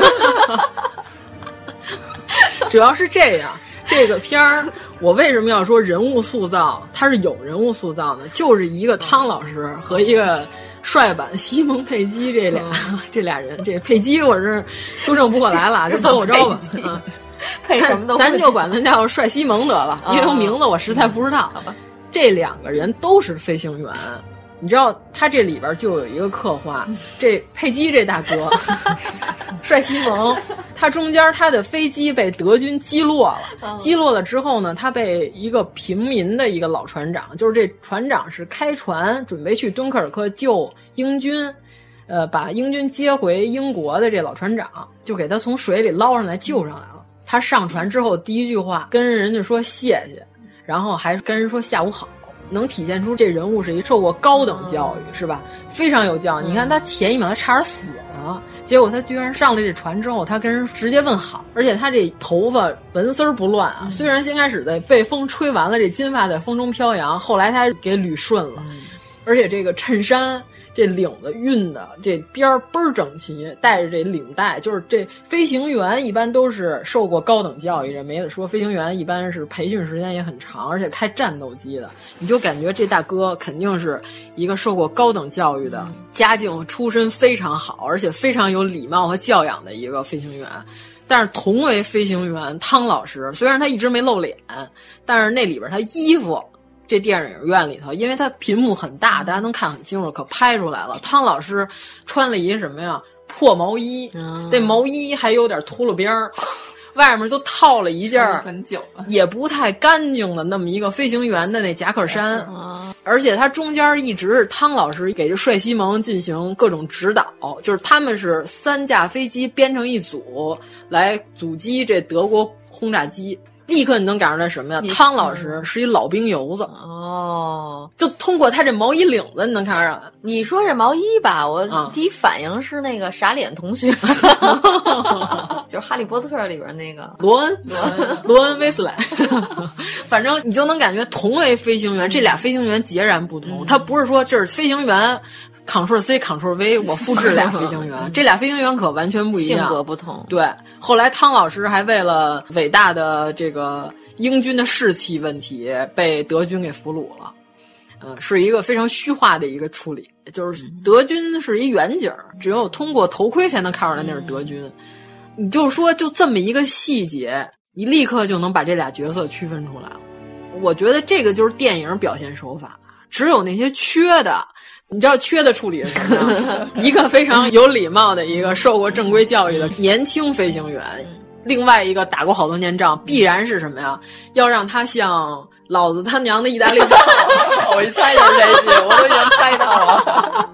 主要是这样，这个片儿我为什么要说人物塑造？它是有人物塑造的，就是一个汤老师和一个帅版西蒙佩姬这俩、嗯、这俩人，这佩姬我是纠正不过来了，就凑合着吧。啊， 配什么都咱就管他叫帅西蒙得了，因为名字我实在不知道。嗯、这两个人都是飞行员。你知道他这里边就有一个刻画，这佩姬这大哥帅西蒙，他中间他的飞机被德军击落了，击落了之后呢，他被一个平民的一个老船长，就是这船长是开船准备去敦刻尔克救英军，呃，把英军接回英国的这老船长，就给他从水里捞上来救上来了。他上船之后第一句话跟人家说谢谢，然后还跟人说下午好。能体现出这人物是一受过高等教育、嗯、是吧？非常有教育、嗯、你看他前一秒他差点死了，结果他居然上了这船之后他跟人直接问好，而且他这头发纹丝不乱啊、嗯、虽然先开始在被风吹完了，这金发在风中飘扬，后来他还给捋顺了、嗯、而且这个衬衫这领子熨的这边儿倍儿整齐，带着这领带，就是这飞行员一般都是受过高等教育，这没得说。飞行员一般是培训时间也很长，而且开战斗机的，你就感觉这大哥肯定是一个受过高等教育的，家境出身非常好，而且非常有礼貌和教养的一个飞行员。但是同为飞行员，汤老师虽然他一直没露脸，但是那里边他衣服。这电影院里头，因为它屏幕很大，大家能看很清楚，可拍出来了。汤老师穿了一什么呀？破毛衣，嗯、这毛衣还有点秃噜边儿，外面都套了一件很久了也不太干净的那么一个飞行员的那夹克衫，嗯、而且他中间一直是汤老师给这帅西蒙进行各种指导，就是他们是三架飞机编成一组来阻击这德国轰炸机。立刻你能感受到什么呀？汤老师是一老兵油子哦， 就通过他这毛衣领子，你能看上。 你说这毛衣吧，我第一反应是那个傻脸同学，就是《哈利波特》里边那个罗恩，罗恩，罗恩威斯莱。反正你就能感觉同为飞行员，这俩飞行员截然不同。嗯、他不是说这是飞行员。Ctrl C Ctrl V 我复制俩飞行员这俩飞行员可完全不一样， 性格不同。 对，后来汤老师还为了伟大的这个英军的士气问题被德军给俘虏了，呃，是一个非常虚化的一个处理，就是德军是一远景，只有通过头盔才能看出来那是德军。你就说就这么一个细节，你立刻就能把这俩角色区分出来了。我觉得这个就是电影表现手法，只有那些缺的。你知道缺的处理是什么样？一个非常有礼貌的一个受过正规教育的年轻飞行员，另外一个打过好多年仗，必然是什么呀？要让他像老子他娘的意大利炮。我一猜就是这句，我都已经猜到了。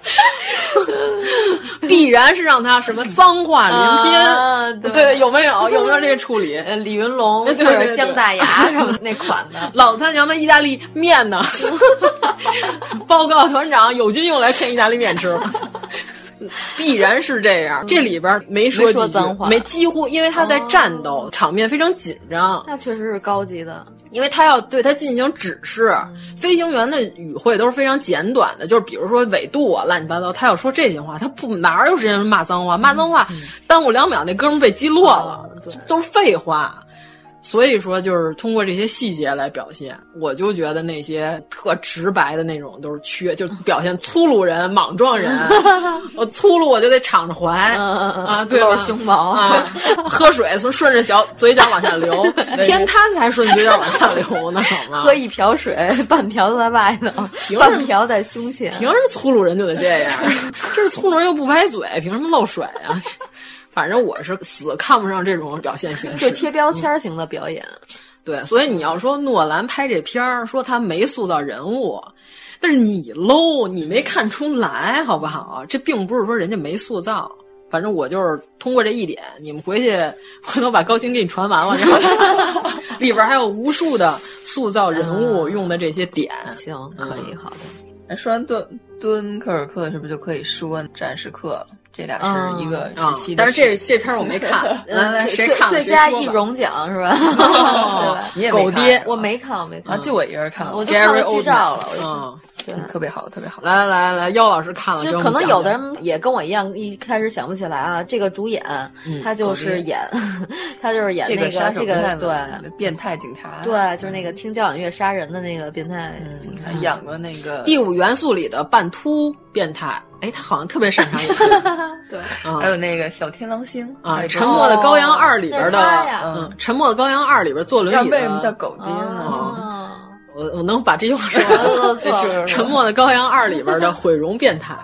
必然是让他什么脏话连篇，啊、对, 对，有没有有没有这个处理？ 呃，李云龙或者姜大牙什么那款的， 老子他娘的意大利面呢？报告团长，友军又来啃意大利面吃了。必然是这样，这里边没说没说脏话， 没几乎，因为他在战斗、哦、场面非常紧张， 那确实是高级的， 因为他要对他进行指示。嗯、飞行员的语汇都是非常简短的，就是比如说纬度啊、乱七八糟，他要说这些话，他不哪有时间骂脏话？骂脏话、嗯、耽误两秒，那哥们被击落了，哦、都是废话。所以说，就是通过这些细节来表现，我就觉得那些特直白的那种都是缺，就表现粗鲁人、莽撞人。我粗鲁我就得敞着怀、 嗯、 啊，对吧？ 胸毛啊，喝水从顺着脚嘴角往下流，偏瘫才顺嘴角往下流呢，好吗？ 喝一瓢水，半瓢在外头，半瓢在胸前。 凭什么粗鲁人就得这样？这是粗鲁人又不歪嘴，凭什么漏水啊？反正我是死看不上这种表现形式， 就贴标签型的表演。 嗯、对，所以你要说诺兰拍这片儿，说他没塑造人物，但是你 low， 你没看出来，好不好？这并不是说人家没塑造。反正我就是通过这一点，你们回去回头把高清给你传完了，然后里边还有无数的塑造人物用的这些点。 嗯、行，可以，好的。 哎、嗯，说完敦敦刻尔克，是不是就可以说战时刻了？这俩是一个时期的、 嗯嗯，但是这这片我没看，来来谁看了最佳易容奖是吧？ 哦、你也狗爹， 我没看，我没看， 啊，就我一个人看了， 我就看了剧照了。 嗯， 对，特别好，特别好。 来来来来，妖老师看了， 其实可能有的人也跟我一样，一开始想不起来啊。这个主演、嗯、他就是演，他就是演那个这个对变态警察， 对，就是那个听交响乐杀人的那个变态警察， 嗯、演过那个 《第五元素》里的半秃变态。哎，他好像特别擅长演对、嗯，还有那个小天狼星啊，《沉默的羔羊二》里边的， 哦、 嗯，《沉默的羔羊二》里边坐轮椅的， 为什么叫狗爹呢？ 哦我我能把这句话说完。《沉默的羔羊二》里边的毁容变态。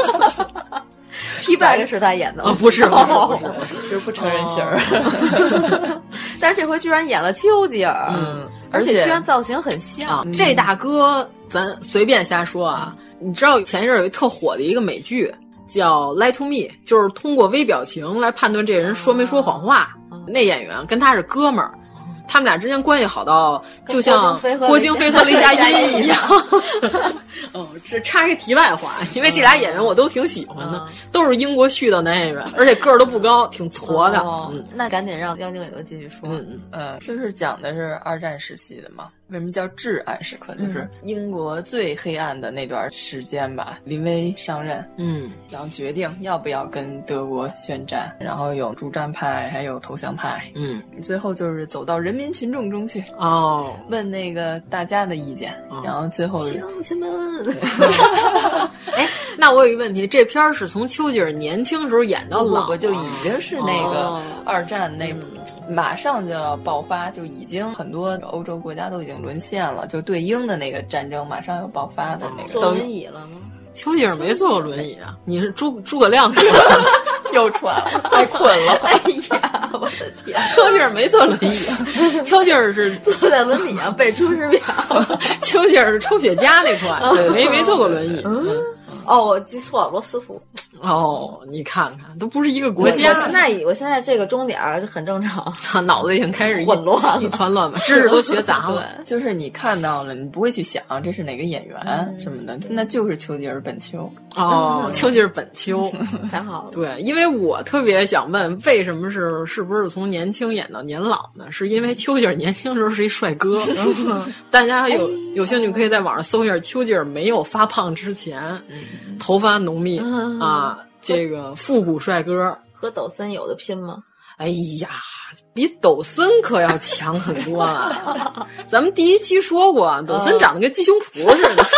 T 八个是他演的啊、哦？不是，不是，不是，不是， 就是不成人形儿。 哦、但是这回居然演了丘吉尔， 嗯， 而且居然造型很像。 啊、这大哥，咱随便瞎说啊。你知道前一阵有一特火的一个美剧叫《Lie to Me》，就是通过微表情来判断这人说没说谎话。啊、那演员跟他是哥们儿。他们俩之间关系好到就像郭京飞和雷佳音一样。哦，这插一个题外话，因为这俩演员我都挺喜欢的，嗯、都是英国絮叨男演员，而且个儿都不高，挺矬的。 哦嗯、那赶紧让妖精伟哥继续说。 嗯嗯呃，就是讲的是二战时期的嘛。为什么叫至暗时刻？就是英国最黑暗的那段时间吧。临危上任， 嗯， 然后决定要不要跟德国宣战，然后有主战派，还有投降派， 嗯， 最后就是走到人民群众中去哦， 问那个大家的意见，哦、然后最后乡亲们。 哎，那我有一个问题，这片儿是从丘吉尔年轻时候演到老， 我就已经是那个二战那、哦、马上就要爆发，就已经很多欧洲国家都已经沦陷了，就对英的那个战争马上要爆发的那个。 坐轮椅了吗？ 丘吉尔没坐过轮椅啊？你是诸诸葛亮又喘了，太困了。 哎呀，我的天！ 丘吉尔没坐轮椅啊，丘吉尔是坐在轮椅上背出师表。 丘吉尔是抽雪茄那块，对，没没坐过轮椅。 嗯哦，我记错了，罗斯福。 哦，你看看，都不是一个国家。 我现在，我现在这个钟点儿就很正常， 脑子已经开始混乱， 一团乱吧，知识都学杂了。 对，就是你看到了，你不会去想这是哪个演员、嗯、什么的，那就是丘吉尔本丘。 哦，嗯、丘吉尔本丘， 太好了。 对，因为我特别想问，为什么是是不是从年轻演到年老呢？是因为丘吉尔年轻时候是一帅哥，大家有有兴趣可以在网上搜一下丘吉尔没有发胖之前。嗯，头发浓密、嗯、啊，这个复古帅哥和抖森有的拼吗？ 哎呀，比抖森可要强很多了。咱们第一期说过，抖森长得跟鸡胸脯似的。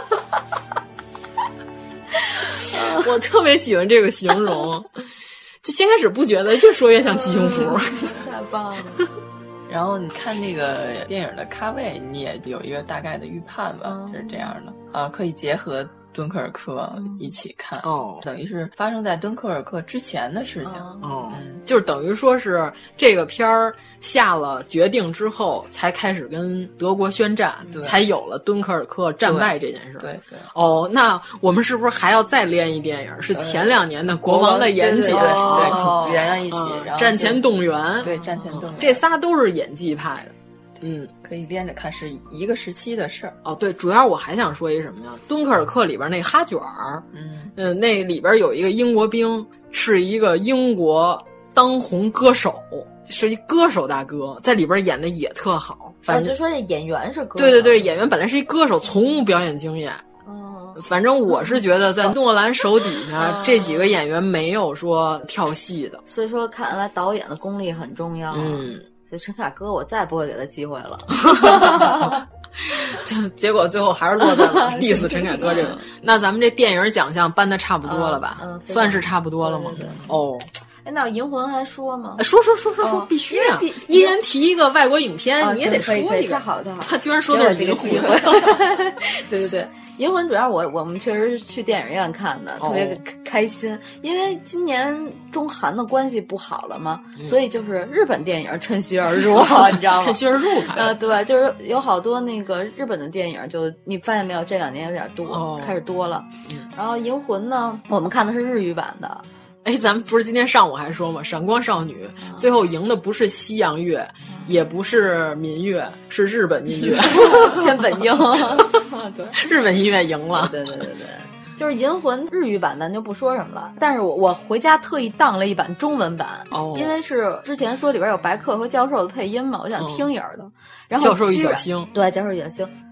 我特别喜欢这个形容，就先开始不觉得，越说越像鸡胸脯。 太棒了。 然后你看这个电影的咖位，你也有一个大概的预判吧，嗯、是这样的啊，可以结合敦刻尔克一起看哦， 等于是发生在敦刻尔克之前的事情哦、嗯，就是等于说是这个片儿下了决定之后，才开始跟德国宣战，才有了敦刻尔克战败这件事。 对 对, 对哦，那我们是不是还要再连一电影？是前两年的《国王的严谨》， 对，连在一起， 嗯、 然后战前动员， 对，战前动员， 这仨都是演技派的。嗯， 可以连着看，是一个时期的事儿。 哦，对，主要我还想说一什么呀？敦刻尔克里边那哈卷儿， 嗯嗯，那里边有一个英国兵，是一个英国当红歌手，是一歌手大哥，在里边演的也特好。反正、 哦、就说这演员是歌手， 对对对，演员本来是一歌手，从无表演经验。 哦， 反正我是觉得在诺兰手底下、哦、这几个演员没有说跳戏的， 所以说看来导演的功力很重要。 嗯。 所以陈凯歌，我再不会给他机会了。 结果最后还是落在了 diss 陈凯歌这个。那咱们这电影奖项颁的差不多了吧？ 嗯，嗯算是差不多了吗？ 对对对哦， 哎，那银魂还说吗？ 说说说说说， 哦、 必须啊！一人提一个外国影片， 哦、 你也得说一个。 太好了，太好了！ 他居然说的是这个机会。对对对，银魂主要我我们确实是去电影院看的，特别开心，因为今年中韩的关系不好了嘛，嗯、所以就是日本电影趁虚而入，你知道吗？ 趁虚而入看。 呃，对，就是有好多那个日本的电影，就你发现没有，这两年有点多， 哦、 开始多了。 嗯、 然后银魂呢，我们看的是日语版的。 哎，咱们不是今天上午还说吗？闪光少女、嗯、最后赢的不是西洋乐，嗯、也不是民乐，是日本音乐， 千本樱。 对，日本音乐赢了。 对对对对，就是银魂日语版咱就不说什么了。但是我我回家特意当了一版中文版， 哦， 因为是之前说里边有白客和教授的配音嘛，我想听影儿的。 嗯、 然后教授与小星， 对，教授与小星。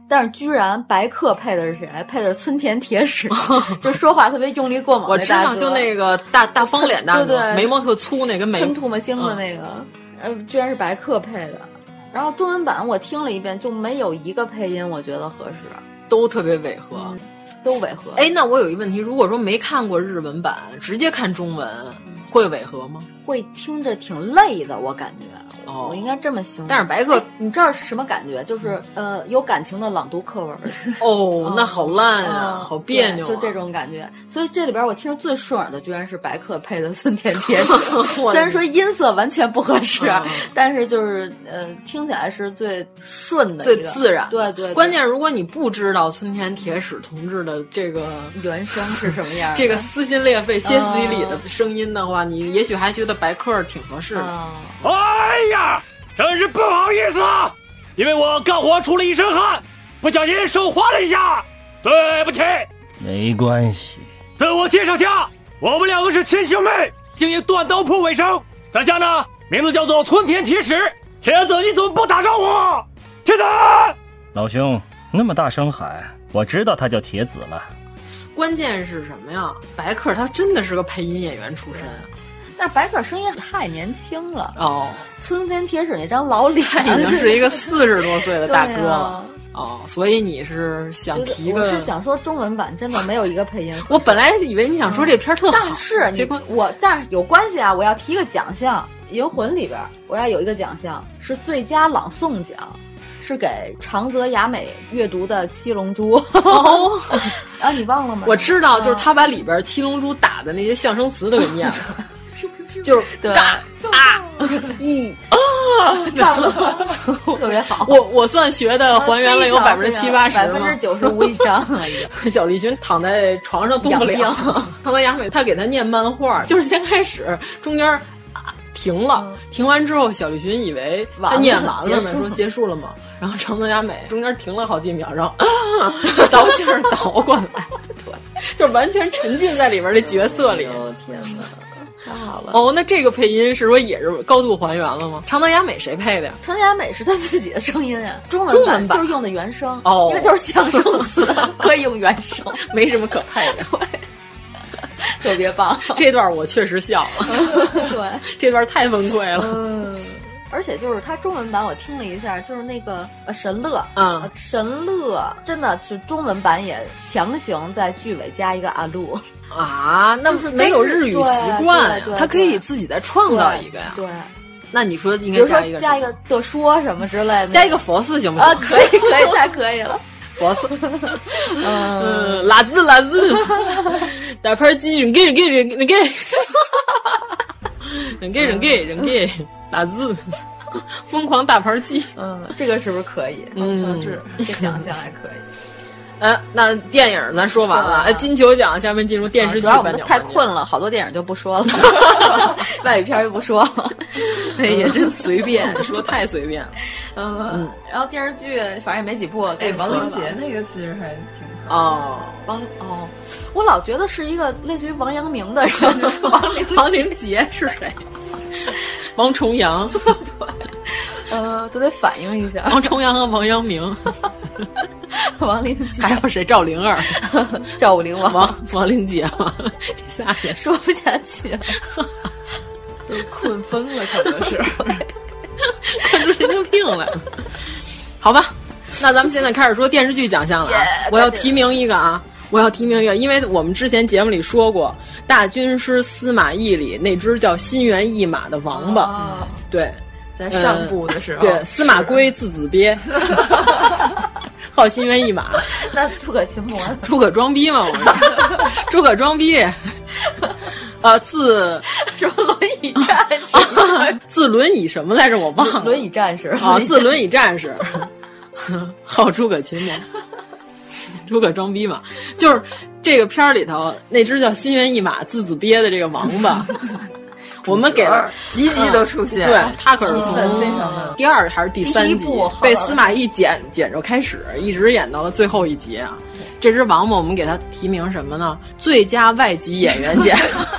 但是居然白客配的是谁？配的是村田铁史，就说话特别用力过猛。 我知道，就那个大大方脸大哥， 对对， 眉毛特粗那个眉喷唾沫星的那个，嗯、呃，居然是白客配的。然后中文版我听了一遍，就没有一个配音我觉得合适， 都特别违和， 嗯、都违和。 哎，那我有一个问题，如果说没看过日文版，直接看中文，会违和吗？ 会听着挺累的，我感觉。 哦， 我应该这么形容。 但是白客， 你知道是什么感觉？就是呃，有感情的朗读课文。 哦，那好烂啊， 嗯、 好别扭、啊， 就这种感觉。所以这里边我听着最顺耳的，居然是白客配的村田铁史。虽然说音色完全不合适，嗯、但是就是呃，听起来是最顺的、 最自然。 对 对, 对。 关键如果你不知道村田铁史同志的这个原声是什么样， 这个撕心裂肺、歇斯底里的声音的话，嗯、你也许还觉得白客挺合适的。 嗯、哎呀！真是不好意思啊，因为我干活出了一身汗，不小心手滑了一下，对不起。 没关系。 自我介绍下，我们两个是亲兄妹，经营断刀铺为生。在家呢，名字叫做村田铁史。铁子，你怎么不打招呼？铁子， 老兄，那么大声喊，我知道他叫铁子了。 关键是什么呀？白客他真的是个配音演员出身啊。 那白客声音太年轻了哦， 村田铁史那张老脸已经是一个四十多岁的大哥了、啊、哦，所以你是想提个？ 我是想说中文版真的没有一个配音。 我本来以为你想说这片特好， 但是结果我但是有关系啊！我要提一个奖项，《银魂》里边我要有一个奖项是最佳朗诵奖。是给长泽雅美阅读的《七龙珠》哦，啊，你忘了吗？ 我知道，就是他把里边《七龙珠》打的那些相声词都给念了，就是对啊一啊， 差不多，特别好。 我我算学的还原了有百分之七八十， 百分之九十五以上了。 小栗旬躺在床上动不了，长泽雅美他给他念漫画，就是先开始中间。停了，停完之后，小栗旬以为他念完了呢，说结束了嘛。然后长泽雅美中间停了好几秒，然后啊，就倒气儿倒过来，对，就完全沉浸在里边的角色里。 哦天哪，太好了！ 哦，那这个配音是说也是高度还原了吗？长泽雅美谁配的呀？ 长泽雅美是他自己的声音呀，中文中文版就是用的原声哦， 因为都是相声词，可以用原声， 没什么可配的。 对。特别棒， 这段我确实笑了。 对， 这段太崩溃了。 嗯，而且就是他中文版我听了一下，就是那个呃神乐， 嗯， 呃、神乐真的就中文版也强行在句尾加一个阿路啊，那就是没有日语习惯， 他可以自己再创造一个呀。 对。 那你说应该加一个加一个的说什么之类的， 加一个佛寺行不行？ 啊，可以可以，太可以了。 佛寺，嗯，拉字拉字，大盘鸡人给人给人人给，人给人给人给，拉字，疯狂大盘鸡， 嗯，这个是不是可以？ 嗯， 这奖项还可以。 呃，那电影咱说完了，哎，金球奖下面进入电视剧颁奖环节。 太困了，好多电影就不说了，外语片就不说了。 哎，也真随便，说太随便了。 嗯嗯，然后电视剧反正也没几部。 哎，王灵杰那个其实还挺哦， 王哦，我老觉得是一个类似于王阳明的人。 王灵王灵杰是谁？王重阳。 对，呃，都得反应一下。 王重阳和王阳明。 王灵杰， 还有谁？赵灵儿、 赵武灵王、 王王灵杰嘛，这仨也说不下去了， 都困疯了，可能是困出神经病来了。好吧，那咱们现在开始说电视剧奖项了。Yeah, 我要提名一个啊，我要提名一个，因为我们之前节目里说过，大军师司马懿里那只叫心猿意马的王八， 哦、 对。 在上部的时候， 呃、对司马圭字子鳖，好心猿意马。 那诸葛擒魔， 诸葛装逼嘛，我们诸葛装逼。呃，自什么轮椅战士？ 啊、自轮椅什么来着？我忘了。 轮椅战士啊，自轮椅战士。好，诸葛擒魔。诸葛装逼嘛，就是这个片儿里头那只叫心猿意马字子鳖的这个王八。我们给了集集都出现， 嗯、对他可是从非常的第二还是第三集被司马懿捡捡着开始，一直演到了最后一集啊。这只王八我们给他提名什么呢？最佳外籍演员奖。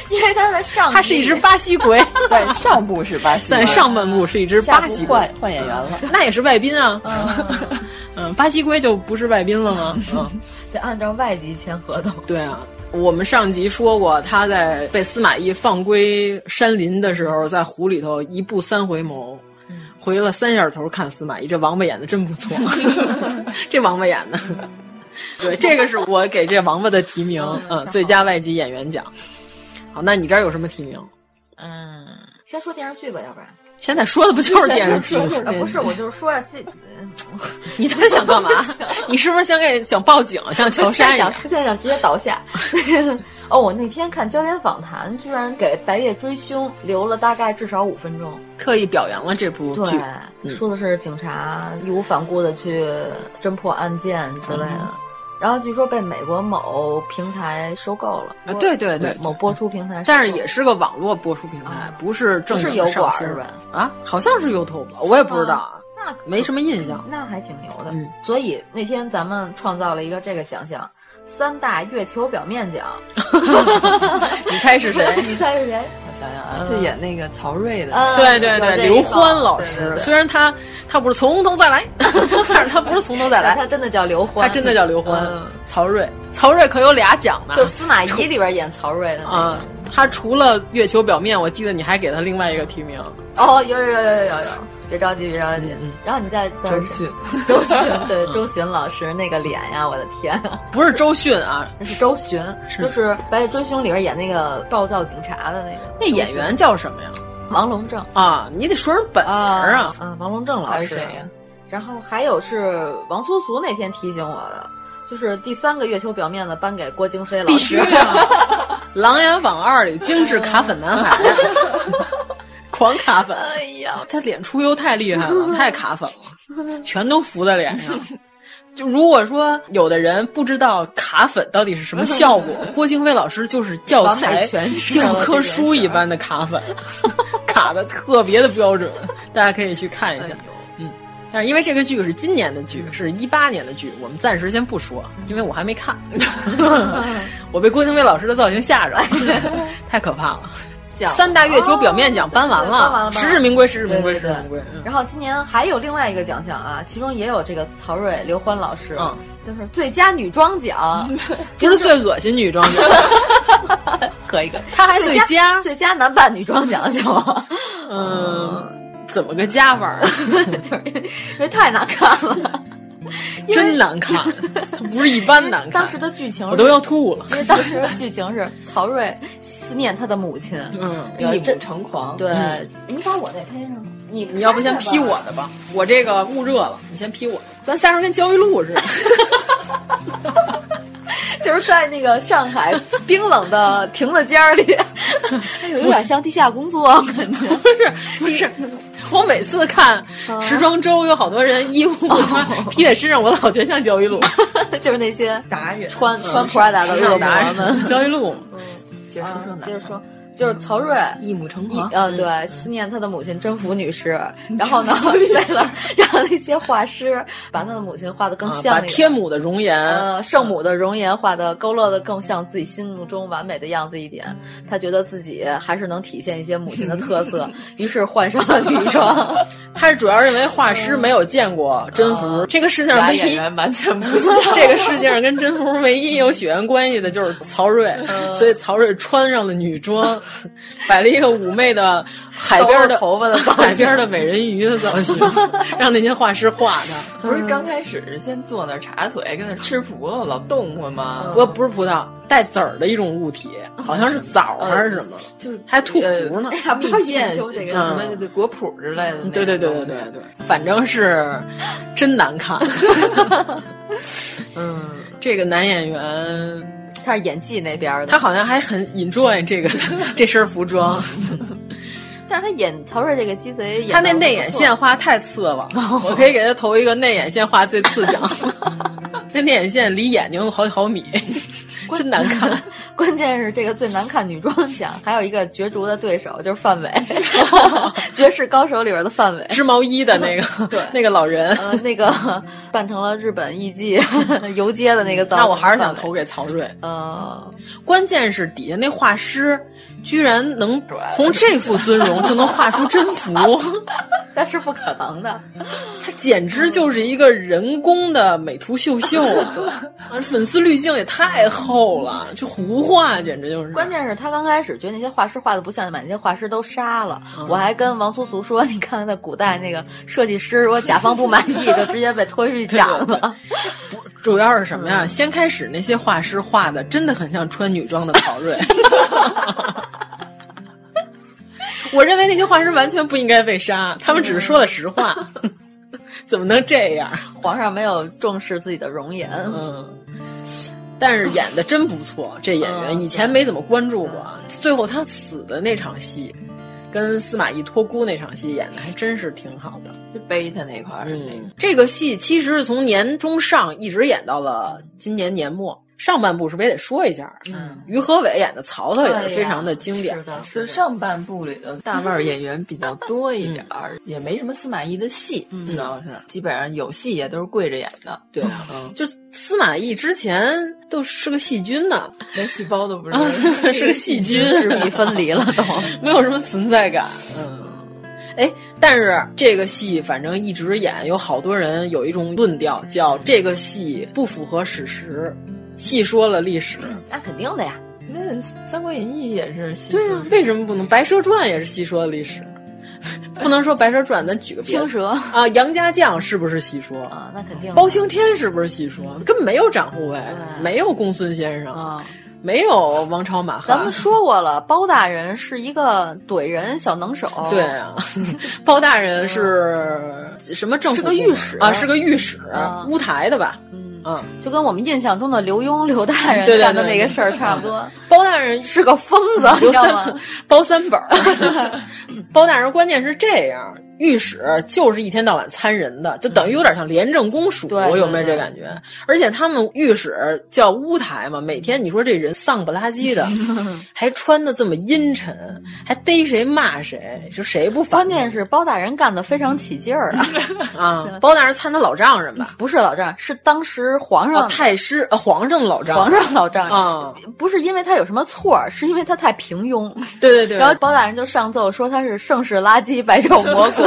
因为它在上， 它是一只巴西龟， 在上部是巴西， 在上半部是一只巴西龟， 换换演员了， 那也是外宾啊。嗯，巴西龟就不是外宾了吗？嗯， 得按照外籍签合同。 对啊。我们上集说过，他在被司马懿放归山林的时候，在湖里头一步三回眸，嗯、回了三下头看司马懿，这王八演的真不错，这王八演的，对，这个是我给这王八的提名，嗯，最佳外籍演员奖。好，那你这儿有什么提名？ 嗯，先说电视剧吧，要不然。 现在说的不就是电视剧吗？ 啊，不是，我就是说呀、啊，这， 你在想干嘛？你是不是想给想报警，像乔杉一样？ 现在想直接倒下。哦，我那天看焦点访谈，居然给《白夜追凶》留了大概至少五分钟， 特意表扬了这部剧。 对，嗯、说的是警察义无反顾的去侦破案件之类的。嗯，然后据说被美国某平台收购了啊！对对对， 某播出平台， 但是也是个网络播出平台，啊、不是正经的上线吧？啊，好像是 YouTube， 我也不知道啊， 那没什么印象。 那还挺牛的。嗯，所以那天咱们创造了一个这个奖项——三大月球表面奖。 你猜是谁？ 你猜是谁？ 想想啊，就演那个曹睿的， 嗯、 对对对，刘欢老师。 对对对， 虽然他他不是从头再来，但是他不是从头再来， 他真的叫刘欢， 他真的叫刘欢。嗯、曹睿，曹睿可有俩奖呢， 就司马懿里边演曹睿的那个。 啊、嗯，他除了月球表面，我记得你还给他另外一个提名。 哦，有有有有有有。别着急，别着急。嗯、然后你再周迅， 周迅对周迅老师那个脸呀，我的天！ 不是周迅啊， 那是周迅，是就是《白夜追凶》里边演那个暴躁警察的那个。 那演员叫什么呀？ 王龙正啊，你得说人本名啊。 啊，王龙正老师谁呀？ 然后还有是王苏苏那天提醒我的，就是第三个月球表面的颁给郭京飞老师。 必须啊！《琅琊榜二》里精致卡粉男孩。狂卡粉！ 哎呀， 他脸出油太厉害了，太卡粉了，全都浮在脸上。就如果说有的人不知道卡粉到底是什么效果，郭京飞老师就是教材教科书一般的卡粉，卡的特别的标准，大家可以去看一下。嗯，但是因为这个剧是今年的剧，是一八年的剧，我们暂时先不说，因为我还没看。我被郭京飞老师的造型吓着了，太可怕了。三大月球表面奖颁完了， 颁完了， 实至名归，实至名归，实至名归。 然后今年还有另外一个奖项啊，其中也有这个曹睿、刘欢老师，嗯，就是最佳女装奖， 不是最恶心女装奖， 可以可以， 他还最佳最佳男扮女装奖行吗？ 嗯，怎么个加法啊？ 就是因为太难看了。 真难看，它不是一般难看。 当时的剧情我都要吐了， 因为当时的剧情是曹睿思念他的母亲， 嗯， 一母成狂。 对，嗯、你把我那配上， 你你要不先批我的吧？我这个捂热了，你先批我的。咱仨人跟焦裕禄似的。 就是在那个上海冰冷的亭子间里，哎呦，有点像地下工作，感觉不是不是。我每次看时装周，有好多人衣服不穿披在身上，我老觉得像焦裕禄， 就是那些达人穿穿 Prada 的恶魔们， 焦裕禄。 嗯， 接着说说哪？ 接着说。就是曹睿一母成狂， 呃，对，思念他的母亲甄宓女士，然后呢，为了让那些画师把他的母亲画得更像、 啊，把天母的容颜， 呃，圣母的容颜画得勾勒得更像自己心目中完美的样子一点，他觉得自己还是能体现一些母亲的特色，于是换上了女装。 他是主要认为画师没有见过甄宓，呃、这个世界上唯一演员完全不像， 这个世界上跟甄宓唯一有血缘关系的就是曹睿，呃、所以曹睿穿上了女装。摆了一个妩媚的海边的头发的海边的美人鱼的造型，让那些画师画他。 不是刚开始是先坐那儿插腿，跟那吃葡萄，老动活吗？ 不，不是葡萄，带籽儿的一种物体，好像是枣还是什么， 就是还吐核呢。 哎呀，蜜饯就这个什么果脯之类的。 对对对对对对，反正是真难看。嗯，这个男演员。 他是演技那边的， 他好像还很 enjoy 这个这身服装， 但是他演曹睿这个鸡贼演， 他那内眼线画太次了，我可以给他投一个内眼线画最次奖。那内眼线离眼睛有好几毫米，真难看。 关键是这个最难看女装奖还有一个角逐的对手就是范伟，绝世高手里边的范伟， 织毛衣的那个对那个老人， 呃，那个扮成了日本艺妓游街的那个造型。 那我还是想投给曹睿。 呃， 关键是底下那画师居然能从这副尊容就能画出真符， 那是不可能的。 他简直就是一个人工的美图秀秀啊！粉丝滤镜也太厚了，就胡画，简直就是。 关键是他刚开始觉得那些画师画的不像，把那些画师都杀了。嗯、我还跟王苏苏说，你看在古代那个设计师，如果甲方不满意，就直接被推出去斩了。对对对不，主要是什么呀？嗯、先开始那些画师画的真的很像穿女装的曹睿。我认为那些画师完全不应该被杀，他们只是说了实话。怎么能这样？ 皇上没有重视自己的容颜。 嗯，但是演的真不错，这演员以前没怎么关注过。嗯、最后他死的那场戏，跟司马懿托孤那场戏演的还真是挺好的， 就背他那块儿。 嗯，这个戏其实是从年中上一直演到了今年年末。上半部是不是也得说一下？嗯，于和伟演的曹操也是非常的经典。 是的，是上半部里的大腕演员比较多一点儿，嗯、也没什么司马懿的戏，嗯、主要是基本上有戏也都是跪着演的。 对啊，嗯、就司马懿之前都是个细菌呢， 连细胞都不是， 是个细菌， 致密分离了都， 没有什么存在感。嗯。哎，但是这个戏反正一直演，有好多人有一种论调，叫这个戏不符合史实。细说了历史， 那肯定的呀。 那《三国演义》也是细说，对啊，为什么不能？《白蛇传》也是细说的历史，不能说《白蛇传》，咱举个青蛇啊，杨家将是不是细说啊？那肯定。 包青天是不是细说？根本没有长护卫，没有公孙先生啊。没有王朝马汉， 咱们说过了，包大人是一个怼人小能手。 对啊，包大人是什么政府？ 是个御史啊，是个御史，嗯、乌台的吧？ 嗯嗯， 就跟我们印象中的刘墉刘大人干的那个事儿差不多。 对对对对，包大人是个疯子， 刘三包三本儿。包大人关键是这样。御史就是一天到晚参人的，就等于有点像廉政公署， 嗯、 有没有这感觉？而且他们御史叫乌台嘛，每天你说这人丧不拉几的，还穿的这么阴沉，还逮谁骂谁，就谁不烦？ 关键是包大人干的非常起劲儿啊！ 啊，包大人参他老丈人吧？ 不是老丈人，是当时皇上、 哦、太师、呃、皇上的老丈人， 皇上老丈人啊， 不是因为他有什么错，是因为他太平庸。 对对对， 然后包大人就上奏说他是盛世垃圾、白昼魔鬼。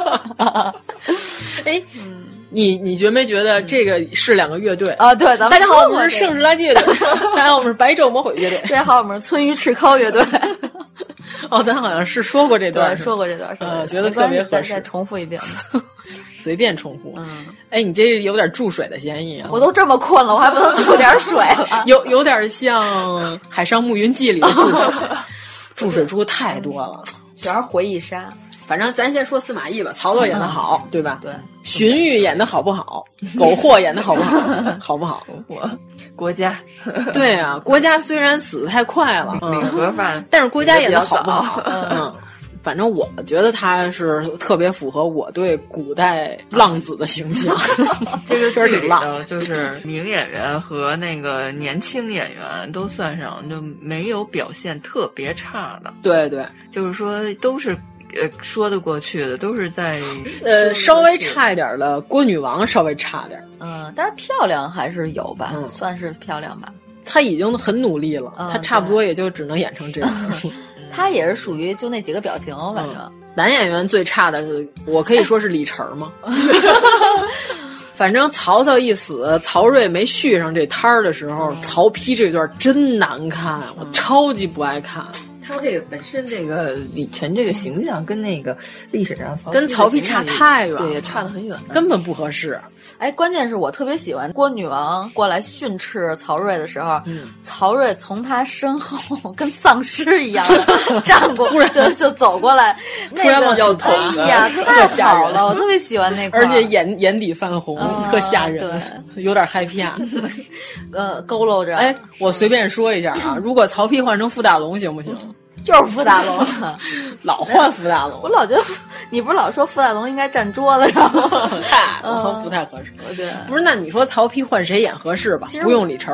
哎，嗯、你你觉没觉得这个是两个乐队啊？对，咱们大家好，我们是盛世垃圾乐队；大家好，我们是白昼魔鬼乐队； 大家好，我们是村鱼赤尻乐队。 哦，咱好像是说过这段， 对，说过这段， 呃，觉得特别合适。 再重复一遍， 随便重复。嗯，哎，你这有点注水的嫌疑啊！ 我都这么困了，我还不能注点水了？ 有有点像《海上牧云记》里的注水，注水注太多了， 全是回忆杀。 反正咱先说司马懿吧，曹操演的好，对吧？ 对， 荀彧演的好不好？苟活演的好不好？好不好？ 我国家， 对啊，国家虽然死得太快了， 领盒饭， 但是国家演的好不好？嗯，反正我觉得他是特别符合我对古代浪子的形象。 这个剧里头就是名演员和那个年轻演员都算上，就没有表现特别差的。 对对， 就是说都是。呃，说得过去的都是在呃稍微差一点的郭女王稍微差点， 嗯，但是漂亮还是有吧，嗯、算是漂亮吧。 她已经很努力了，她、嗯、差不多也就只能演成这样。 她也是属于就那几个表情，反正、嗯、 男演员最差的，我可以说是李晨嘛。反正曹操一死，曹睿没续上这摊儿的时候，嗯、曹丕这段真难看，我超级不爱看。 他这个本身这个李全这个形象跟那个历史上跟曹丕差太远， 对，也差得很远， 根本不合适。 哎，关键是我特别喜欢郭女王过来训斥曹睿的时候，嗯、曹睿从他身后跟丧尸一样站过，就就走过来， 突然往要头， 哎呀，太好了，我特别喜欢那块， 而且眼眼底泛红， 嗯、 特吓人，对，有点害怕， 呃，佝偻着。 哎，我随便说一下啊，如果曹丕换成傅大龙行不行？ 就是傅大龙， 老换傅大龙。 我老觉得，你不是老说傅大龙应该站桌子上吗？ 太，我不太合适。 对， 不是，那你说曹丕换谁演合适吧？不用李晨儿。 嗯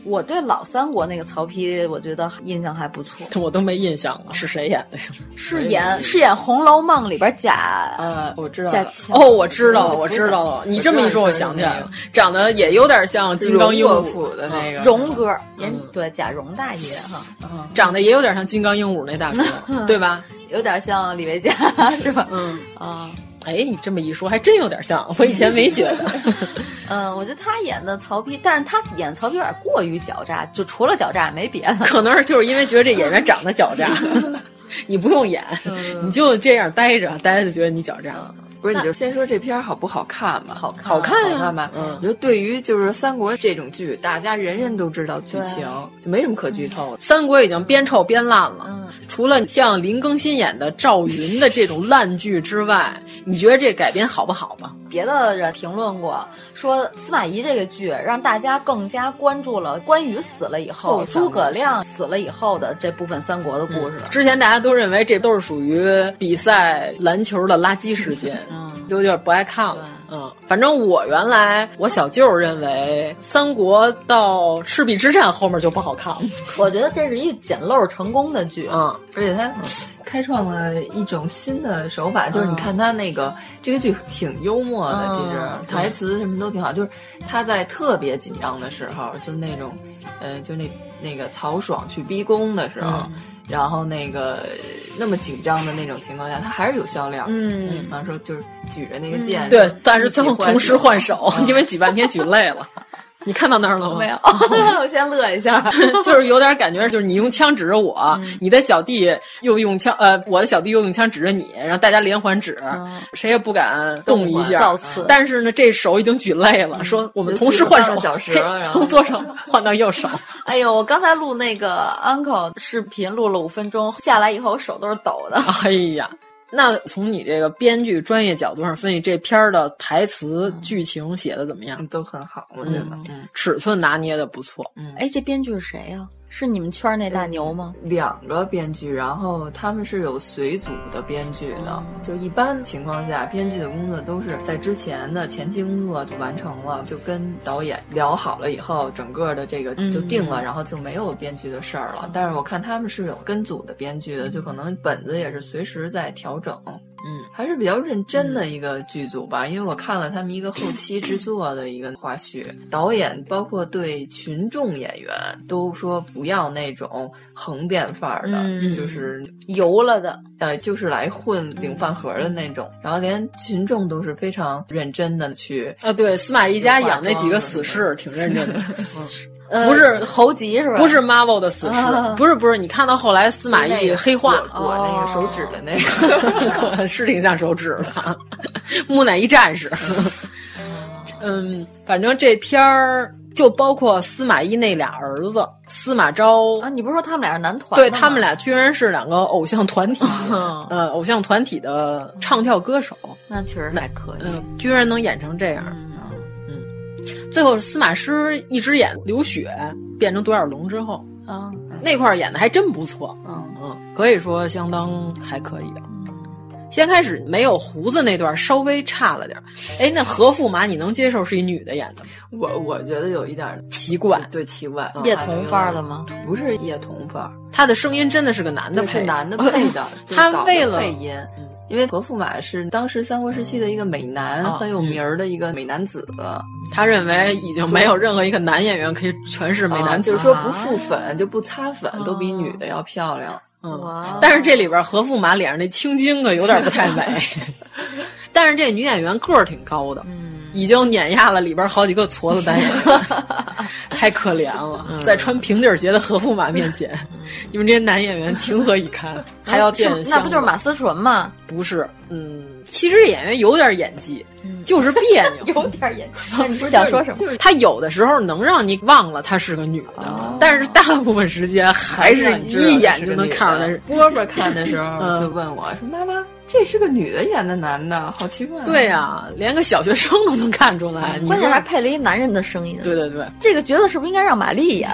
我对老三国那个曹丕，我觉得印象还不错。 我都没印象了，是谁演的呀？ 是演是演《红楼梦》里边贾呃，我知道贾哦，我知道了，我知道了。你这么一说，我想起来了，长得也有点像金刚鹦鹉的那个荣哥，演对贾蓉大爷哈， 长得也有点像金刚鹦鹉那大哥，对吧？ 有点像李维嘉是吧？ 嗯啊。哎，你这么一说，还真有点像，我以前没觉得。 嗯，我觉得他演的曹丕，但是他演曹丕有点过于狡诈，就除了狡诈没别的。 可能是就是因为觉得这演员长得狡诈，你不用演，嗯、你就这样待着，大家就觉得你狡诈。 不是，你就先说这片好不好看吧？ 好看， 好看呀， 好看吧？嗯，我觉得对于就是三国这种剧，大家人人都知道剧情，就没什么可剧透的。 三国已经编臭编烂了，嗯，除了像林更新演的赵云的这种烂剧之外，你觉得这改编好不好吧？ 别的人评论过，说司马懿这个剧让大家更加关注了关羽死了以后、诸葛亮死了以后的这部分三国的故事。 嗯、之前大家都认为这都是属于比赛篮球的垃圾时间。嗯，都有点不爱看了。嗯，反正我原来我小舅认为三国到赤壁之战后面就不好看了。 我觉得这是一捡漏成功的剧。 嗯，而且它开创了一种新的手法，就是你看他那个、嗯、这个剧挺幽默的，嗯、其实台词什么都挺好。就是他在特别紧张的时候，就那种呃，就那那个曹爽去逼宫的时候。嗯，然后那个那么紧张的那种情况下，他还是有笑料。嗯，比方说就是举着那个剑， 嗯、对，但是最后同时换手，因为举半天举累了。你看到那儿了吗？ 没有，我先乐一下， 就是有点感觉，就是你用枪指着我，嗯、你的小弟又用枪，呃，我的小弟又用枪指着你，然后大家连环指，嗯、谁也不敢动一下。 造次， 但是呢，这手已经举累了，嗯、说我们同时换手， 小时了， 从左手换到右手。 哎呦，我刚才录那个 uncle 视频录了五分钟，下来以后手都是抖的。 哎呀。那从你这个编剧专业角度上分析，这片儿的台词、嗯、剧情写的怎么样？ 都很好，我觉得， 嗯，尺寸拿捏的不错。 嗯，哎，这编剧是谁呀、啊？是你们圈那大牛吗？ 嗯、两个编剧，然后他们是有随组的编剧的。嗯、就一般情况下，编剧的工作都是在之前的前期工作就完成了，就跟导演聊好了以后，整个的这个就定了，嗯、然后就没有编剧的事儿了。但是我看他们是有跟组的编剧的，就可能本子也是随时在调整。嗯，还是比较认真的一个剧组吧，嗯、因为我看了他们一个后期制作的一个花絮，导演包括对群众演员都说不要那种横店范儿的，嗯、就是油了的， 呃，就是来混领饭盒的那种，然后连群众都是非常认真的去啊，对，司马懿家养那几个死士挺认真的。 嗯不是猴急是吧？ 不是 Marvel 的死士，啊、不是不是，你看到后来司马懿黑化， 我那个手指的那个，是挺像手指的，木乃伊战士。嗯，反正这片儿就包括司马懿那俩儿子司马昭啊，你不是说他们俩是男团？ 对，他们俩居然是两个偶像团体，呃，偶像团体的唱跳歌手， 那确实还可以， 嗯、呃，居然能演成这样。嗯最后司马师一只眼流血变成独眼龙之后啊，那块演的还真不错，嗯嗯，可以说相当还可以了。先开始没有胡子那段稍微差了点，哎，那何驸马你能接受是一女的演的吗？ 我我觉得有一点奇怪， 对，奇怪， 叶童范儿的吗？ 不是叶童范儿， 他的声音真的是个男的配， 是男的配的， 他为了配音。嗯因为何驸马是当时三国时期的一个美男，哦、很有名儿的一个美男子，嗯、 他认为已经没有任何一个男演员可以诠释美男子， 哦、就是说不复粉就不擦粉，哦、都比女的要漂亮。 嗯，但是这里边何驸马脸上那青筋啊有点不太美，但是这女演员个儿挺高的，嗯、已经碾压了里边好几个矬子男演员，太可怜了，嗯、在穿平底鞋的何驸马面前，嗯、你们这些男演员情何以堪？还要变， 那不就是马思纯吗？ 不是，嗯，其实这演员有点演技，嗯、就是别扭， 有点演技。那你是想说什么？ 就是他有的时候能让你忘了她是个女的，哦、但是大部分时间还是一眼就能看出来。 波波看的时候就问我说：“妈妈，这是个女的演的男的，好奇怪。” 对呀、啊，连个小学生都能看出来， 关键还配了一男人的声音。 对对对， 这个角色是不是应该让马丽演？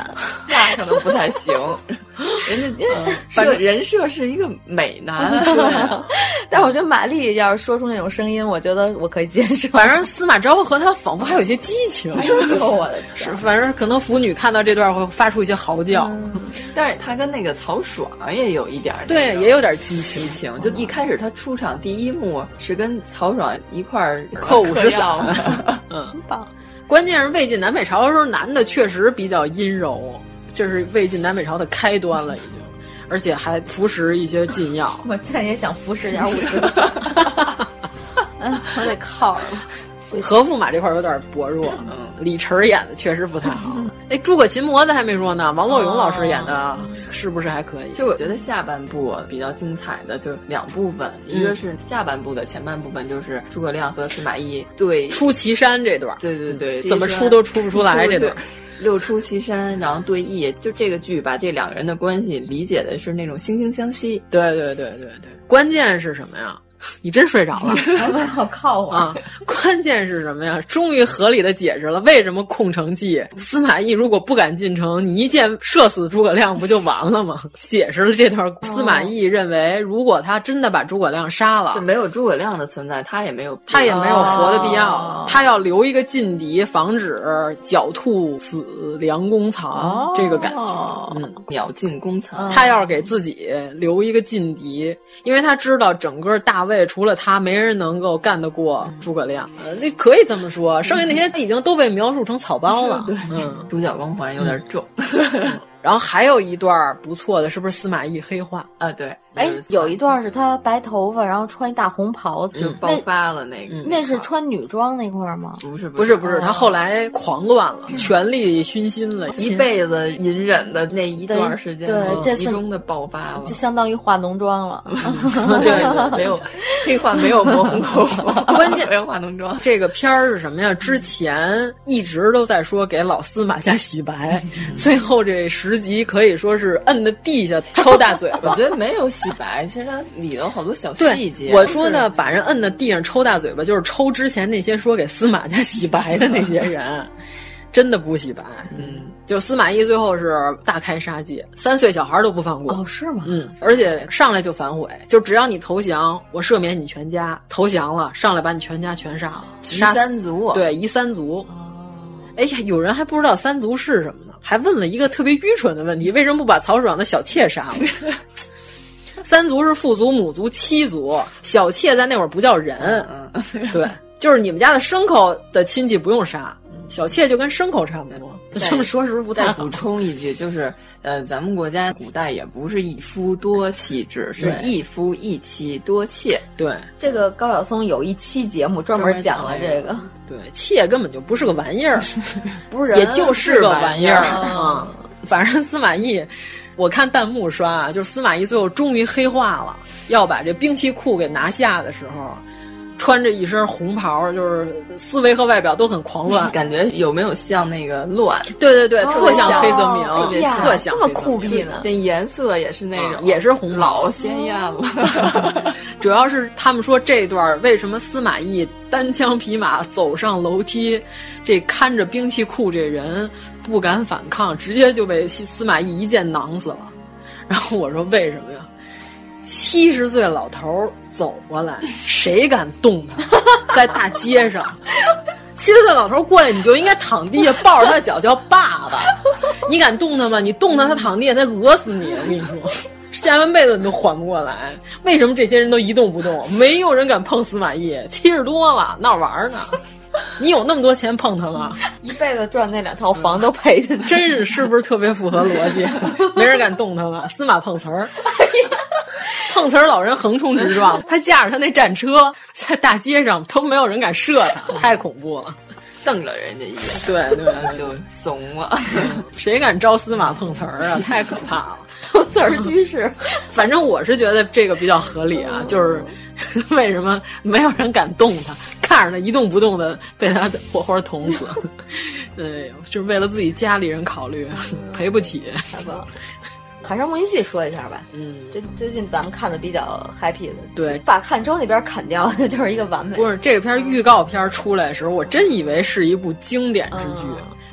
那可能不太行。人家设人设是一个美男，对啊。 但我觉得马丽要是说出那种声音，我觉得我可以接受。 反正司马昭和他仿佛还有一些激情。 哎呦我的天！是，反正可能腐女看到这段会发出一些嚎叫。 嗯、但是他跟那个曹爽也有一点、那个， 对，也有点激情。 激情就一开始他出场第一幕是跟曹爽一块儿扣五十伞， 嗯，很棒。 关键是魏晋南北朝的时候，男的确实比较阴柔，这是魏晋南北朝的开端了，已经，而且还服食一些禁药。 我现在也想服食点五十伞，嗯，我得靠了。 何驸马这块有点薄弱，嗯，李晨演的确实不太好。哎，诸葛擒魔子还没说呢，王洛勇老师演的是不是还可以？ 就我觉得下半部比较精彩的就两部分，嗯、一个是下半部的前半部分，就是诸葛亮和司马懿对出祁山这段， 对对对， 怎么出都出不出来这段。 六出祁山，然后对弈，就这个剧把这两个人的关系理解的是那种惺惺相惜。 对对对对对，关键是什么呀？你真睡着了？ 我靠我啊！关键是什么呀？终于合理的解释了为什么空城计司马懿如果不敢进城，你一箭射死诸葛亮不就完了吗？解释了这段。司马懿认为，如果他真的把诸葛亮杀了， 就没有诸葛亮的存在，他也没有他也没有活的必要。哦、他要留一个劲敌，防止狡兔死，良弓藏。哦、这个感觉，嗯， 鸟尽弓藏。 他要给自己留一个劲敌，因为他知道整个大魏除了他，没人能够干得过诸葛亮。呃，这可以这么说，剩下那些已经都被描述成草包了。 对，嗯，主角光环有点重。 嗯然后还有一段不错的，是不是司马懿黑化啊？对， 哎，有一段是他白头发，然后穿一大红袍子， 就爆发了那个。 那, 那是穿女装那块吗？ 不是， 不是，不是，他后来狂乱了，权力熏心了， 一辈子隐忍的那一段时间， 对，这集中的爆发了， 就相当于化浓妆了。 对，没有这话没有模糊口红， 关键没有化浓妆。 这个片儿是什么呀？之前一直都在说给老司马家洗白，最后这十集可以说是摁在地下抽大嘴巴。 我觉得没有洗白，其实它里头好多小细节。 我说呢，把人摁在地上抽大嘴巴，就是抽之前那些说给司马家洗白的那些人，真的不洗白。嗯，就司马懿最后是大开杀戒，三岁小孩都不放过。 哦，是吗？ 嗯，而且上来就反悔，就只要你投降，我赦免你全家。投降了，上来把你全家全杀了， 夷三族。 对，夷三族。哎呀，有人还不知道三族是什么呢，还问了一个特别愚蠢的问题：为什么不把曹爽的小妾杀了？三族是父族、母族、妻族，小妾在那会儿不叫人。对，就是你们家的牲口的亲戚不用杀，小妾就跟牲口差不多。这么说是不是不太好？ 再补充一句，就是呃，咱们国家古代也不是一夫多妻制，是一夫一妻多妾。 对， 这个高晓松有一期节目专门讲了这个。 对，妾根本就不是个玩意儿， 不是人， 也就是个玩意儿啊。反正司马懿。我看弹幕刷啊，就是司马懿最后终于黑化了，要把这兵器库给拿下的时候，穿着一身红袍，就是思维和外表都很狂乱， 感觉有没有像那个乱？ 对对对， 哦、 特像黑泽明， 特别特像这么酷毙呢。 那颜色也是那种， 啊、也是红老鲜艳了。 主要是他们说这段为什么司马懿单枪匹马走上楼梯，这看着兵器库这人不敢反抗，直接就被司马懿一剑囊死了。然后我说为什么呀？七十岁老头走过来，谁敢动他？在大街上，七十岁老头过来，你就应该躺地下抱着他的脚叫爸爸。你敢动他吗？你动他，他躺地下，他讹死你！我跟你说，下半辈子你都缓不过来。为什么这些人都一动不动？没有人敢碰司马懿，七十多了，闹玩呢。你有那么多钱碰他吗？ 一辈子赚那两套房都赔进去， 真是是不是特别符合逻辑？没人敢动他了。司马碰瓷儿，碰瓷儿老人横冲直撞，他驾着他那战车在大街上都没有人敢射他，太恐怖了。 瞪了人家一眼， 对对， 就怂了。 谁敢招司马碰瓷儿啊？太可怕了！ 碰瓷儿居士， 反正我是觉得这个比较合理啊，就是为什么没有人敢动他？看着他一动不动的被他活活捅死，对，就是为了自己家里人考虑，赔不起。 太棒了。《海上牧云记》说一下吧， 嗯， 最最近咱们看的比较 happy 的， 对， 把汉州那边砍掉的就是一个完美。 不是这个片预告片出来的时候，我真以为是一部经典之剧，嗯、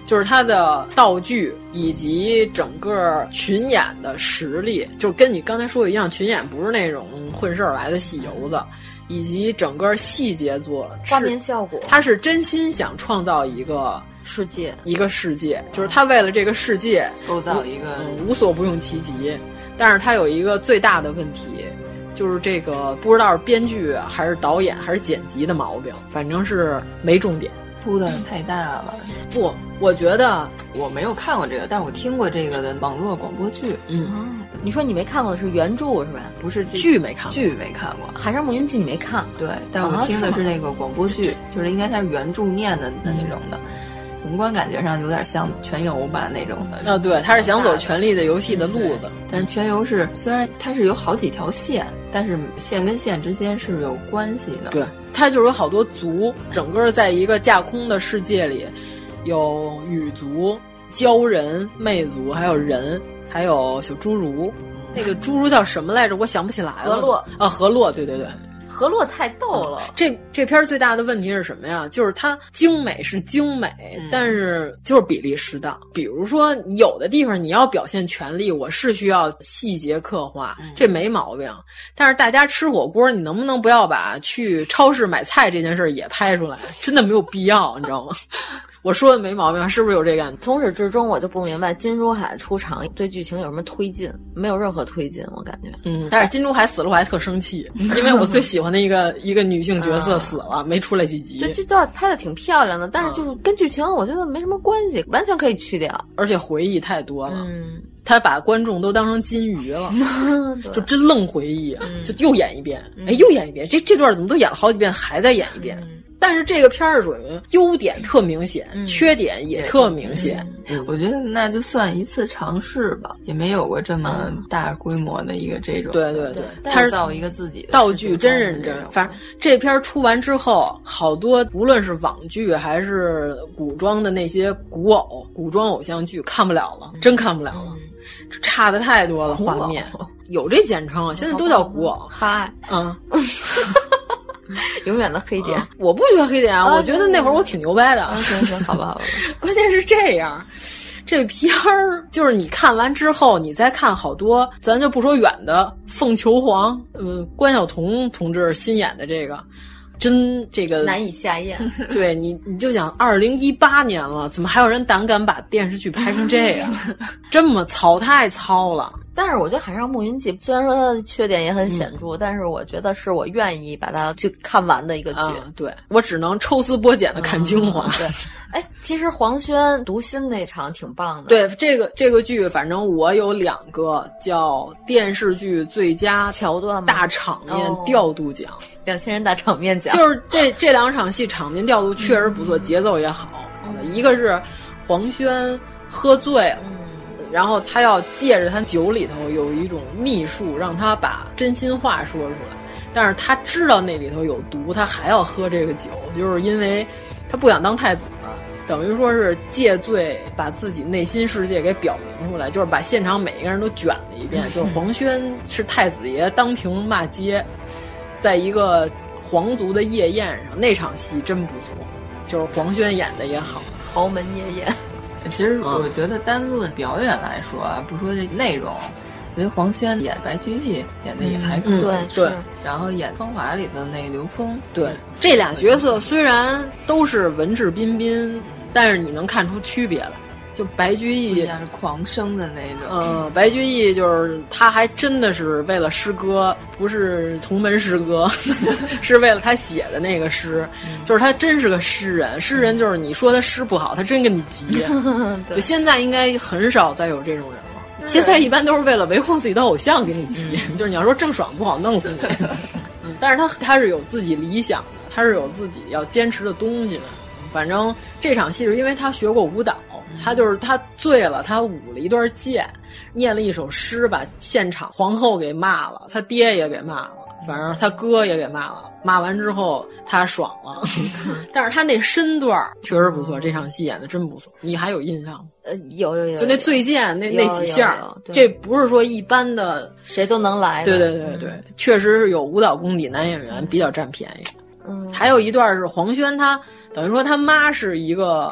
就是他的道具以及整个群演的实力，就是跟你刚才说的一样，群演不是那种混事儿来的戏油子，以及整个细节做画面效果， 他是真心想创造一个世界， 一个世界，就是他为了这个世界构造一个、 嗯、无所不用其极。但是他有一个最大的问题，就是这个不知道是编剧还是导演还是剪辑的毛病，反正是没重点。 铺的太大了。 不，我觉得我没有看过这个，但是我听过这个的网络广播剧。 嗯、 哦，你说你没看过的是原著是吧？ 不是剧没看过， 剧没看过， 《海上牧云记》你没看？ 对，但是我听的是那个广播剧，哦、是就是应该它是原著念的的那种的。宏观感觉上有点像全游吧那种的啊，对，他是想走权力的游戏的路子， 但是全游是虽然它是有好几条线，但是线跟线之间是有关系的。 对，它就是有好多族，整个在一个架空的世界里，有羽族、鲛人、魅族，还有人，还有小侏儒。那个侏儒叫什么来着？我想不起来了。 河洛啊，河洛，对对对。 河洛太逗了、 嗯、这这片最大的问题是什么呀？就是它精美是精美、嗯、但是就是比例适当。比如说有的地方你要表现权力，我是需要细节刻画、嗯、这没毛病，但是大家吃火锅你能不能不要把去超市买菜这件事也拍出来？真的没有必要，你知道吗？我说的没毛病，是不是有这个？ 从始至终我就不明白金珠海出场对剧情有什么推进，没有任何推进，我感觉。 嗯，但是金珠海死了我还特生气，因为我最喜欢的一个一个女性角色死了，没出来几集。 这这段拍的挺漂亮的，但是就是跟剧情我觉得没什么关系，完全可以去掉。 而且回忆太多了。 嗯。 他把观众都当成金鱼了，就真愣回忆啊，嗯、就又演一遍，哎，又演一遍，这这段怎么都演了好几遍，还在演一遍。嗯、但是这个片儿属于优点特明显，嗯、缺点也特明显。 嗯嗯、我觉得那就算一次尝试吧，也没有过这么大规模的一个这种。 对对对， 他是造一个自己的道具，真认真。反正这片出完之后，好多无论是网剧还是古装的那些古偶、古装偶像剧，看不了了，真看不了了。嗯差的太多了，画面有这简称啊，现在都叫古偶。 嗨， 嗯， 永远的黑点、 嗯。我不觉得黑点啊，我觉得那会儿我挺牛掰的。 啊、行行，好吧，好吧。 关键是这样，这片儿就是你看完之后，你再看好多，咱就不说远的，凤求凰，呃，关晓彤同志新演的这个。真这个难以下咽， 对你，你就想二零一八年了，怎么还有人胆敢把电视剧拍成这样？这么糙，太糙了。 但是我觉得《海上牧云记》虽然说它的缺点也很显著、嗯，但是我觉得是我愿意把它去看完的一个剧。 嗯、对，我只能抽丝剥茧的看精华。 嗯、对，哎，其实黄轩读心那场挺棒的。 对，这个这个剧，反正我有两个叫电视剧最佳桥段大场面调度奖， 两千人大场面奖。 就是这这两场戏场面调度确实不错，嗯、节奏也好。嗯、一个是黄轩喝醉了。嗯，然后他要借着他酒里头有一种秘术，让他把真心话说出来。但是他知道那里头有毒，他还要喝这个酒，就是因为他不想当太子了，等于说是借醉把自己内心世界给表明出来，就是把现场每一个人都卷了一遍。就是黄轩是太子爷当庭骂街，在一个皇族的夜宴上，那场戏真不错，就是黄轩演的也好， 豪门夜宴。 其实我觉得单论表演来说啊，不说这内容，我觉得黄轩演白居易演的也还可以、 嗯、对对， 然后演《芳华》里的那刘峰， 对，这俩角色虽然都是文质彬彬，但是你能看出区别来。就白居易是狂生的那种， 嗯，白居易就是他还真的是为了诗歌，不是同门诗歌，是为了他写的那个诗，嗯、就是他真是个诗人。诗人就是你说他诗不好，他真跟你急。就现在应该很少再有这种人了，现在一般都是为了维护自己的偶像跟你急，嗯、就是你要说郑爽不好弄死你，嗯、但是他他是有自己理想的，他是有自己要坚持的东西的。反正这场戏是因为他学过舞蹈。他就是他醉了，他舞了一段剑，念了一首诗，把现场皇后给骂了，他爹也给骂了，反正他哥也给骂了。骂完之后他爽了，但是他那身段确实不错，这场戏演的真不错。你还有印象吗？ 呃，有有有， 就那醉剑那那几下，这不是说一般的谁都能来的。 对对对对，嗯、确实是有舞蹈功底，男演员比较占便宜。 嗯， 还有一段是黄轩他，等于说他妈是一个。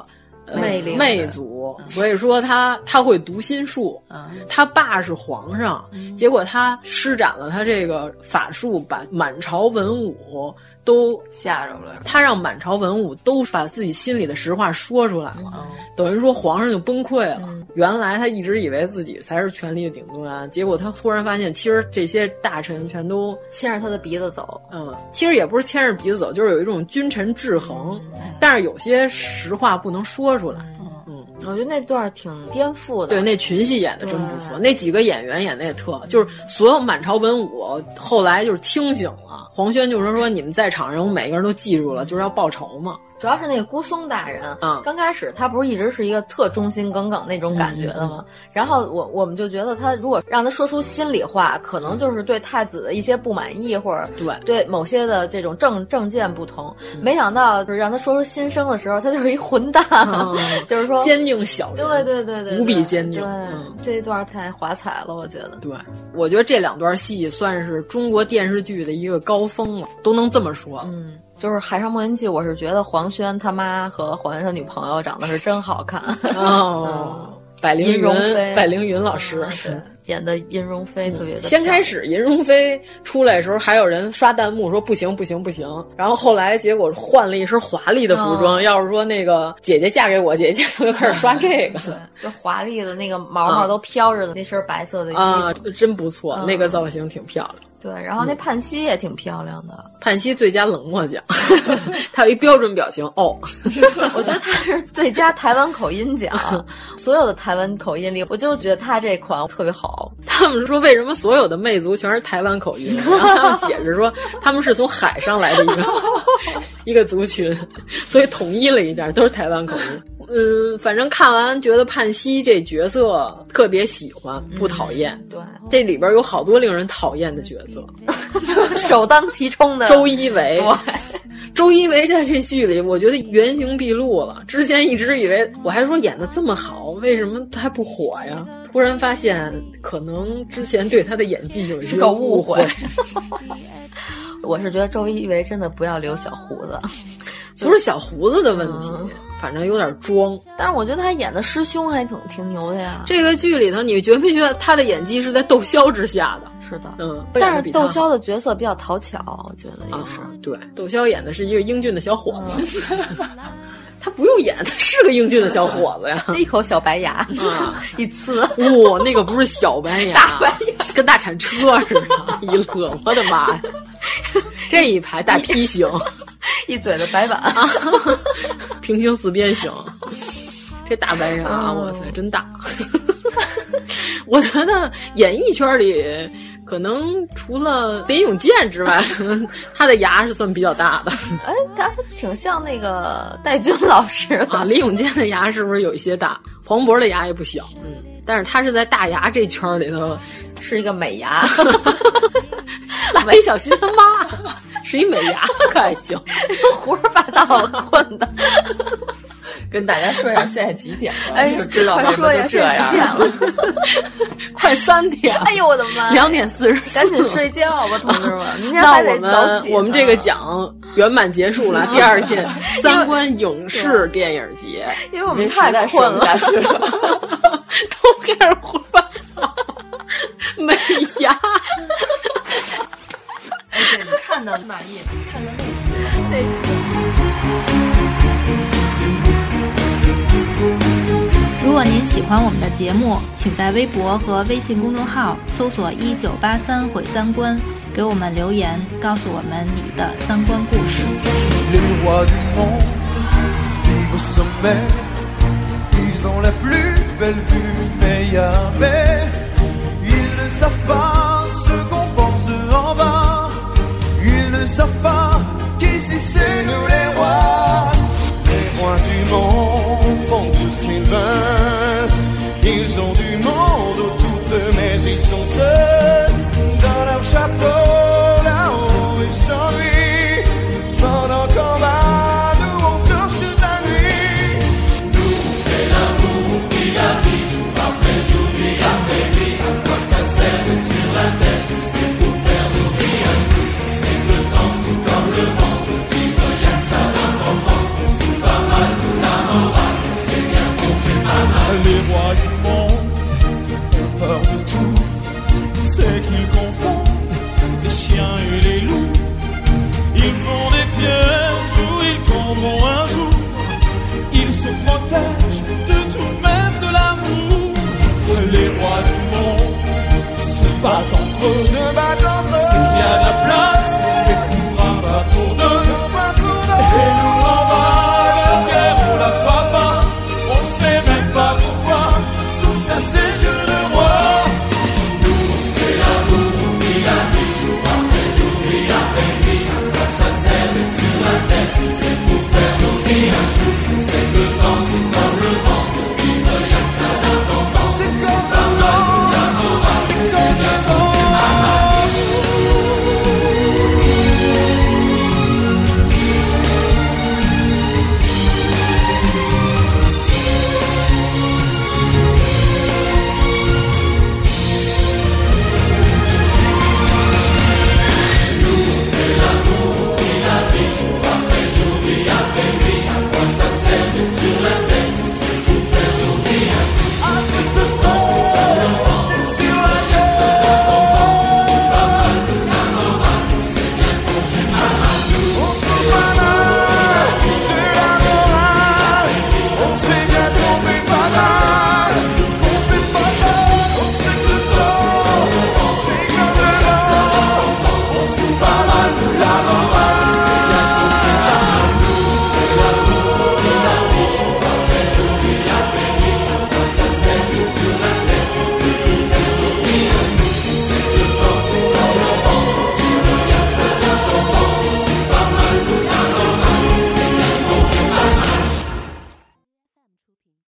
魅力魅族，所以说他他会读心术。嗯，他爸是皇上，嗯、结果他施展了他这个法术，把满朝文武都吓着了。 他让满朝文武都把自己心里的实话说出来了，嗯、等于说皇上就崩溃了。嗯、原来他一直以为自己才是权力的顶端，结果他突然发现，其实这些大臣全都牵着他的鼻子走。 嗯，其实也不是牵着鼻子走，就是有一种君臣制衡，嗯、但是有些实话不能说出来。 嗯，我觉得那段挺颠覆的。 对，那群戏演的真不错，那几个演员演的也特，就是所有满朝文武后来就是清醒了。黄轩就是说，你们在场上，我每个人都记住了，就是要报仇嘛。 主要是那个姑松大人，嗯，刚开始他不是一直是一个特忠心耿耿那种感觉的吗？嗯、然后我我们就觉得他如果让他说出心里话，可能就是对太子的一些不满意，或者对对某些的这种政政见不同。嗯、没想到就是让他说出心声的时候，他就是一混蛋，嗯、就是说坚定小人， 对对对 对, 对， 无比坚定。 对， 嗯、 这一段太华彩了，我觉得。 对，我觉得这两段戏算是中国电视剧的一个高峰了，都能这么说。 嗯。就是《海上牧云记》，我是觉得黄轩他妈和黄轩他女朋友长得是真好看哦，嗯、百灵云，百灵云老师、 嗯、演的殷容妃特别的。 先开始殷容妃出来的时候，还有人刷弹幕说不行不行不行，然后后来结果换了一身华丽的服装。哦、要是说那个姐姐嫁给我，姐姐就开始刷这个， 对，就华丽的那个毛毛都飘着的、嗯、那身白色的衣服啊，真不错，嗯、那个造型挺漂亮。 对，然后那盼溪也挺漂亮的。 盼溪最佳冷漠奖，他有一标准表情哦。 我觉得他是最佳台湾口音奖，所有的台湾口音里，我就觉得他这款特别好。 他们说为什么所有的魅族全是台湾口音？然后他们解释说，他们是从海上来的一个一个族群，所以统一了一下，都是台湾口音。嗯，反正看完觉得盼溪这角色特别喜欢，不讨厌。 嗯、对， 这里边有好多令人讨厌的角色， 首当其冲的周一围。周一围在这剧里，我觉得原形毕露了。之前一直以为，我还说演得这么好，为什么他不火呀？突然发现，可能之前对他的演技有一个误会。我是觉得周一围真的不要留小胡子， 不是小胡子的问题。嗯，反正有点装， 但是我觉得他演的师兄还挺挺牛的呀。 这个剧里头，你觉没觉得他的演技是在窦骁之下的？ 是的， 嗯。 但是窦骁的角色比较讨巧，我觉得也是。 啊、对，窦骁演的是一个英俊的小伙子，嗯、他不用演，他是个英俊的小伙子呀。 一口小白牙， 啊、 一呲， 哇、哦，那个不是小白牙， 大白牙， 跟大铲车似的，一乐，我的妈呀！这一排大梯形。 一嘴的白板， 啊、平行四边形，这大白牙，哇、哦、塞，真大！我觉得演艺圈里，可能除了林永健之外，他的牙是算比较大的。 哎，他挺像那个戴军老师啊。林永健的牙是不是有一些大？黄渤的牙也不小，嗯，但是他是在大牙这圈里头是一个美牙。 韦小新他妈是一美牙，可还行， 胡说八道混的。 跟大家说一下现在几点了？ 哎， 就知道快说呀， 这样几点了？ 快三点！ 哎呦我的妈！ 两点四十， 赶紧睡觉吧，同志们！明天还得早起。 我们这个奖圆满结束了，第二届三观影视电影节， 因为我们太困了， 都开始胡说八道。美牙。 而且你看到满意，看到那那。 如果您喜欢我们的节目，请在微博和微信公众号搜索一九八三毁三观，给我们留言，告诉我们你的三观故事。 Ils ont du monde autour mais ils sont seuls dans leur château là-haut ils s'ennuient pendant qu'on va nous on torche toute la nuit. Nous on fait l'amour, on vit la vie jour après jour, nuit après comprendront un jour. Ils se protègent de tout, même de l'amour. Les rois du monde se battent entre eux. C'est qu'il y a de la place.